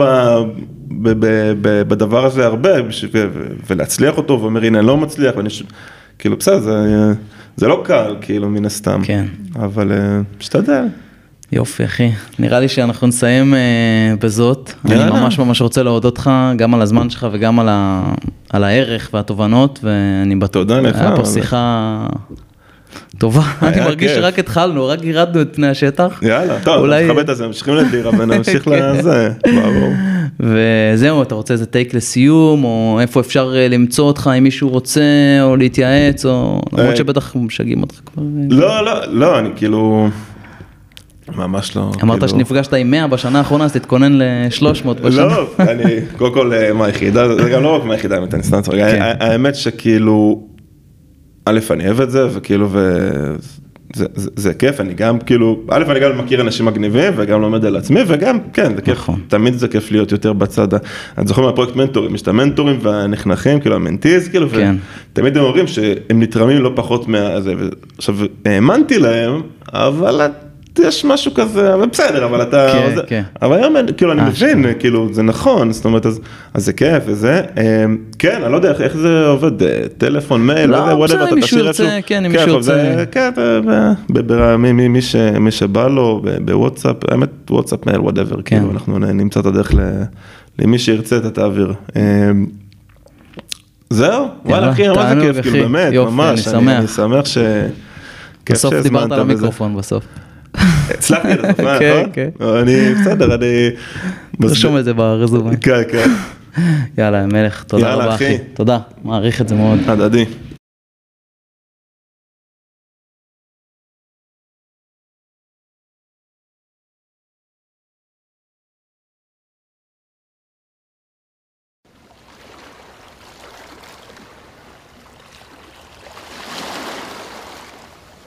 בדבר הזה הרבה, ולהצליח אותו, ואומר, הנה, אני לא מצליח, כאילו, בסדר, זה לא קל, כאילו, מן הסתם. כן. אבל שתדע.
יופי, אחי. נראה לי שאנחנו נסיים בזאת. אני ממש ממש רוצה להודות לך, גם על הזמן שלך וגם על הערך והתובנות, ואני בטוח, היה פה שיחה טובה. אני מרגיש שרק התחלנו, רק ירדנו את פני השטח.
יאללה, טוב, נכבד את זה, ממשיכים לדירה ונמשיך לזה, ברור.
וזהו, אתה רוצה איזה טייק לסיום, או איפה אפשר למצוא אותך, אם מישהו רוצה, או להתייעץ, או למרות שבטח משגעים אותך כבר.
לא, אני כאילו... ממש לא.
אמרת שנפגשת עם 100 בשנה האחרונה, אז תתכונן ל-300 בשנה.
לא, אני, קודם כל, מה היחידה, זה גם לא רק מה היחידה, האמת שכאילו, א', אני אוהב את זה, וכאילו, זה כיף, אני גם כאילו, א', אני גם מכיר אנשים מגניבים, וגם לומד על עצמי, וגם, כן, זה כיף, תמיד זה כיף להיות יותר בצד, אני זוכר מהפרויקט מנטורים, יש את המנטורים והנחנכים, כאילו, המנטיז, כאילו, ותמיד הם אומרים שהם נתרמים לא פחות מהזה, עכשיו, האמנתי להם, אבל יש משהו כזה, אבל בסדר, אבל אתה... אבל היום, כאילו, אני מבין, כאילו, זה נכון, זאת אומרת, אז זה כיף, וזה, כן, אני לא יודע איך זה עובד, טלפון, מייל,
לא, בסדר, אם מישהו ירצה, כן, אם מישהו ירצה.
כן, מי שבא לו, בוואטסאפ, האמת, וואטסאפ, מייל, whatever, כאילו, אנחנו נמצא את הדרך למי שירצה את התעביר. זהו, וואלה, אחי, מה זה כיף, כאילו, באמת, ממש, אני שמח ש...
בסוף דיברת על המיקרופון בסוף.
הצלחתי לסוף, נכון?
כן.
אני, בסדר, אני...
רשום את זה ברזומה.
כן, כן.
יאללה, מלך, תודה רבה אחי. תודה, מעריך את זה מאוד.
הדדי.